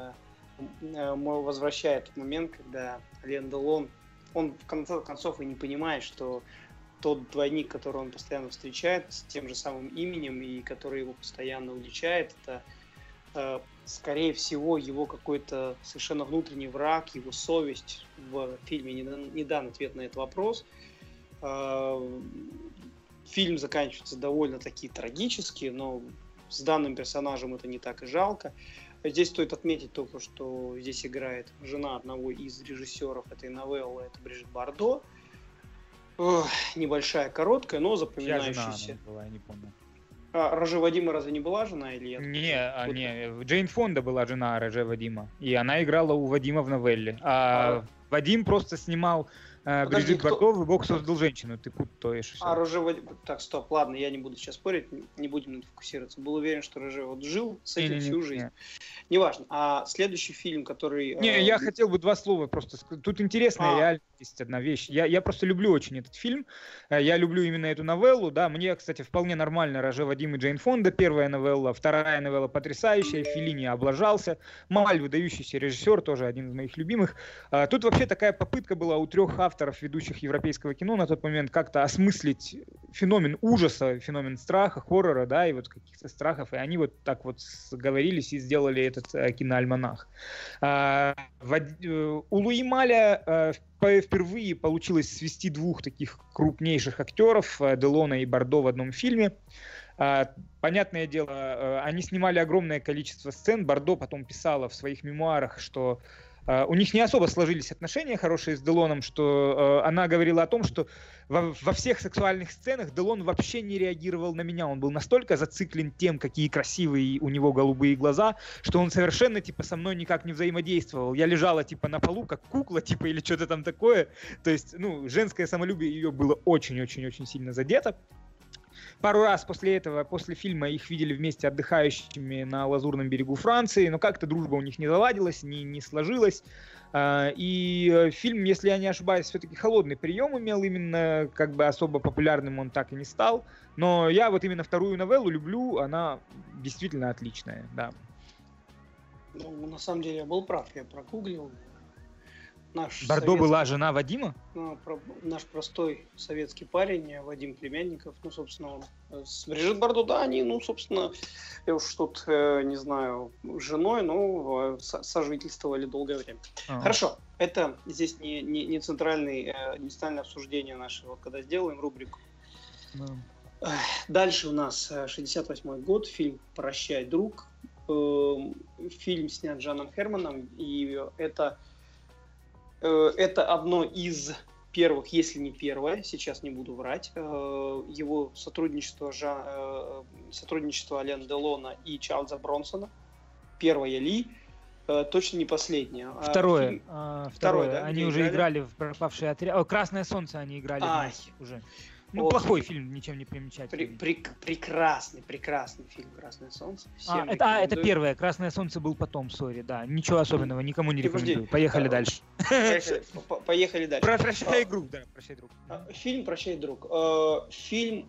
возвращает в момент, когда Ален Делон, он в конце концов и не понимает, что тот двойник, который он постоянно встречает с тем же самым именем и который его постоянно уличает, это э, скорее всего его какой-то совершенно внутренний враг, его совесть. В фильме не, не дан ответ на этот вопрос. Э, фильм заканчивается довольно-таки трагически, но с данным персонажем это не так и жалко. Здесь стоит отметить только, что здесь играет жена одного из режиссеров этой новеллы, это Брижит Бардо. Ох, небольшая, короткая, но запоминающаяся.
Жена была, я не помню.
А Роже Вадима разве не была жена или нет?
Не, а, не, Джейн Фонда была жена Роже Вадима, и она играла у Вадима в новелле. А, а... Вадим просто снимал э, Брижит кто... Бардо, и Бог создал женщину, ты путаешь.
А Роже Вадим... Так, стоп, ладно, я не буду сейчас спорить, не будем на это фокусироваться. Был уверен, что Роже вот жил с этим не, всю не, жизнь. Не. Неважно. А следующий фильм, который...
Не, э... я хотел бы два слова просто сказать. Тут интересная а. реально есть одна вещь. Я, я просто люблю очень этот фильм. Я люблю именно эту новеллу. Да, мне, кстати, вполне нормально Роже Вадим и Джейн Фонда. Первая новелла, вторая новелла потрясающая. Феллини облажался. Маль, выдающийся режиссер, тоже один из моих любимых. А, тут вообще такая попытка была у трех авторов, ведущих европейского кино на тот момент, как-то осмыслить феномен ужаса, феномен страха, хоррора, да, и вот каких-то страхов. И они вот так вот сговорились и сделали этот э, киноальманах. А, в, э, у Луи Маля э, впервые получилось свести двух таких крупнейших актеров, э, Делона и Бардо, в одном фильме. А, понятное дело, э, они снимали огромное количество сцен. Бардо потом писала в своих мемуарах, что Uh, у них не особо сложились отношения хорошие с Делоном, что uh, она говорила о том, что во, во всех сексуальных сценах Делон вообще не реагировал на меня. Он был настолько зациклен тем, какие красивые у него голубые глаза, что он совершенно типа со мной никак не взаимодействовал. Я лежала типа на полу, как кукла, типа, или что-то там такое. То есть, ну, женское самолюбие ее было очень-очень-очень сильно задето. Пару раз после этого, после фильма, их видели вместе отдыхающими на Лазурном берегу Франции, но как-то дружба у них не заладилась, не, не сложилась. И фильм, если я не ошибаюсь, все-таки холодный прием имел, именно как бы особо популярным он так и не стал. Но я вот именно вторую новеллу люблю, она действительно отличная, да.
Ну, на самом деле я был прав, я прогуглил. наш
Бардо
советский,
была жена Вадима?
Ну, про, наш простой советский парень, Вадим Племянников, ну, собственно, он с Брижит Бардо, да, они, ну, собственно, я уж тут, э, не знаю, с женой, но сожительствовали долгое время. А-а. Хорошо, это здесь не, не, не, центральный, э, не центральное обсуждение нашего, когда сделаем рубрику. А. Дальше у нас шестьдесят восьмой год, фильм «Прощай, друг». Э, фильм снят Жаном Херманом, и это... Это одно из первых, если не первое, сейчас не буду врать, его сотрудничество, Жан, сотрудничество Алена Делона и Чарльза Бронсона. Первое ли, точно не последнее.
Второе. Фильм... А, второе, второе, да? Они уже играли? играли в «Пропавший отряд». О, «Красное солнце» они играли уже. Ну, вот. Плохой фильм, ничем не примечательный.
При, при, прекрасный, прекрасный фильм «Красное солнце».
А это, а, это первое. «Красное солнце» был потом, сори, да. Ничего особенного, никому не рекомендую. Поехали дальше.
Поехали, поехали дальше.
Про «Прощай, друг», да. «Прощай, друг».
Фильм «Прощай, друг». Фильм,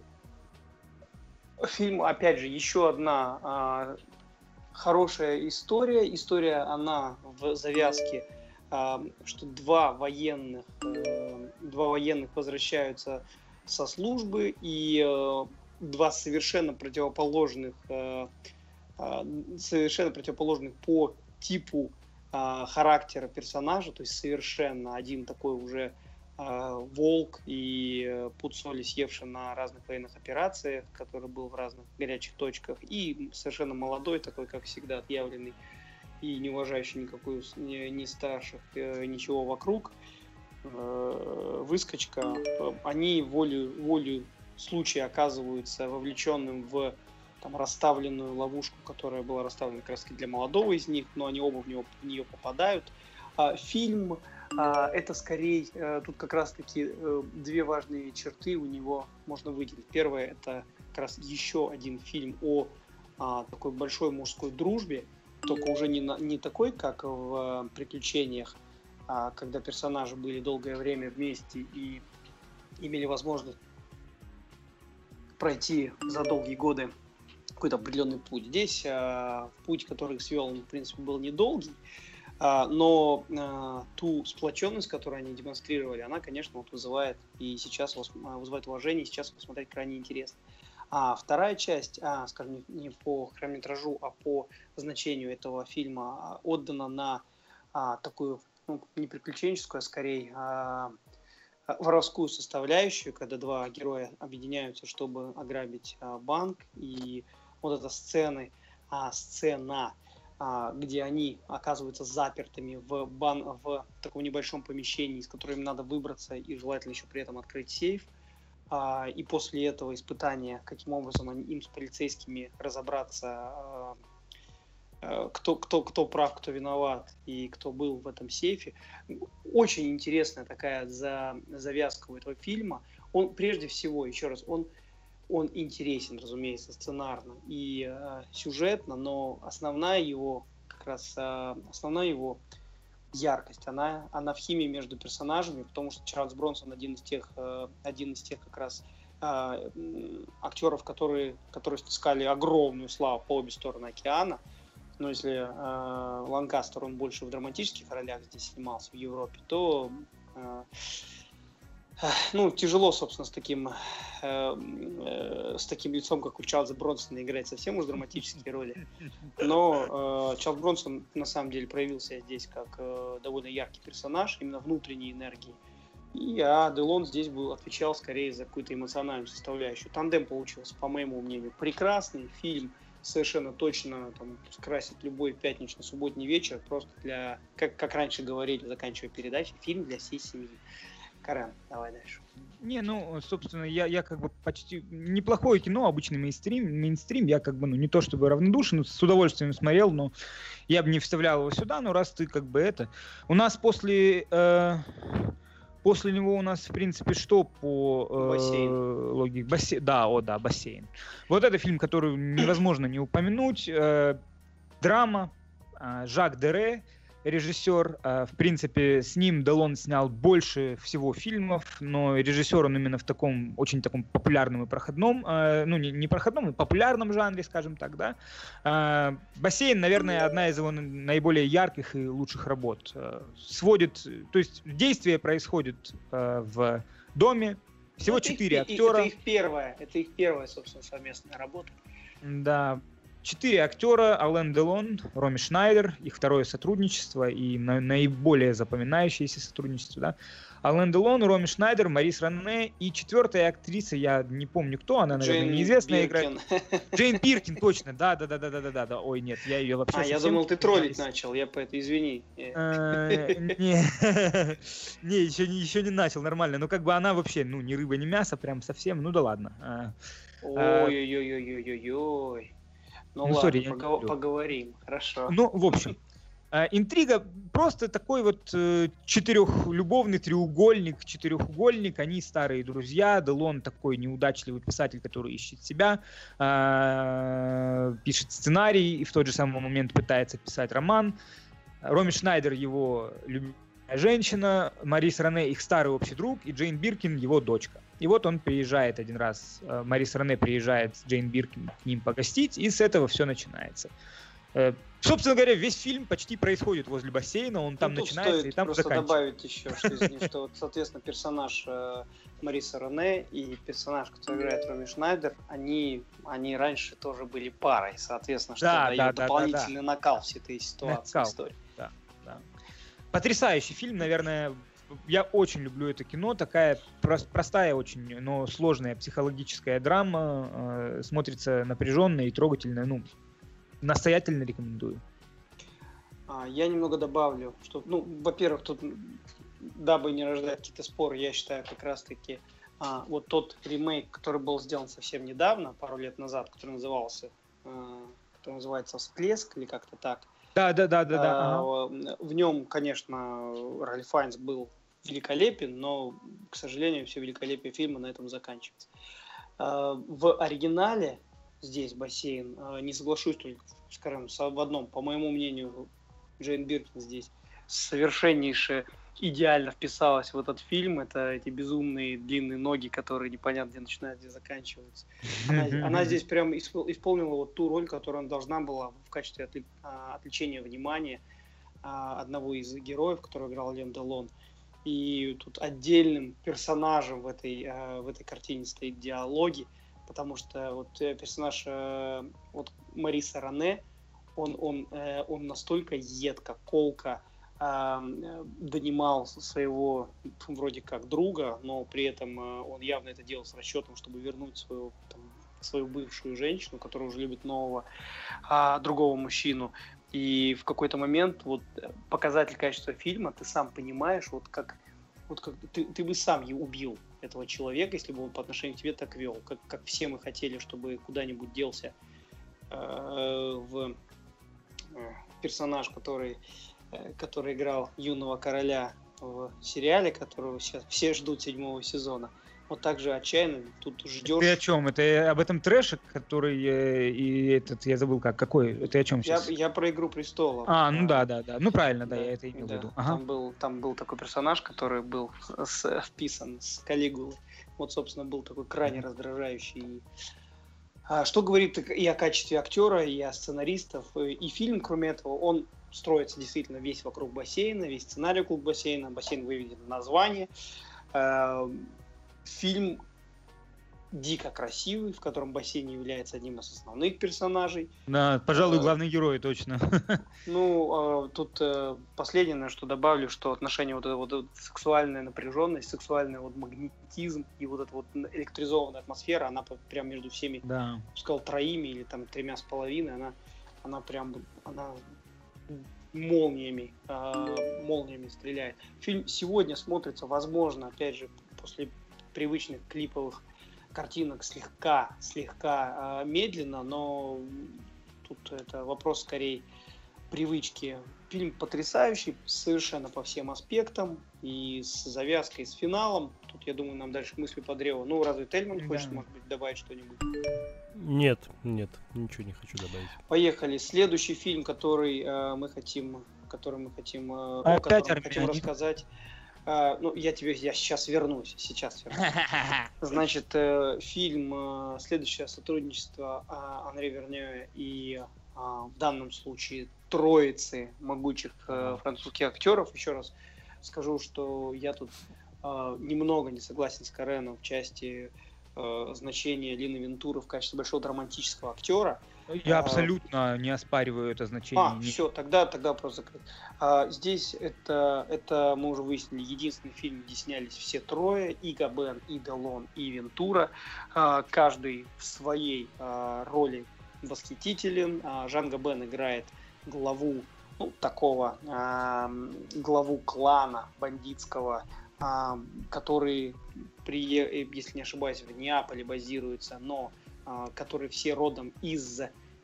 фильм, опять же, еще одна хорошая история. История, она в завязке, что два военных, два военных возвращаются со службы, и э, два совершенно противоположных, э, э, совершенно противоположных по типу э, характера персонажа, то есть совершенно один такой уже э, волк и э, пуд соли съевший на разных военных операциях, который был в разных горячих точках, и совершенно молодой, такой, как всегда, отъявленный и не уважающий никакую ни, ни старших, э, ничего вокруг. Выскочка, они волю, волю случая оказываются вовлеченным в там, расставленную ловушку, которая была расставлена как раз для молодого из них, но они оба в, него, в нее попадают. Фильм, это скорее, тут как раз таки две важные черты у него можно выделить. Первое, это как раз еще один фильм о такой большой мужской дружбе, только уже не, не такой, как в «Приключениях», когда персонажи были долгое время вместе и имели возможность пройти за долгие годы какой-то определенный путь. Здесь а, путь, который их свел, он, в принципе, был недолгий, а, но а, ту сплоченность, которую они демонстрировали, она, конечно, вот вызывает и сейчас вызывает уважение, и сейчас посмотреть крайне интересно. А вторая часть, а, скажем, не по хронометражу, а по значению этого фильма отдана на а, такую, ну, не приключенческую, а скорее а, воровскую составляющую, когда два героя объединяются, чтобы ограбить а, банк, и вот эта сцены, а, сцена, а, где они оказываются запертыми в, бан, в таком небольшом помещении, из которого им надо выбраться, и желательно еще при этом открыть сейф. А, и после этого испытания, каким образом они, им с полицейскими разобраться, а, Кто, кто, кто прав, кто виноват и кто был в этом сейфе. Очень интересная такая за, завязка у этого фильма. Он, прежде всего, еще раз, он, он интересен, разумеется, сценарно и э, сюжетно, но основная его, как раз, э, основная его яркость, она, она в химии между персонажами, потому что Чарльз Бронсон один из тех, э, один из тех как раз э, актеров, которые, которые снискали огромную славу по обе стороны океана. Но если э, Ланкастер, он больше в драматических ролях здесь снимался в Европе, то э, э, ну, тяжело, собственно, с таким, э, э, с таким лицом, как у Чарльза Бронсона, играть совсем уж драматические роли. Но э, Чарльз Бронсон, на самом деле, проявился здесь как э, довольно яркий персонаж, именно внутренней энергии. И а Делон здесь был, отвечал скорее за какую-то эмоциональную составляющую. Тандем получился, по моему мнению, прекрасный фильм. Совершенно точно там скрасит любой пятнично-субботний вечер, просто для, как, как раньше говорили, заканчивая передачу, фильм для всей семьи. Карен, давай дальше.
Не, ну, собственно, я, я как бы почти... Неплохое кино, обычный мейнстрим, мейнстрим, я как бы, ну, не то чтобы равнодушен, с удовольствием смотрел, но я бы не вставлял его сюда, но раз ты как бы это... У нас после... Э... После него у нас, в принципе, что по э, логике? Бассейн. Да, о, да, бассейн. Вот это фильм, который невозможно не упомянуть. Э, драма. Э, Жак Дере. режиссер. В принципе, с ним Делон снял больше всего фильмов, но режиссер он именно в таком, очень таком популярном и проходном, ну не, не проходном, а популярном жанре, скажем так, да. «Бассейн», наверное, одна из его наиболее ярких и лучших работ. Сводит, то есть действие происходит в доме, всего четыре актера.
Это их первая, это их первая, собственно, совместная работа.
Да. Четыре актера: Ален Делон, Роми Шнайдер, их второе сотрудничество и на, наиболее запоминающееся сотрудничество, да. Ален Делон, Роми Шнайдер, Марис Рене и четвертая актриса, я не помню кто, она, наверное,
Джейн
неизвестная
Биркин.
играет. Джейн Биркин, точно, да, да, да, да, да, да, да. Ой, нет, я ее вообще.
А, я думал, ты троллить начал, я по это извини.
Не, еще не, еще не начал, нормально. Ну, как бы она вообще, ну, ни рыба, ни мясо, прям совсем, ну да ладно.
Ой-ой-ой-ой-ой-ой. Ну, ну ладно, sorry, погов- поговорим, хорошо.
Ну, в общем, э, интрига просто такой вот э, четырехлюбовный треугольник, четырехугольник, они старые друзья, Делон такой неудачливый писатель, который ищет себя, э, пишет сценарий и в тот же самый момент пытается писать роман. Роми Шнайдер его любимая женщина, Марис Рене их старый общий друг и Джейн Биркин его дочка. И вот он приезжает один раз, Марис Рене приезжает с Джейн Биркин к ним погостить, и с этого все начинается. Собственно говоря, весь фильм почти происходит возле бассейна, он там ну, начинается и там
просто
заканчивается.
Добавить еще, что, извини, что вот, соответственно, персонаж э, Мариса Рене и персонаж, который играет Роми Шнайдер, они, они раньше тоже были парой, соответственно, что да, дает да, дополнительный да, да. накал всей этой ситуации, накал. Истории.
Да, да. Потрясающий фильм, наверное. Я очень люблю это кино, такая простая очень, но сложная психологическая драма, э, смотрится напряженно и трогательно, ну, настоятельно рекомендую.
А, я немного добавлю, что, ну, во-первых, тут, дабы не рождать какие-то споры, я считаю как раз-таки а, вот тот ремейк, который был сделан совсем недавно, пару лет назад, который назывался, а, который называется «Всплеск» или как-то так.
Да, да, да, да, да.
А, ага. В нем, конечно, Ральф Файнс был великолепен, но, к сожалению, все великолепие фильма на этом заканчивается. В оригинале здесь «Бассейн», не соглашусь только, скажем, в одном, по моему мнению, Джейн Биркин здесь совершеннейше идеально вписалась в этот фильм. Это эти безумные длинные ноги, которые непонятно где начинают, где заканчиваются. Она, она здесь прям исполнила вот ту роль, которую она должна была в качестве отвлек, отвлечения внимания одного из героев, которого играл Ален Делон. И тут отдельным персонажем в этой, в этой картине стоит диалоги, потому что вот персонаж вот Мариса Рене, он, он, он настолько едко, колко донимал своего вроде как друга, но при этом он явно это делал с расчетом, чтобы вернуть свою, там, свою бывшую женщину, которая уже любит нового, а, другого мужчину. И в какой-то момент вот показатель качества фильма, ты сам понимаешь, вот как, вот как ты, ты бы сам и убил этого человека, если бы он по отношению к тебе так вел, как, как все мы хотели, чтобы куда-нибудь делся э, в э, персонаж, который, э, который играл юного короля в сериале, которого сейчас все ждут седьмого сезона. Вот так же отчаянно тут ждешь.
Ты о чем? Это об этом трэше, который э, и этот, я забыл как, какой? Это о чем сейчас?
Я, я про «Игру престолов».
А, ну да, да, да. Ну правильно, да, да я это имел
да.
в виду. Ага.
Там, был, там был такой персонаж, который был с, вписан с Калигулой. Вот, собственно, был такой крайне раздражающий. А, что говорит и о качестве актера, и о сценаристов. И фильм, кроме этого, он строится действительно весь вокруг бассейна, весь сценарий вокруг бассейна. Бассейн выведен в название. Фильм дико красивый, в котором бассейн является одним из основных персонажей.
Да, пожалуй, главный герой, точно.
Ну, тут последнее, на что добавлю, что отношение вот эта вот сексуальная напряженность, сексуальный вот магнетизм и вот эта вот электризованная атмосфера, она прям между всеми,
да.
сказал, троими или там тремя с половиной, она, она прям, она молниями, э, молниями стреляет. Фильм сегодня смотрится, возможно, опять же, после привычных клиповых картинок слегка, слегка э, медленно, но тут это вопрос скорее привычки. Фильм потрясающий, совершенно по всем аспектам, и с завязкой, и с финалом. Тут, я думаю, нам дальше мысли по древу. Ну, разве Тельман да. хочет, может быть, добавить что-нибудь?
Нет, нет, ничего не хочу добавить.
Поехали. Следующий фильм, который э, мы хотим который мы хотим, о котором мы хотим рассказать. Uh, ну, я тебе, я сейчас вернусь, сейчас вернусь. Значит, э, фильм э, «Следующее сотрудничество» э, Анри Вернье и э, в данном случае троицы могучих э, французских актеров. Еще раз скажу, что я тут э, немного не согласен с Кареном в части э, значения Лины Вентуры в качестве большого романтического актера.
Я абсолютно а, не оспариваю это значение.
А, все, тогда, тогда просто закрыть. А, здесь это, это, мы уже выяснили, единственный фильм, где снялись все трое, и Габен, и Делон, и Вентура. А, каждый в своей а, роли восхитителен. А, Жан Габен играет главу, ну, такого, а, главу клана бандитского, а, который, при, если не ошибаюсь, в Неаполе базируется, но которые все родом из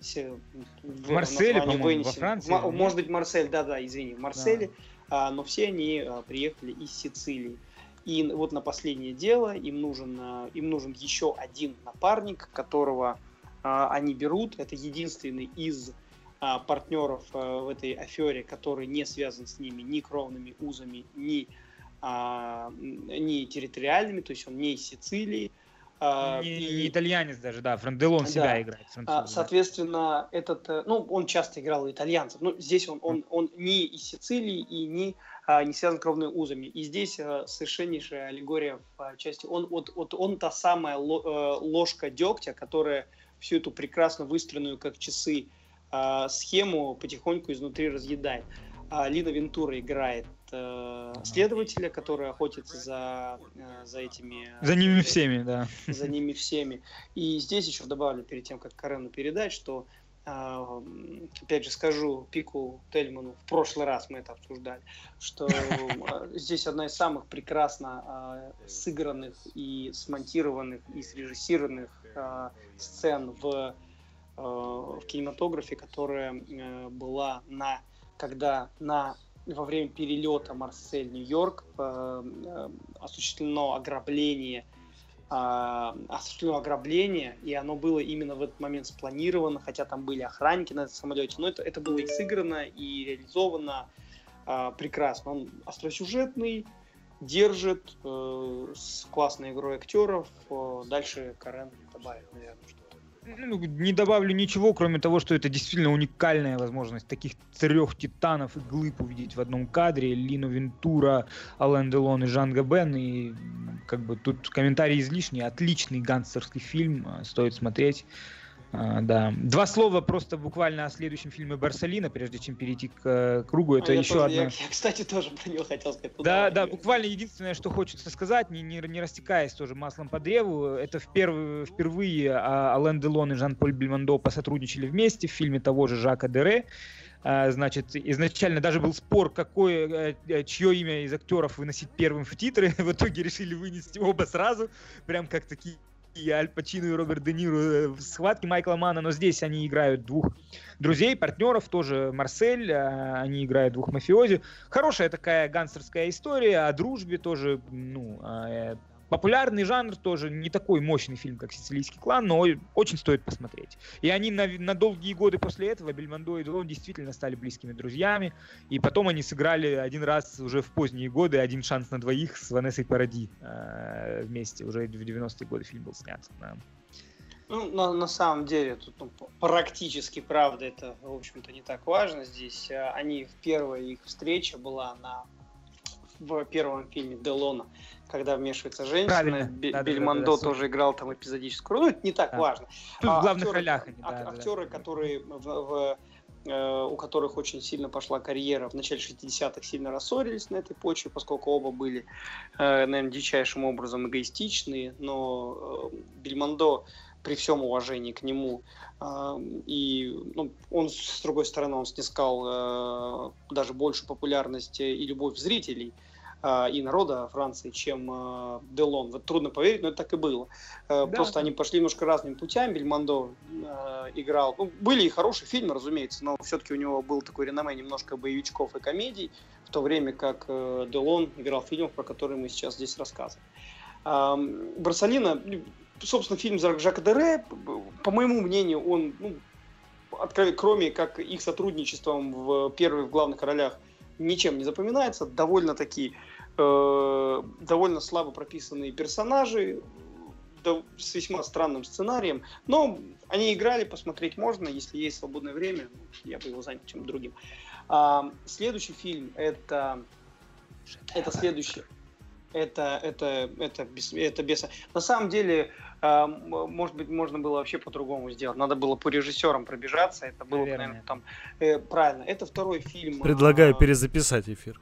в Марселе, по-моему, во Франции.
В, может быть, Марсель, да-да, извини, в Марселе, да. а, но все они а, приехали из Сицилии. И вот на последнее дело им нужен, а, им нужен еще один напарник, которого а, они берут. Это единственный из а, партнеров а, в этой афере, который не связан с ними ни кровными узами, ни, а, ни территориальными, то есть он не из Сицилии.
Не, и, не итальянец даже, да, Делон да. себя играет.
А, соответственно, да. этот, ну, он часто играл у итальянцев, но здесь он, он, он не из Сицилии и не, а, не связан кровными узами. И здесь а, совершеннейшая аллегория в части, он, вот, вот, он та самая ложка дегтя, которая всю эту прекрасно выстроенную, как часы, а, схему потихоньку изнутри разъедает. А Лина Вентура играет э, следователя, который охотится за, э, за этими...
За ними всеми, да.
За ними всеми. И здесь еще добавлю, перед тем, как Карену передать, что, э, опять же скажу Пику Тельману, в прошлый раз мы это обсуждали, что э, здесь одна из самых прекрасно э, сыгранных и смонтированных, и срежиссированных э, сцен в, э, в кинематографе, которая э, была на... когда на, во время перелета Марсель-Нью-Йорк э, э, осуществлено ограбление, э, осуществлено ограбление, и оно было именно в этот момент спланировано, хотя там были охранники на этом самолете, но это, это было и сыграно, и реализовано э, прекрасно. Он остросюжетный, держит, э, с классной игрой актеров. Э, дальше Карен добавит, наверное, что-то.
Ну, не добавлю ничего, кроме того, что это действительно уникальная возможность таких трех титанов и глыб увидеть в одном кадре. Лину Вентура, Ален Делон и Жан Габен. И как бы тут комментарии излишние. Отличный гангстерский фильм, стоит смотреть. А, да. Два слова просто буквально о следующем фильме Борсалино, прежде чем перейти к кругу. Это а еще
тоже,
одна...
Я, я, кстати, тоже про него хотел сказать.
Да, да, буквально единственное, что хочется сказать, не, не, не растекаясь тоже маслом по древу, это вперв... впервые Ален Делон и Жан-Поль Бельмондо посотрудничали вместе в фильме того же Жака Дере. Значит, изначально даже был спор, какое, чье имя из актеров выносить первым в титры. В итоге решили вынести оба сразу, прям как такие... и Аль Пачино и Роберт Де Ниро в схватке Майкла Манна, но здесь они играют двух друзей, партнеров, тоже Марсель, они играют двух мафиози. Хорошая такая гангстерская история о дружбе, тоже, ну, популярный жанр, тоже не такой мощный фильм, как «Сицилийский клан», но очень стоит посмотреть. И они на, на долгие годы после этого, Бельмондо и Делон, действительно стали близкими друзьями, и потом они сыграли один раз уже в поздние годы «Один шанс на двоих» с Ванессой Паради э, вместе, уже в девяностые годы фильм был снят. Да.
Ну, на, на самом деле, тут ну, практически, правда, это, в общем-то, не так важно. Здесь они, первая их встреча была на, в первом фильме Делона, когда вмешивается женщина. Б- да, Бельмондо да, да, да, тоже играл там эпизодическую роль. Ну, это не так да. важно.
Тут а, в главных актеры, ролях они,
а,
да,
актеры,
да,
которые в, в, э, у которых очень сильно пошла карьера в начале шестидесятых, сильно рассорились на этой почве, поскольку оба были, э, наверное, дичайшим образом эгоистичные, но э, Бельмондо, при всем уважении к нему, э, и ну, он, с другой стороны, он снискал э, даже большую популярность и любовь зрителей э, и народа Франции, чем э, Делон. Вот трудно поверить, но это так и было. Э, да. Просто они пошли немножко разными путями. Бельмондо э, играл... Ну, были и хорошие фильмы, разумеется, но все-таки у него был такой реноме немножко боевичков и комедий, в то время как э, Делон играл в фильмах, про которые мы сейчас здесь рассказываем. Э, Борсалино... Собственно, фильм Жака Дере, по моему мнению, он ну, кроме как их сотрудничеством в первых главных ролях, ничем не запоминается. Довольно-таки э, довольно слабо прописанные персонажи, да, с весьма странным сценарием. Но они играли, посмотреть можно, если есть свободное время. Я бы его занял чем-то другим. А, следующий фильм это, это следующий. Это, это, это, без, это без... На самом деле, э, может быть, можно было вообще по-другому сделать. Надо было по режиссерам пробежаться. Это было, наверное, наверное там... Э, правильно. Это второй фильм...
Предлагаю э, перезаписать эфир.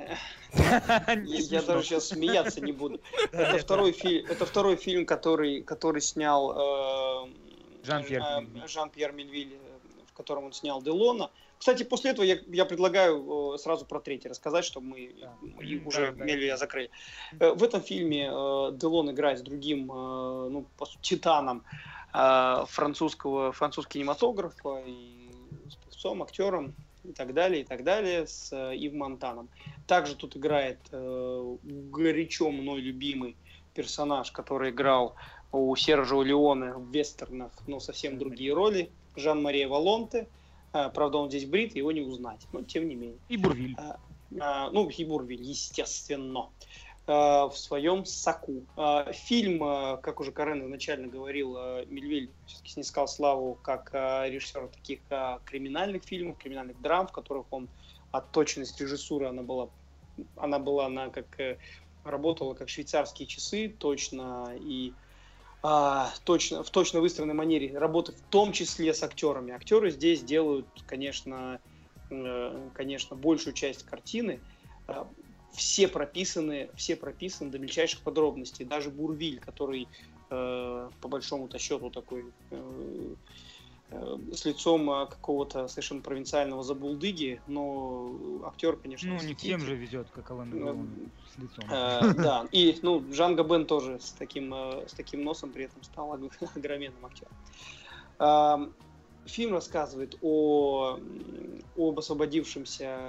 Я даже сейчас смеяться не буду. Это второй фильм, это второй фильм, который, который снял Жан-Пьер Мельвиль, в котором он снял Делона. Кстати, после этого я, я предлагаю сразу про третий рассказать, чтобы мы да. уже да, Мельвиля да. закрыли. В этом фильме Делон играет с другим, ну, по сути, титаном французского, французского кинематографа, и с певцом, актером и так далее, и так далее, с Ив Монтаном. Также тут играет горячо мной любимый персонаж, который играл у Сержио Леоне в вестернах, но совсем другие роли, Жан-Мария Волонте. Правда, он здесь брит, его не узнать, но тем не менее.
И Бурвиль.
А, а, ну, и Бурвиль, естественно, а, в своем соку. А, фильм, а, как уже Карен изначально говорил, а, Мельвиль все-таки снискал славу как а, режиссер таких а, криминальных фильмов, криминальных драм, в которых он от точности режиссуры, она была, она была, она как работала как швейцарские часы, точно и А, точно, в точно выстроенной манере работы, в том числе с актерами. Актеры здесь делают, конечно, э, конечно, большую часть картины. Э, все прописаны, все прописаны до мельчайших подробностей. Даже Бурвиль, который э, по большому-то счету такой э, э, с лицом какого-то совершенно провинциального забулдыги, но актер, конечно,
ну не всем же везет, как Алан Делон с лицом.
Э, да, и ну Жан Габен тоже с таким э, с таким носом при этом стал огроменным актером. Э, фильм рассказывает о об освободившемся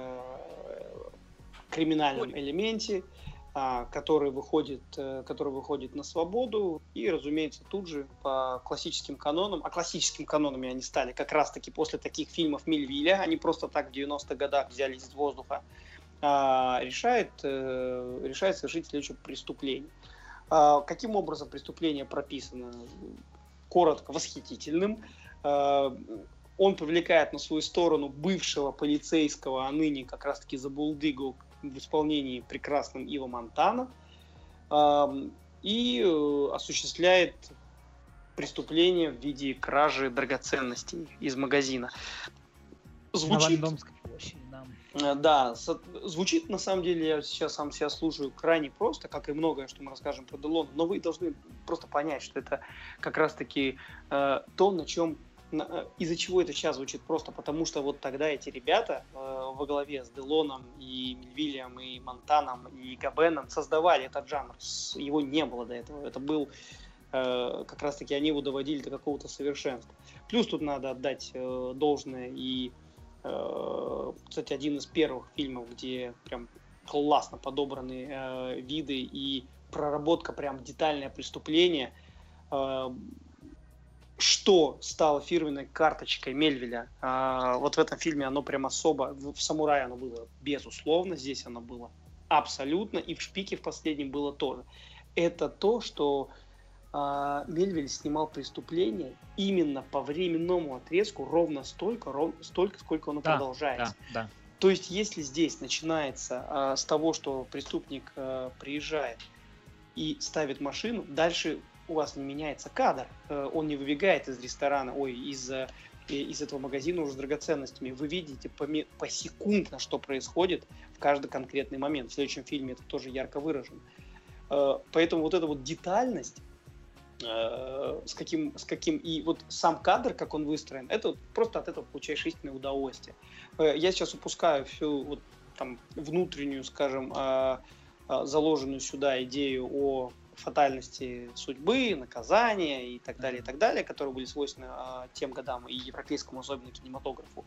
криминальном элементе, э, который выходит, э, который выходит на свободу, и, разумеется, тут же по классическим канонам, а классическими канонами они стали как раз-таки после таких фильмов Мельвиля, они просто так в девяностых годах взялись из воздуха, решает, решает совершить следующее преступление. Каким образом преступление прописано? Коротко, восхитительным. Он привлекает на свою сторону бывшего полицейского, а ныне как раз-таки забулдыгу в исполнении прекрасным Ива Монтана, и осуществляет преступление в виде кражи драгоценностей из магазина. Звучит... На Вандомской площади, да. Да, звучит, на самом деле, я сейчас сам себя слушаю крайне просто, как и многое, что мы расскажем про Делона, но вы должны просто понять, что это как раз-таки э, то, на чем, на, из-за чего это сейчас звучит просто, потому что вот тогда эти ребята э, во главе с Делоном и Мельвилем, и Монтаном, и Габеном создавали этот жанр, его не было до этого, это был, э, как раз-таки они его доводили до какого-то совершенства. Плюс тут надо отдать э, должное и кстати, один из первых фильмов, где прям классно подобраны э, виды и проработка прям детальное преступление, э, что стало фирменной карточкой Мельвиля. Э, вот в этом фильме оно прям особо, в «Самурае» оно было безусловно, здесь оно было абсолютно, и в «Шпике» в последнем было тоже. Это то, что Мельвиль снимал преступление именно по временному отрезку ровно столько, ровно столько, сколько оно да, продолжается. Да, да. То есть, если здесь начинается а, с того, что преступник а, приезжает и ставит машину, дальше у вас не меняется кадр. А, он не выбегает из ресторана, ой, из, из этого магазина уже с драгоценностями. Вы видите посекундно, что происходит в каждый конкретный момент. В следующем фильме это тоже ярко выражено. А, поэтому вот эта вот детальность, с каким, с каким и вот сам кадр, как он выстроен, это вот просто от этого получаешь истинное удовольствие. Я сейчас упускаю всю вот там внутреннюю, скажем, заложенную сюда идею о фатальности судьбы, наказания и так далее, и так далее, которые были свойственны тем годам и европейскому особенно кинематографу.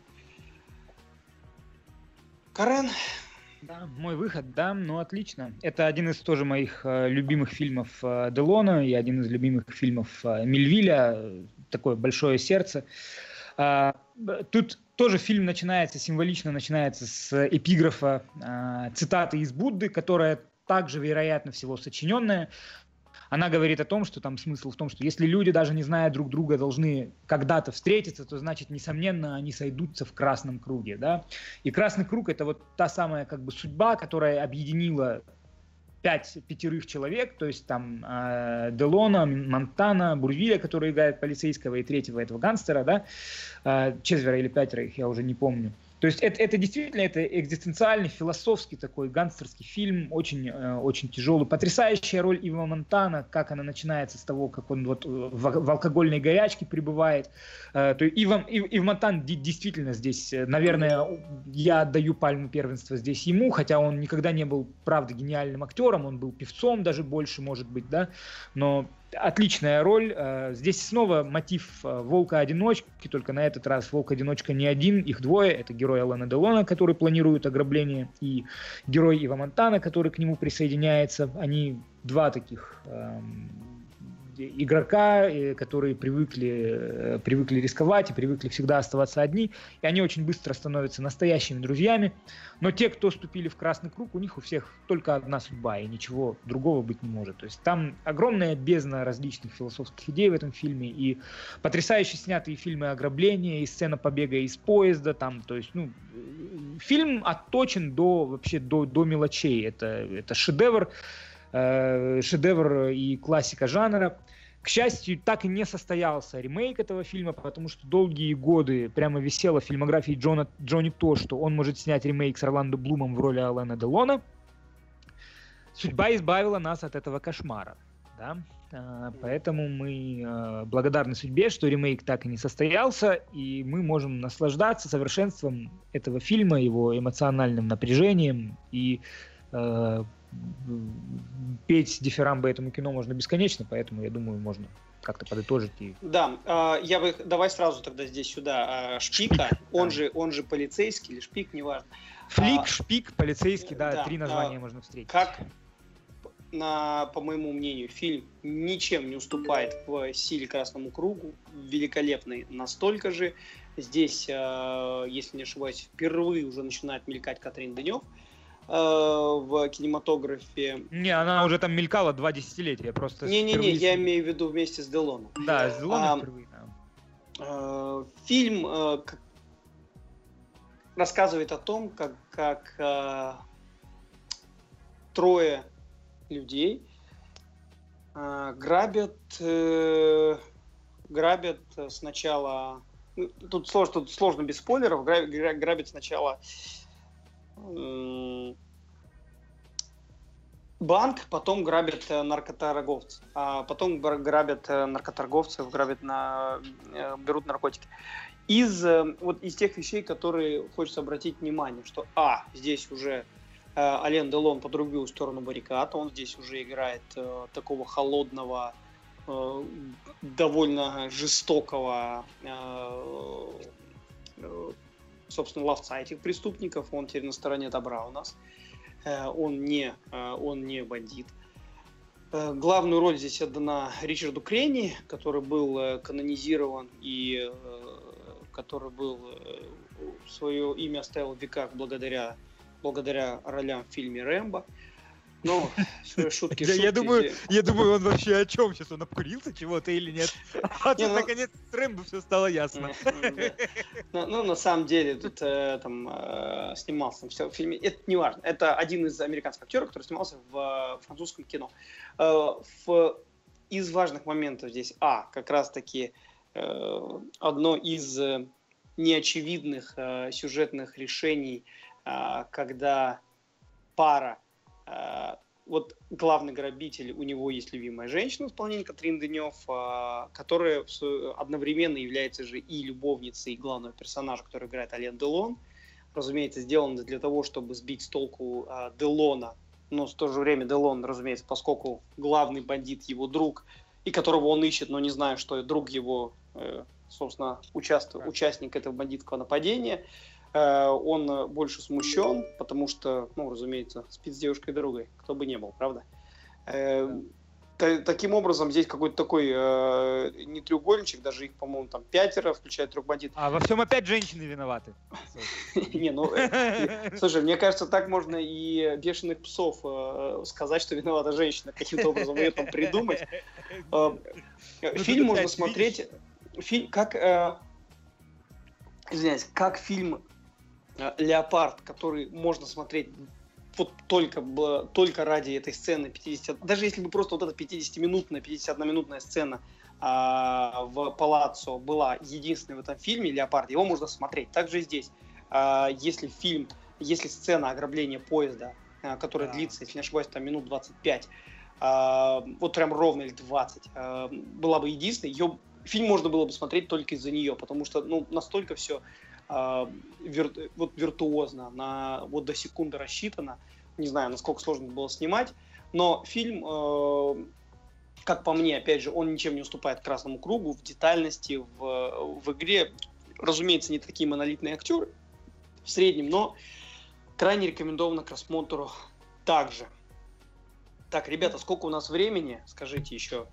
Карен?
Да, мой выход, да, ну отлично. Это один из тоже моих э, любимых фильмов э, Делона и один из любимых фильмов э, Мельвиля, такое большое сердце. Тут тоже фильм начинается, символично начинается с эпиграфа цитаты из Будды, которая также, вероятно всего, сочиненная. Она говорит о том, что там смысл в том, что если люди, даже не зная друг друга, должны когда-то встретиться, то значит, несомненно, они сойдутся в красном круге, да. И красный круг — это вот та самая как бы судьба, которая объединила пять пятерых человек, то есть там э, Делона, Монтана, Бурвиля, который играет полицейского, и третьего этого гангстера, да, э, четверо или пятеро их, я уже не помню. То есть это, это действительно это экзистенциальный, философский такой гангстерский фильм, очень, э, очень тяжелый. Потрясающая роль Ива Монтана, как она начинается с того, как он вот в, в алкогольной горячке пребывает. Э, то Ива, Ив, Ив Монтан действительно здесь, наверное, я отдаю пальму первенства здесь ему, хотя он никогда не был, правда, гениальным актером, он был певцом даже больше, может быть, да, но отличная роль. Здесь снова мотив волка-одиночки, только на этот раз волк-одиночка не один, их двое. Это герой Алена Делона, который планирует ограбление, и герой Ива Монтана, который к нему присоединяется. Они два таких эм, игрока, которые привыкли, привыкли рисковать и привыкли всегда оставаться одни. И они очень быстро становятся настоящими друзьями. Но те, кто вступили в красный круг, у них у всех только одна судьба, и ничего другого быть не может. То есть там огромная бездна различных философских идей в этом фильме, и потрясающе снятые фильмы ограбления, и сцена побега из поезда. Там, то есть, ну, фильм отточен до, вообще до, до мелочей. Это, это шедевр. шедевр и классика жанра. К счастью, так и не состоялся ремейк этого фильма, потому что долгие годы прямо висело в фильмографии Джона, Джонни то, что он может снять ремейк с Орландо Блумом в роли Алена Делона. Судьба избавила нас от этого кошмара. Да? Поэтому мы благодарны судьбе, что ремейк так и не состоялся, и мы можем наслаждаться совершенством этого фильма, его эмоциональным напряжением, и петь дифирамбы этому кино можно бесконечно, поэтому, я думаю, можно как-то подытожить. И...
Да, э, я бы... Давай сразу тогда здесь сюда. Э, Шпика, он же, он же полицейский или Шпик, неважно.
Флик,
а,
Шпик, полицейский, да, да три названия
а,
можно встретить.
Как, на, по моему мнению, фильм ничем не уступает в силе Красному кругу. Великолепный настолько же. Здесь, э, если не ошибаюсь, впервые уже начинает мелькать Катрин Денев в кинематографе.
Не, она уже там мелькала два десятилетия, просто...
Не-не-не, я имею в виду вместе с Делоном.
Да, с Делоном а, впервые, да.
А, фильм а, как, рассказывает о том, как, как а, трое людей а, грабят, э, грабят сначала... Тут сложно, тут сложно без спойлеров, грабят, грабят сначала банк, потом грабят наркоторговцев, а потом грабят наркоторговцев, грабят на, берут наркотики. Из вот из тех вещей, которые хочется обратить внимание, что а здесь уже Ален Делон по другую сторону баррикад, он здесь уже играет такого холодного, довольно жестокого, собственно, ловца этих преступников. Он теперь на стороне добра у нас. Он не, он не бандит. Главную роль здесь отдана Ричарду Крейни, который был канонизирован и который был свое имя оставил в веках благодаря, благодаря ролям в фильме «Рэмбо». Ну, шутки, шутки.
Я думаю, я думаю, он вообще о чем сейчас? Он обкурился чего-то или нет? А тут, наконец, с Рэмбо все стало ясно.
Ну, на самом деле, тут там снимался в фильме. Это не важно. Это один из американских актеров, который снимался в французском кино. Из важных моментов здесь, а, как раз-таки одно из неочевидных сюжетных решений, когда пара, вот главный грабитель, у него есть любимая женщина в исполнении Катрин Денев, которая одновременно является же и любовницей главного персонажа, который играет Ален Делон. Разумеется, сделано для того, чтобы сбить с толку Делона, но в то же время Делон, разумеется, поскольку главный бандит его друг, и которого он ищет, но не зная, что друг его, собственно, участвует, участник этого бандитского нападения, он больше смущен, потому что, ну, разумеется, спит с девушкой-другой, кто бы не был, правда? Таким образом, здесь какой-то такой э, не треугольничек, даже их, по-моему, там пятеро, включая трех бандитов.
А во всем опять женщины виноваты.
Не, ну, слушай, мне кажется, так можно и «Бешеных псов» сказать, что виновата женщина, каким-то образом ее там придумать. Фильм можно смотреть, как, извиняюсь, как фильм «Леопард», который можно смотреть вот только, только ради этой сцены пятидесяти, даже если бы просто вот эта пятидесятиминутная, пятидесятиодноминутная сцена а, в Палаццо была единственной в этом фильме «Леопард», его можно смотреть. Также и здесь. А, если фильм, если сцена ограбления поезда, а, которая да. длится, если не ошибаюсь, там минут двадцать пять, а, вот прям ровно или двадцать, а, была бы единственной, ее, фильм можно было бы смотреть только из-за нее, потому что ну, настолько все Uh, вир, вот виртуозно, на, вот до секунды рассчитано. Не знаю, насколько сложно было снимать, но фильм, uh, как по мне, опять же, он ничем не уступает «Красному кругу» в детальности, в, в игре. Разумеется, не такие монолитные актеры в среднем, но крайне рекомендовано к просмотру также. Так, ребята, сколько у нас времени? Скажите еще.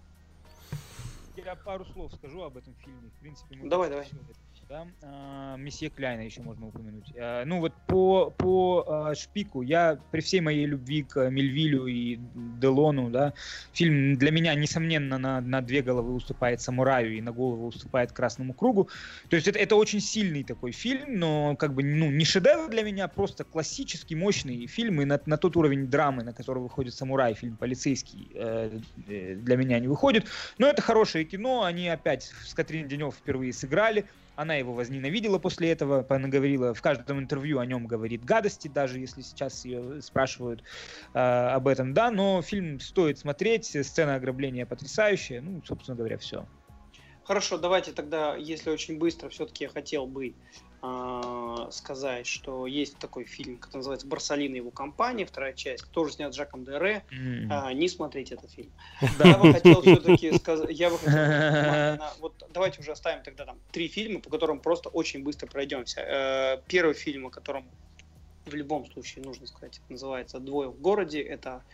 Я пару слов скажу об этом фильме. В принципе, мы
давай, давай.
Да? А, месье Кляйна еще можно упомянуть. А, ну вот по, по а, Шпику, я при всей моей любви к Мельвилю и Делону, да, фильм для меня, несомненно, на, на две головы уступает «Самураю» и на голову уступает «Красному кругу». То есть это, это очень сильный такой фильм, но как бы ну, не шедевр для меня, просто классический, мощный фильм, и на, на тот уровень драмы, на который выходит «Самурай», фильм полицейский, э, э, для меня не выходит. Но это хорошее кино, они опять с Катрин Денев впервые сыграли. Она его возненавидела после этого, она говорила, в каждом интервью о нем говорит гадости, даже если сейчас ее спрашивают э, об этом, да, но фильм стоит смотреть, сцена ограбления потрясающая, ну, собственно говоря, все.
Хорошо, давайте тогда, если очень быстро, все-таки я хотел бы э, сказать, что есть такой фильм, который называется «Борсалино и его компания», вторая часть, тоже снят Жаком Дере. Mm-hmm. Э, не смотрите этот фильм. Я бы хотел все-таки сказать, я бы хотел, вот давайте уже оставим тогда там три фильма, по которым просто очень быстро пройдемся. Первый фильм, о котором в любом случае нужно сказать, называется «Двое в городе». Это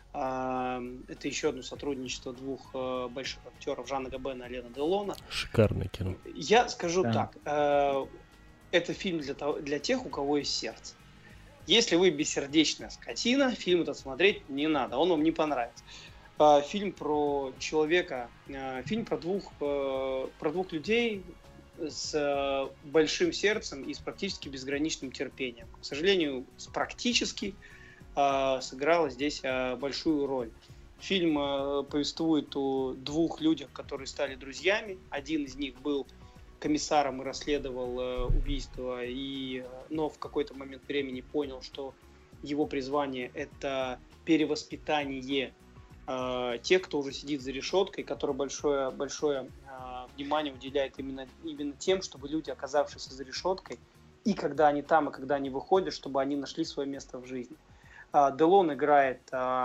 Это еще одно сотрудничество двух э, больших актеров Жана Габена и Алена Делона.
Шикарное кино.
Я скажу
да.
так. Э, это фильм для, того, для тех, у кого есть сердце. Если вы бессердечная скотина, фильм этот смотреть не надо, он вам не понравится. Э, фильм про человека, э, фильм про двух, э, про двух людей с э, большим сердцем и с практически безграничным терпением. К сожалению, с практически сыграла здесь большую роль. Фильм повествует о двух людях, которые стали друзьями. Один из них был комиссаром и расследовал убийство, и, но в какой-то момент времени понял, что его призвание – это перевоспитание тех, кто уже сидит за решеткой, который большое, большое внимание уделяет именно, именно тем, чтобы люди, оказавшиеся за решеткой, и когда они там, и когда они выходят, чтобы они нашли свое место в жизни. Делон играет,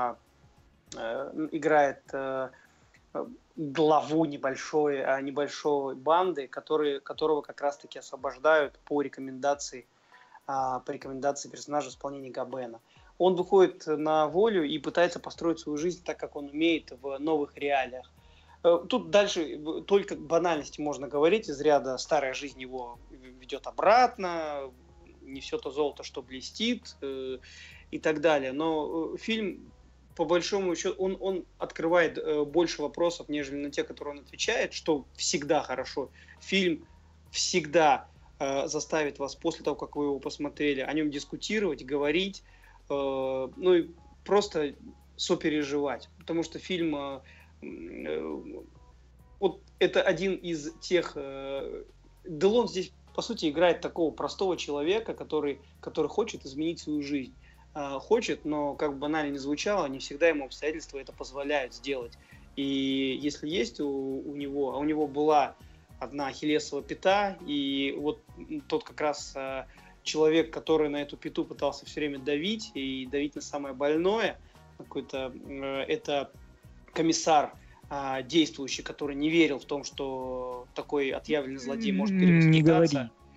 играет главу небольшой, небольшой банды, которые, которого как раз-таки освобождают по рекомендации, по рекомендации персонажа в исполнении Габена. Он выходит на волю и пытается построить свою жизнь так, как он умеет в новых реалиях. Тут дальше только банальности можно говорить, из ряда «старая жизнь его ведет обратно», «не все то золото, что блестит», и так далее. Но фильм, по большому счету, он, он открывает э, больше вопросов, нежели на те, которые он отвечает, что всегда хорошо. Фильм всегда э, заставит вас, после того, как вы его посмотрели, о нем дискутировать, говорить, э, ну и просто сопереживать. Потому что фильм, э, э, вот это один из тех... Э, Делон здесь, по сути, играет такого простого человека, который, который хочет изменить свою жизнь. Хочет, но как бы банально не звучало, не всегда ему обстоятельства это позволяют сделать. И если есть у, у него, а у него была одна ахиллесова пята, и вот тот как раз а, человек, который на эту пяту пытался все время давить, и давить на самое больное, какой-то, а, это комиссар а, действующий, который не верил в том, что такой отъявленный злодей может перевоспитаться.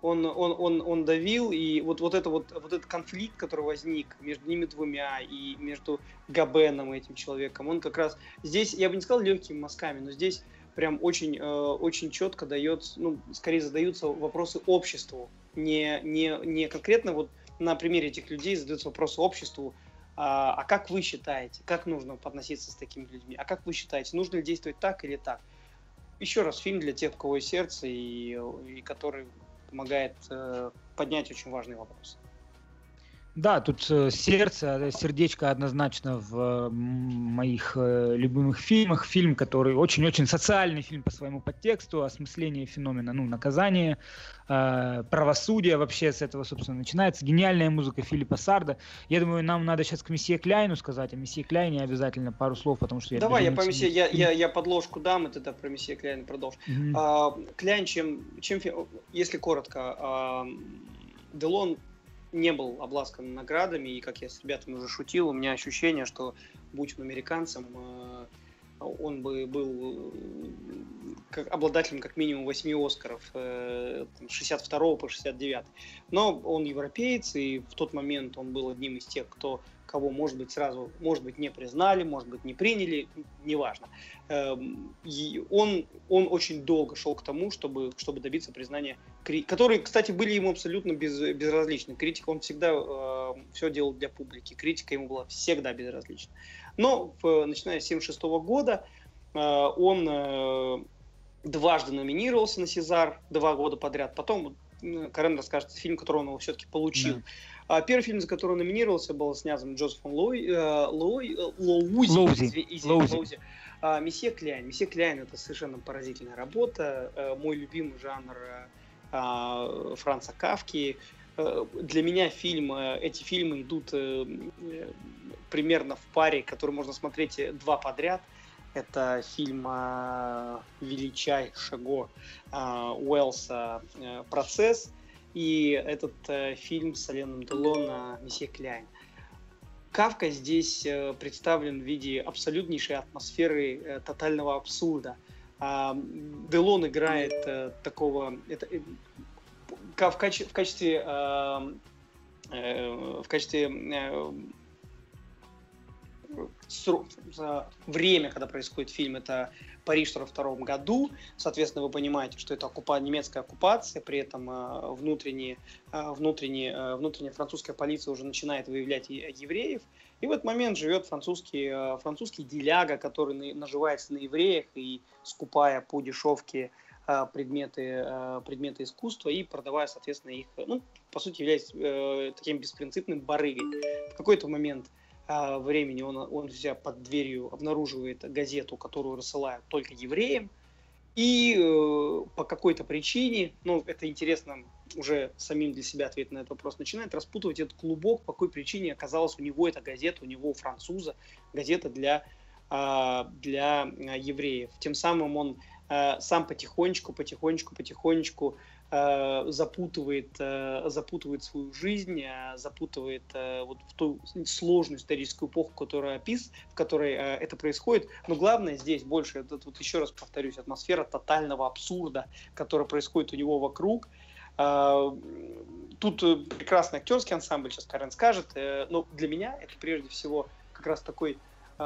он, он, он, он давил, и вот, вот, это вот, вот этот конфликт, который возник между ними двумя и между Габеном и этим человеком, он как раз здесь, я бы не сказал легкими мазками, но здесь прям очень, э, очень четко дается, ну, скорее задаются вопросы обществу, не, не, не конкретно вот на примере этих людей задаются вопросы обществу, а, а как вы считаете, как нужно относиться с такими людьми, а как вы считаете, нужно ли действовать так или так? Еще раз, фильм для тех, у кого есть сердце, и, и который помогает э, поднять очень важный вопрос.
Да, тут э, сердце, сердечко однозначно в э, моих э, любимых фильмах. Фильм, который очень-очень социальный фильм по своему подтексту, осмысление феномена, ну, наказания, э, правосудия вообще с этого, собственно, начинается. Гениальная музыка Филиппа Сарда. Я думаю, нам надо сейчас к месье Кляйну сказать, а месье Кляйне обязательно пару слов, потому что я...
Давай, я по месье, я, я, я подложку дам, и тогда про месье Кляйна продолжу. Mm-hmm. А, Кляйн, чем, чем, если коротко, а, Делон не был обласкан наградами, и, как я с ребятами уже шутил, у меня ощущение, что, будь он американцем, он бы был как обладателем как минимум восьми Оскаров, с шестьдесят второго по шестьдесят девятый. Но он европеец, и в тот момент он был одним из тех, кто, кого, может быть, сразу, может быть, не признали, может быть, не приняли, неважно. И он, он очень долго шел к тому, чтобы, чтобы добиться признания, которые, кстати, были ему абсолютно без, безразличны. Критика, он всегда э, все делал для публики, критика ему была всегда безразлична. Но в, начиная с семьдесят шестого года э, он э, дважды номинировался на Сезар, два года подряд. Потом э, Карен расскажет фильм, который он его все-таки получил. Да. Первый фильм, за который он номинировался, был снят Джозефом Лой, э, Лой, э, Лоузи.
Лоузи.
Лоузи. Лоузи. А, месье Кляйн. Месье Кляйн — это совершенно поразительная работа. Э, мой любимый жанр э, Франца Кафки. Э, для меня фильм, э, эти фильмы идут э, э, примерно в паре, который можно смотреть два подряд. Это фильм э, величайшего э, Уэллса э, «Процесс», и этот э, фильм с Аленом Делона «Месье Кляйн». Кафка здесь э, представлен в виде абсолютнейшей атмосферы э, тотального абсурда. Э, Делон играет э, такого... Это, э, в, каче, в качестве... Э, э, в качестве э, время, когда происходит фильм, это Париж в сорок втором году. Соответственно, вы понимаете, что это оккупа... немецкая оккупация, при этом э, внутренние, э, внутренние, э, внутренняя французская полиция уже начинает выявлять евреев. И в этот момент живет французский, э, французский деляга, который на... наживается на евреях и скупая по дешевке э, предметы, э, предметы искусства и продавая, соответственно, их, ну, по сути, являясь э, таким беспринципным барыгой. В какой-то момент времени он, он у себя под дверью обнаруживает газету, которую рассылают только евреям, и э, по какой-то причине, ну, это интересно уже самим для себя ответ на этот вопрос, начинает распутывать этот клубок, по какой причине оказалась у него эта газета, у него, у француза, газета для, э, для евреев. Тем самым он э, сам потихонечку, потихонечку, потихонечку запутывает, запутывает свою жизнь, запутывает вот в ту сложную историческую эпоху, которая опис, в которой это происходит. Но главное здесь больше, это, вот еще раз повторюсь, атмосфера тотального абсурда, которая происходит у него вокруг. Тут прекрасный актерский ансамбль, сейчас Карен скажет, но для меня это прежде всего как раз такой...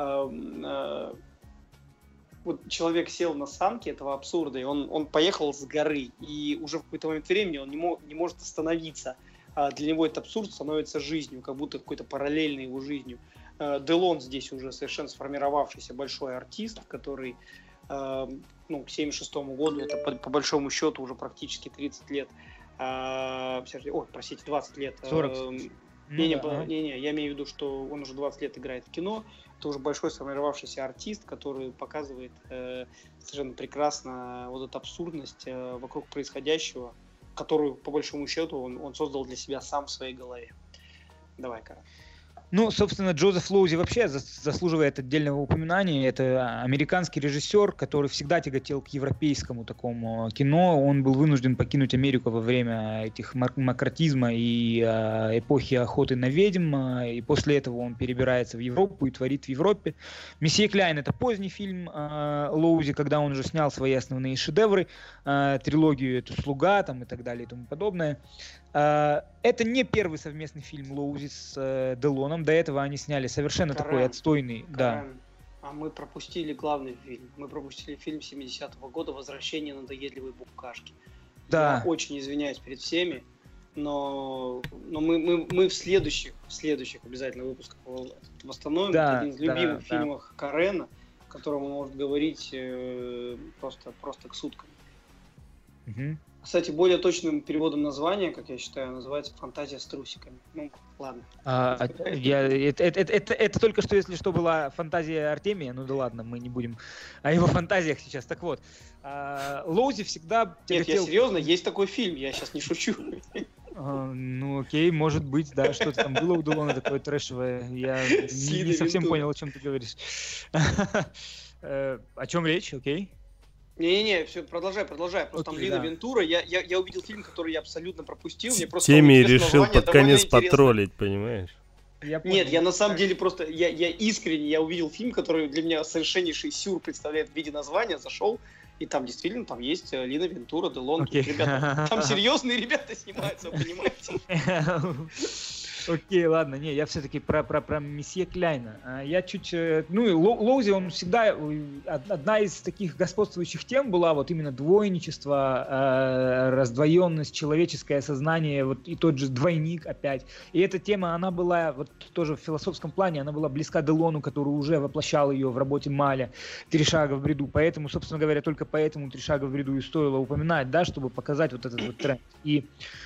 Вот человек сел на санки этого абсурда, и он, он поехал с горы, и уже в какой-то момент времени он не, мог, не может остановиться. А для него этот абсурд становится жизнью, как будто какой-то параллельной его жизнью. Делон здесь уже совершенно сформировавшийся большой артист, который ну, к семьдесят шестому году, это по, по большому счету уже практически тридцать лет, ой, простите, двадцать лет.
сорок.
Не, не, да. не, не, я имею в виду, что он уже двадцать лет играет в кино. Это уже большой сформировавшийся артист, который показывает э, совершенно прекрасно вот эту абсурдность э, вокруг происходящего, которую, по большому счету, он, он создал для себя сам в своей голове. Давай, Кара.
Ну, собственно, Джозеф Лоузи вообще заслуживает отдельного упоминания. Это американский режиссер, который всегда тяготел к европейскому такому кино. Он был вынужден покинуть Америку во время этих макротизма и э, эпохи охоты на ведьм. И после этого он перебирается в Европу и творит в Европе. «Месье Кляйн» — это поздний фильм э, Лоузи, когда он уже снял свои основные шедевры, э, трилогию эту «Слуга» там, и так далее и тому подобное. Это не первый совместный фильм Лоузи с э, Делоном. До этого они сняли совершенно Карен, такой отстойный.
Карен,
да.
А мы пропустили главный фильм. Мы пропустили фильм семидесятого года «Возвращение надоедливой букашки».
Да.
Я очень извиняюсь перед всеми, но, но мы, мы, мы в следующих, в следующих обязательно выпусках восстановим. Да, это один из любимых да, фильмов да. Карена, о котором он может говорить э, просто, просто к суткам.
Угу.
Кстати, более точным переводом названия, как я считаю, называется «Фантазия с трусиками». Ну, ладно.
А, я, это, это, это, это только что, если что, была фантазия Артемия. Ну да ладно, мы не будем о его фантазиях сейчас. Так вот, а, Лоузи всегда...
Нет, хотел... я серьезно, есть такой фильм, я сейчас не шучу.
А, ну окей, может быть, да, что-то там было у Делона такое трэшевое. Я не, не совсем понял, о чем ты говоришь. О чем речь, окей?
Не-не-не, все, продолжай, продолжай. Просто okay, там Лина да. Вентура, я, я, я увидел фильм, который я абсолютно пропустил. Мне просто
Теме решил под конец потроллить, понимаешь?
Я Нет, я на самом деле просто, я, я искренне, я увидел фильм, который для меня совершеннейший сюр представляет в виде названия, зашел, и там действительно, там есть Лина Вентура, Делон, okay. ребята, там серьезные ребята снимаются, вы понимаете?
Окей, okay, ладно, не, я все-таки про, про, про месье Кляйна. Я чуть, ну и Лоузи, он всегда, одна из таких господствующих тем была вот именно двойничество, раздвоенность, человеческое сознание, вот и тот же двойник опять. И эта тема, она была вот тоже в философском плане, она была близка Делону, который уже воплощал ее в работе Маля «Три шага в бреду». Поэтому, собственно говоря, только поэтому «Три шага в бреду» и стоило упоминать, да, чтобы показать вот этот вот тренд. И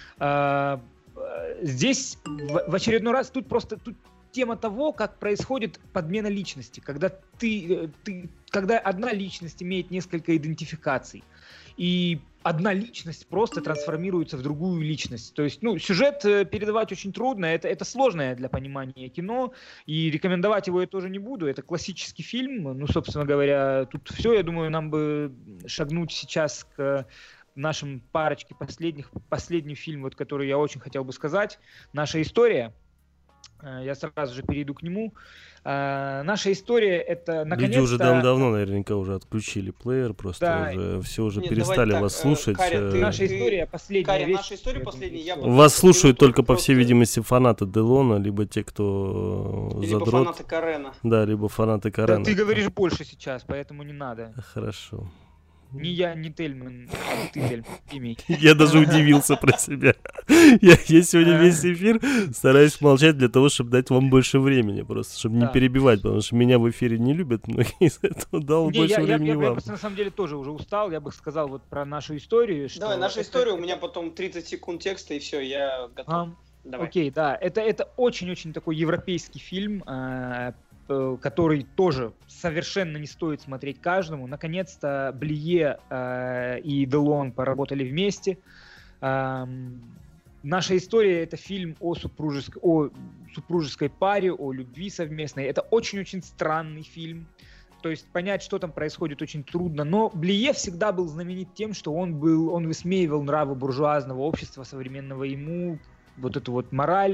здесь в, в очередной раз тут просто тут тема того, как происходит подмена личности, когда ты, ты, когда одна личность имеет несколько идентификаций, и одна личность просто трансформируется в другую личность. То есть, ну, сюжет передавать очень трудно, это, это сложное для понимания кино, и рекомендовать его я тоже не буду. Это классический фильм, ну, собственно говоря, тут все, я думаю, нам бы шагнуть сейчас к нашем парочке последних, последний фильм, вот, который я очень хотел бы сказать, «Наша история». Я сразу же перейду к нему. Наша история — это наконец-то...
Люди уже давно наверняка уже отключили плеер, просто да. уже все уже Нет, перестали вас так, слушать.
Каря, ты,
наша история последняя.
Каря, наша история последняя. Я
вас слушают только, по всей видимости, фанаты Делона, либо те, кто
либо
задрот.
Либо фанаты Карена.
Да, либо фанаты Карена.
Да, ты говоришь больше сейчас, поэтому не надо.
Хорошо.
Не я, не Тельман, а ты, Тельман, имей.
Я даже удивился про себя. Я, я сегодня весь эфир стараюсь молчать для того, чтобы дать вам больше времени, просто, чтобы да. не перебивать, потому что меня в эфире не любят, но из этого дал не, больше
я,
времени
я,
вам.
Я просто на самом деле тоже уже устал, я бы сказал вот про нашу историю. Что
Давай, наша
это...
история, у меня потом тридцать секунд текста, и все, я готов.
А, Давай. Окей, да, это, это очень-очень такой европейский фильм, э, который тоже совершенно не стоит смотреть каждому. Наконец-то Блие э, и Делон поработали вместе. Э, наша история — это фильм о супружеской, о супружеской паре, о любви совместной. Это очень-очень странный фильм. То есть понять, что там происходит, очень трудно. Но Блие всегда был знаменит тем, что он был, он высмеивал нравы буржуазного общества современного ему, вот эту вот мораль,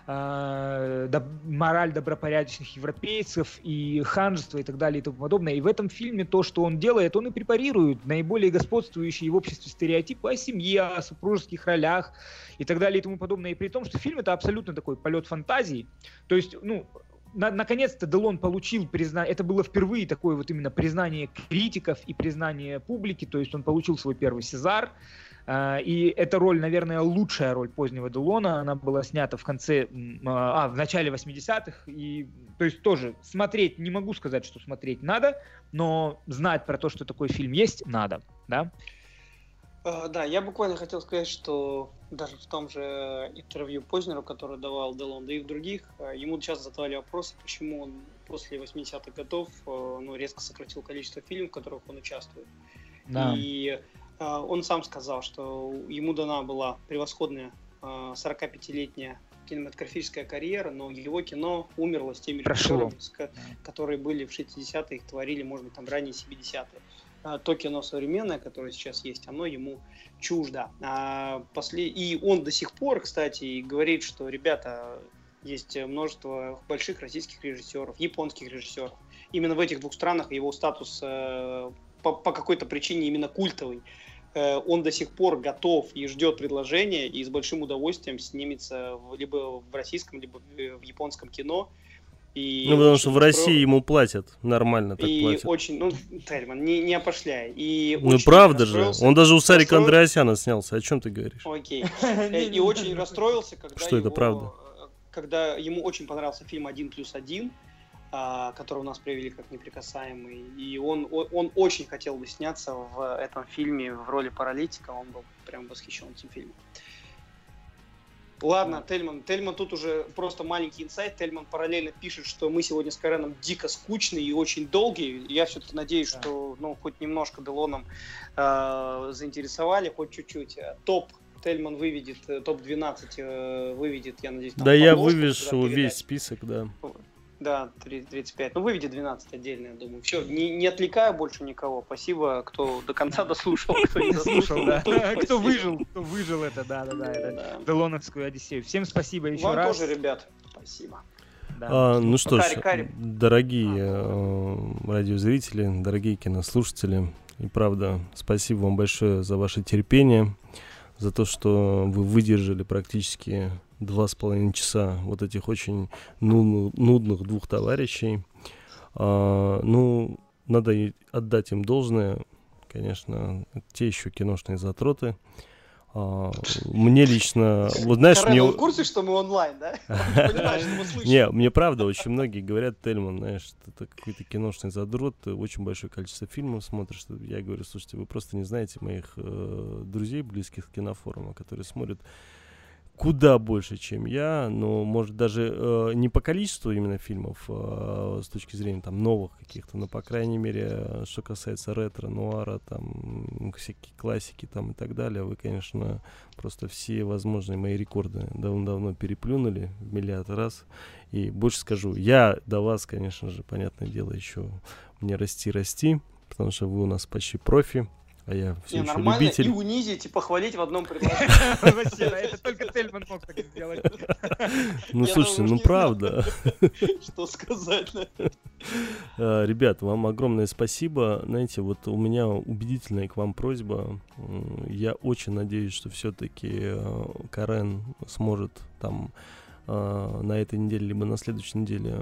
э, доб, мораль добропорядочных европейцев и ханжество и так далее и тому подобное. И в этом фильме то, что он делает, он и препарирует наиболее господствующие в обществе стереотипы о семье, о супружеских ролях и так далее и тому подобное. И при том, что фильм — это абсолютно такой полет фантазии. То есть, ну, на, наконец-то Делон получил признание, это было впервые такое вот именно признание критиков и признание публики, то есть он получил свой первый Сезар. И эта роль, наверное, лучшая роль позднего Делона. Она была снята в конце, а, в начале восьмидесятых. И, то есть тоже смотреть, не могу сказать, что смотреть надо, но знать про то, что такой фильм есть, надо, да?
Uh, да, я буквально хотел сказать, что даже в том же интервью Познеру, который давал Делон, да и в других, ему часто задавали вопросы, почему он после восьмидесятых годов ну, резко сократил количество фильмов, в которых он участвует. Да. И он сам сказал, что ему дана была превосходная сорокапятилетняя кинематографическая карьера, но его кино умерло с теми режиссерами, которые были в шестидесятых, творили, может быть, там ранние семидесятые. То кино современное, которое сейчас есть, оно ему чуждо. А после... И он до сих пор, кстати, говорит, что, ребята, есть множество больших российских режиссеров, японских режиссеров. Именно в этих двух странах его статус э, по, по какой-то причине именно культовый. Э, он до сих пор готов и ждет предложения, и с большим удовольствием снимется в, либо в российском, либо в японском кино. И
ну, потому что в России стро... ему платят, нормально так
и
платят.
И очень, ну, Тельман, не, не опошляй. И
ну, правда же, он даже у Сарика Андреасяна снялся, о чем ты говоришь?
Окей. И очень расстроился, когда
что это правда?
Когда ему очень понравился фильм «Один плюс один», который у нас привели как «Неприкасаемый», и он, он очень хотел бы сняться в этом фильме в роли паралитика, он был прям восхищен этим фильмом. Ладно, Тельман, Тельман тут уже просто маленький инсайт. Тельман параллельно пишет, что мы сегодня с Кареном дико скучные и очень долгие. Я все-таки надеюсь, да. что ну, хоть немножко Делоном э, заинтересовали, хоть чуть-чуть. Топ Тельман выведет, топ двенадцать э, выведет, я надеюсь.
Да, я вывешу весь список, да.
Да, тридцать пять. Ну, выведет двенадцать отдельно, я думаю. Все, не, не отвлекаю больше никого. Спасибо, кто до конца дослушал, кто не дослушал.
Кто выжил, кто выжил это, да-да-да, Делоновскую Одиссею. Всем спасибо еще раз.
Вам тоже, ребят, спасибо.
Ну что ж, дорогие радиозрители, дорогие кинослушатели, и правда, спасибо вам большое за ваше терпение, за то, что вы выдержали практически два с половиной часа вот этих очень нудных, нудных двух товарищей. А, ну, надо отдать им должное. Конечно, те еще киношные затроты. А, мне лично... Вот знаешь,
Карен,
мне...
в курсе, что мы онлайн, да?
Не, мне правда, очень многие говорят, Тельман, знаешь, это какой-то киношный задрот, ты очень большое количество фильмов смотришь. Я говорю, слушайте, вы просто не знаете моих э, друзей, близких к кинофоруму, которые смотрят куда больше, чем я, но, может, даже э, не по количеству именно фильмов, э, с точки зрения там новых каких-то, но, по крайней мере, что касается ретро, нуара, там, всякие классики там и так далее, вы, конечно, просто все возможные мои рекорды давно-давно переплюнули в миллиард раз. И больше скажу, я до вас, конечно же, понятное дело, еще мне расти-расти, потому что вы у нас почти профи. А я все
не,
еще
нормально
любитель.
И унизить, и похвалить в одном предложении.
Вообще, это только Тельман мог так сделать.
Ну, слушайте, ну правда.
Что сказать?
Ребят, вам огромное спасибо. Знаете, вот у меня убедительная к вам просьба. Я очень надеюсь, что все-таки Карен сможет там на этой неделе, либо на следующей неделе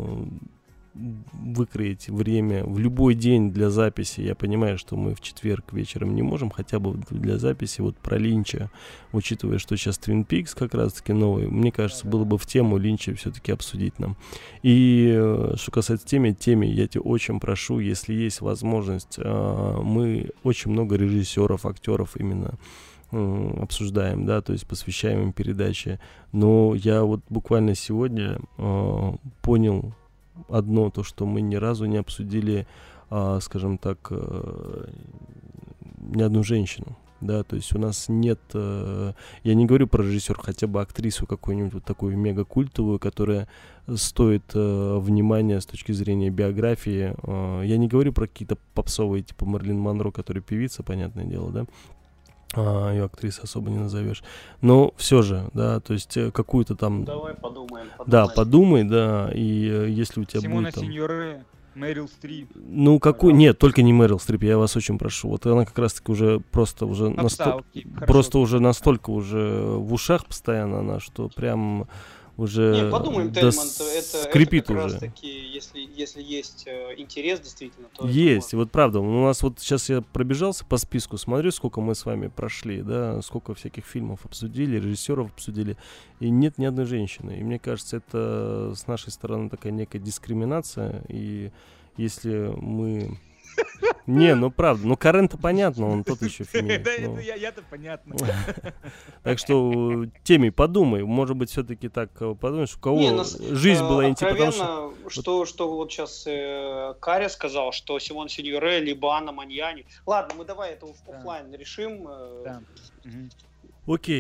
выкроить время в любой день для записи. Я понимаю, что мы в четверг вечером не можем, хотя бы для записи вот про Линча, учитывая, что сейчас Twin Peaks как раз-таки новый, мне кажется, было бы в тему Линча все-таки обсудить нам. И что касается темы, теме, я тебя очень прошу, если есть возможность, мы очень много режиссеров, актеров именно обсуждаем, да, то есть посвящаем им передачи. Но я вот буквально сегодня понял одно, то, что мы ни разу не обсудили, а, скажем так, а, ни одну женщину, да, то есть у нас нет, а, я не говорю про режиссера, хотя бы актрису какую-нибудь вот такую мега-культовую, которая стоит а, внимания с точки зрения биографии, а, я не говорю про какие-то попсовые, типа Мерлин Монро, которая певица, понятное дело, да, а, ее актрису особо не назовешь. Но все же, да, то есть какую-то там...
Давай подумаем. подумаем.
Да, подумай, да, и э, если у тебя
Симона
будет там...
Синьоре, Мэрил Стрип.
Ну, какой... Нет, только не Мэрил Стрип, я вас очень прошу. Вот она как раз-таки уже просто уже... Настолько... Просто уже настолько уже в ушах постоянно она, что прям... Уже
не, подумаем,
да
Тельман, это,
скрипит
это как
уже.
Раз таки, если, если есть э, интерес, действительно, то
есть, вот правда. У нас вот сейчас я пробежался по списку, смотрю, сколько мы с вами прошли, да, сколько всяких фильмов обсудили, режиссеров обсудили, и нет ни одной женщины. И мне кажется, это с нашей стороны такая некая дискриминация. И если мы... Не, ну правда, ну Карен-то понятно, он тот еще феминист.
Да, я-то понятно.
Так что, Теми, подумай, может быть, все-таки так подумаешь, у кого жизнь была интересна.
Что вот сейчас Каря сказал, что Симон Синьоре, либо Анна Маньяни. Ладно, мы давай это офлайн решим.
Окей.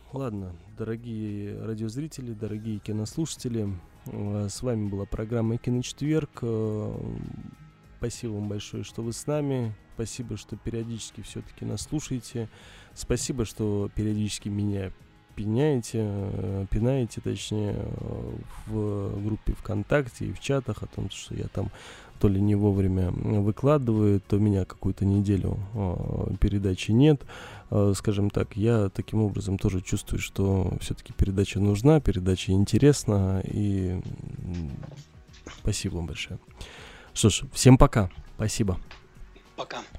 ладно, дорогие радиозрители, дорогие кинослушатели, с вами была программа «Киночетверг». Спасибо вам большое, что вы с нами. Спасибо, что периодически все-таки нас слушаете. Спасибо, что периодически меня пинаете, пинаете, точнее, в группе ВКонтакте и в чатах о том, что я там то ли не вовремя выкладываю, то у меня какую-то неделю передачи нет. Скажем так, я таким образом тоже чувствую, что все-таки передача нужна, передача интересна, и спасибо вам большое. Что ж, всем пока. Спасибо.
Пока.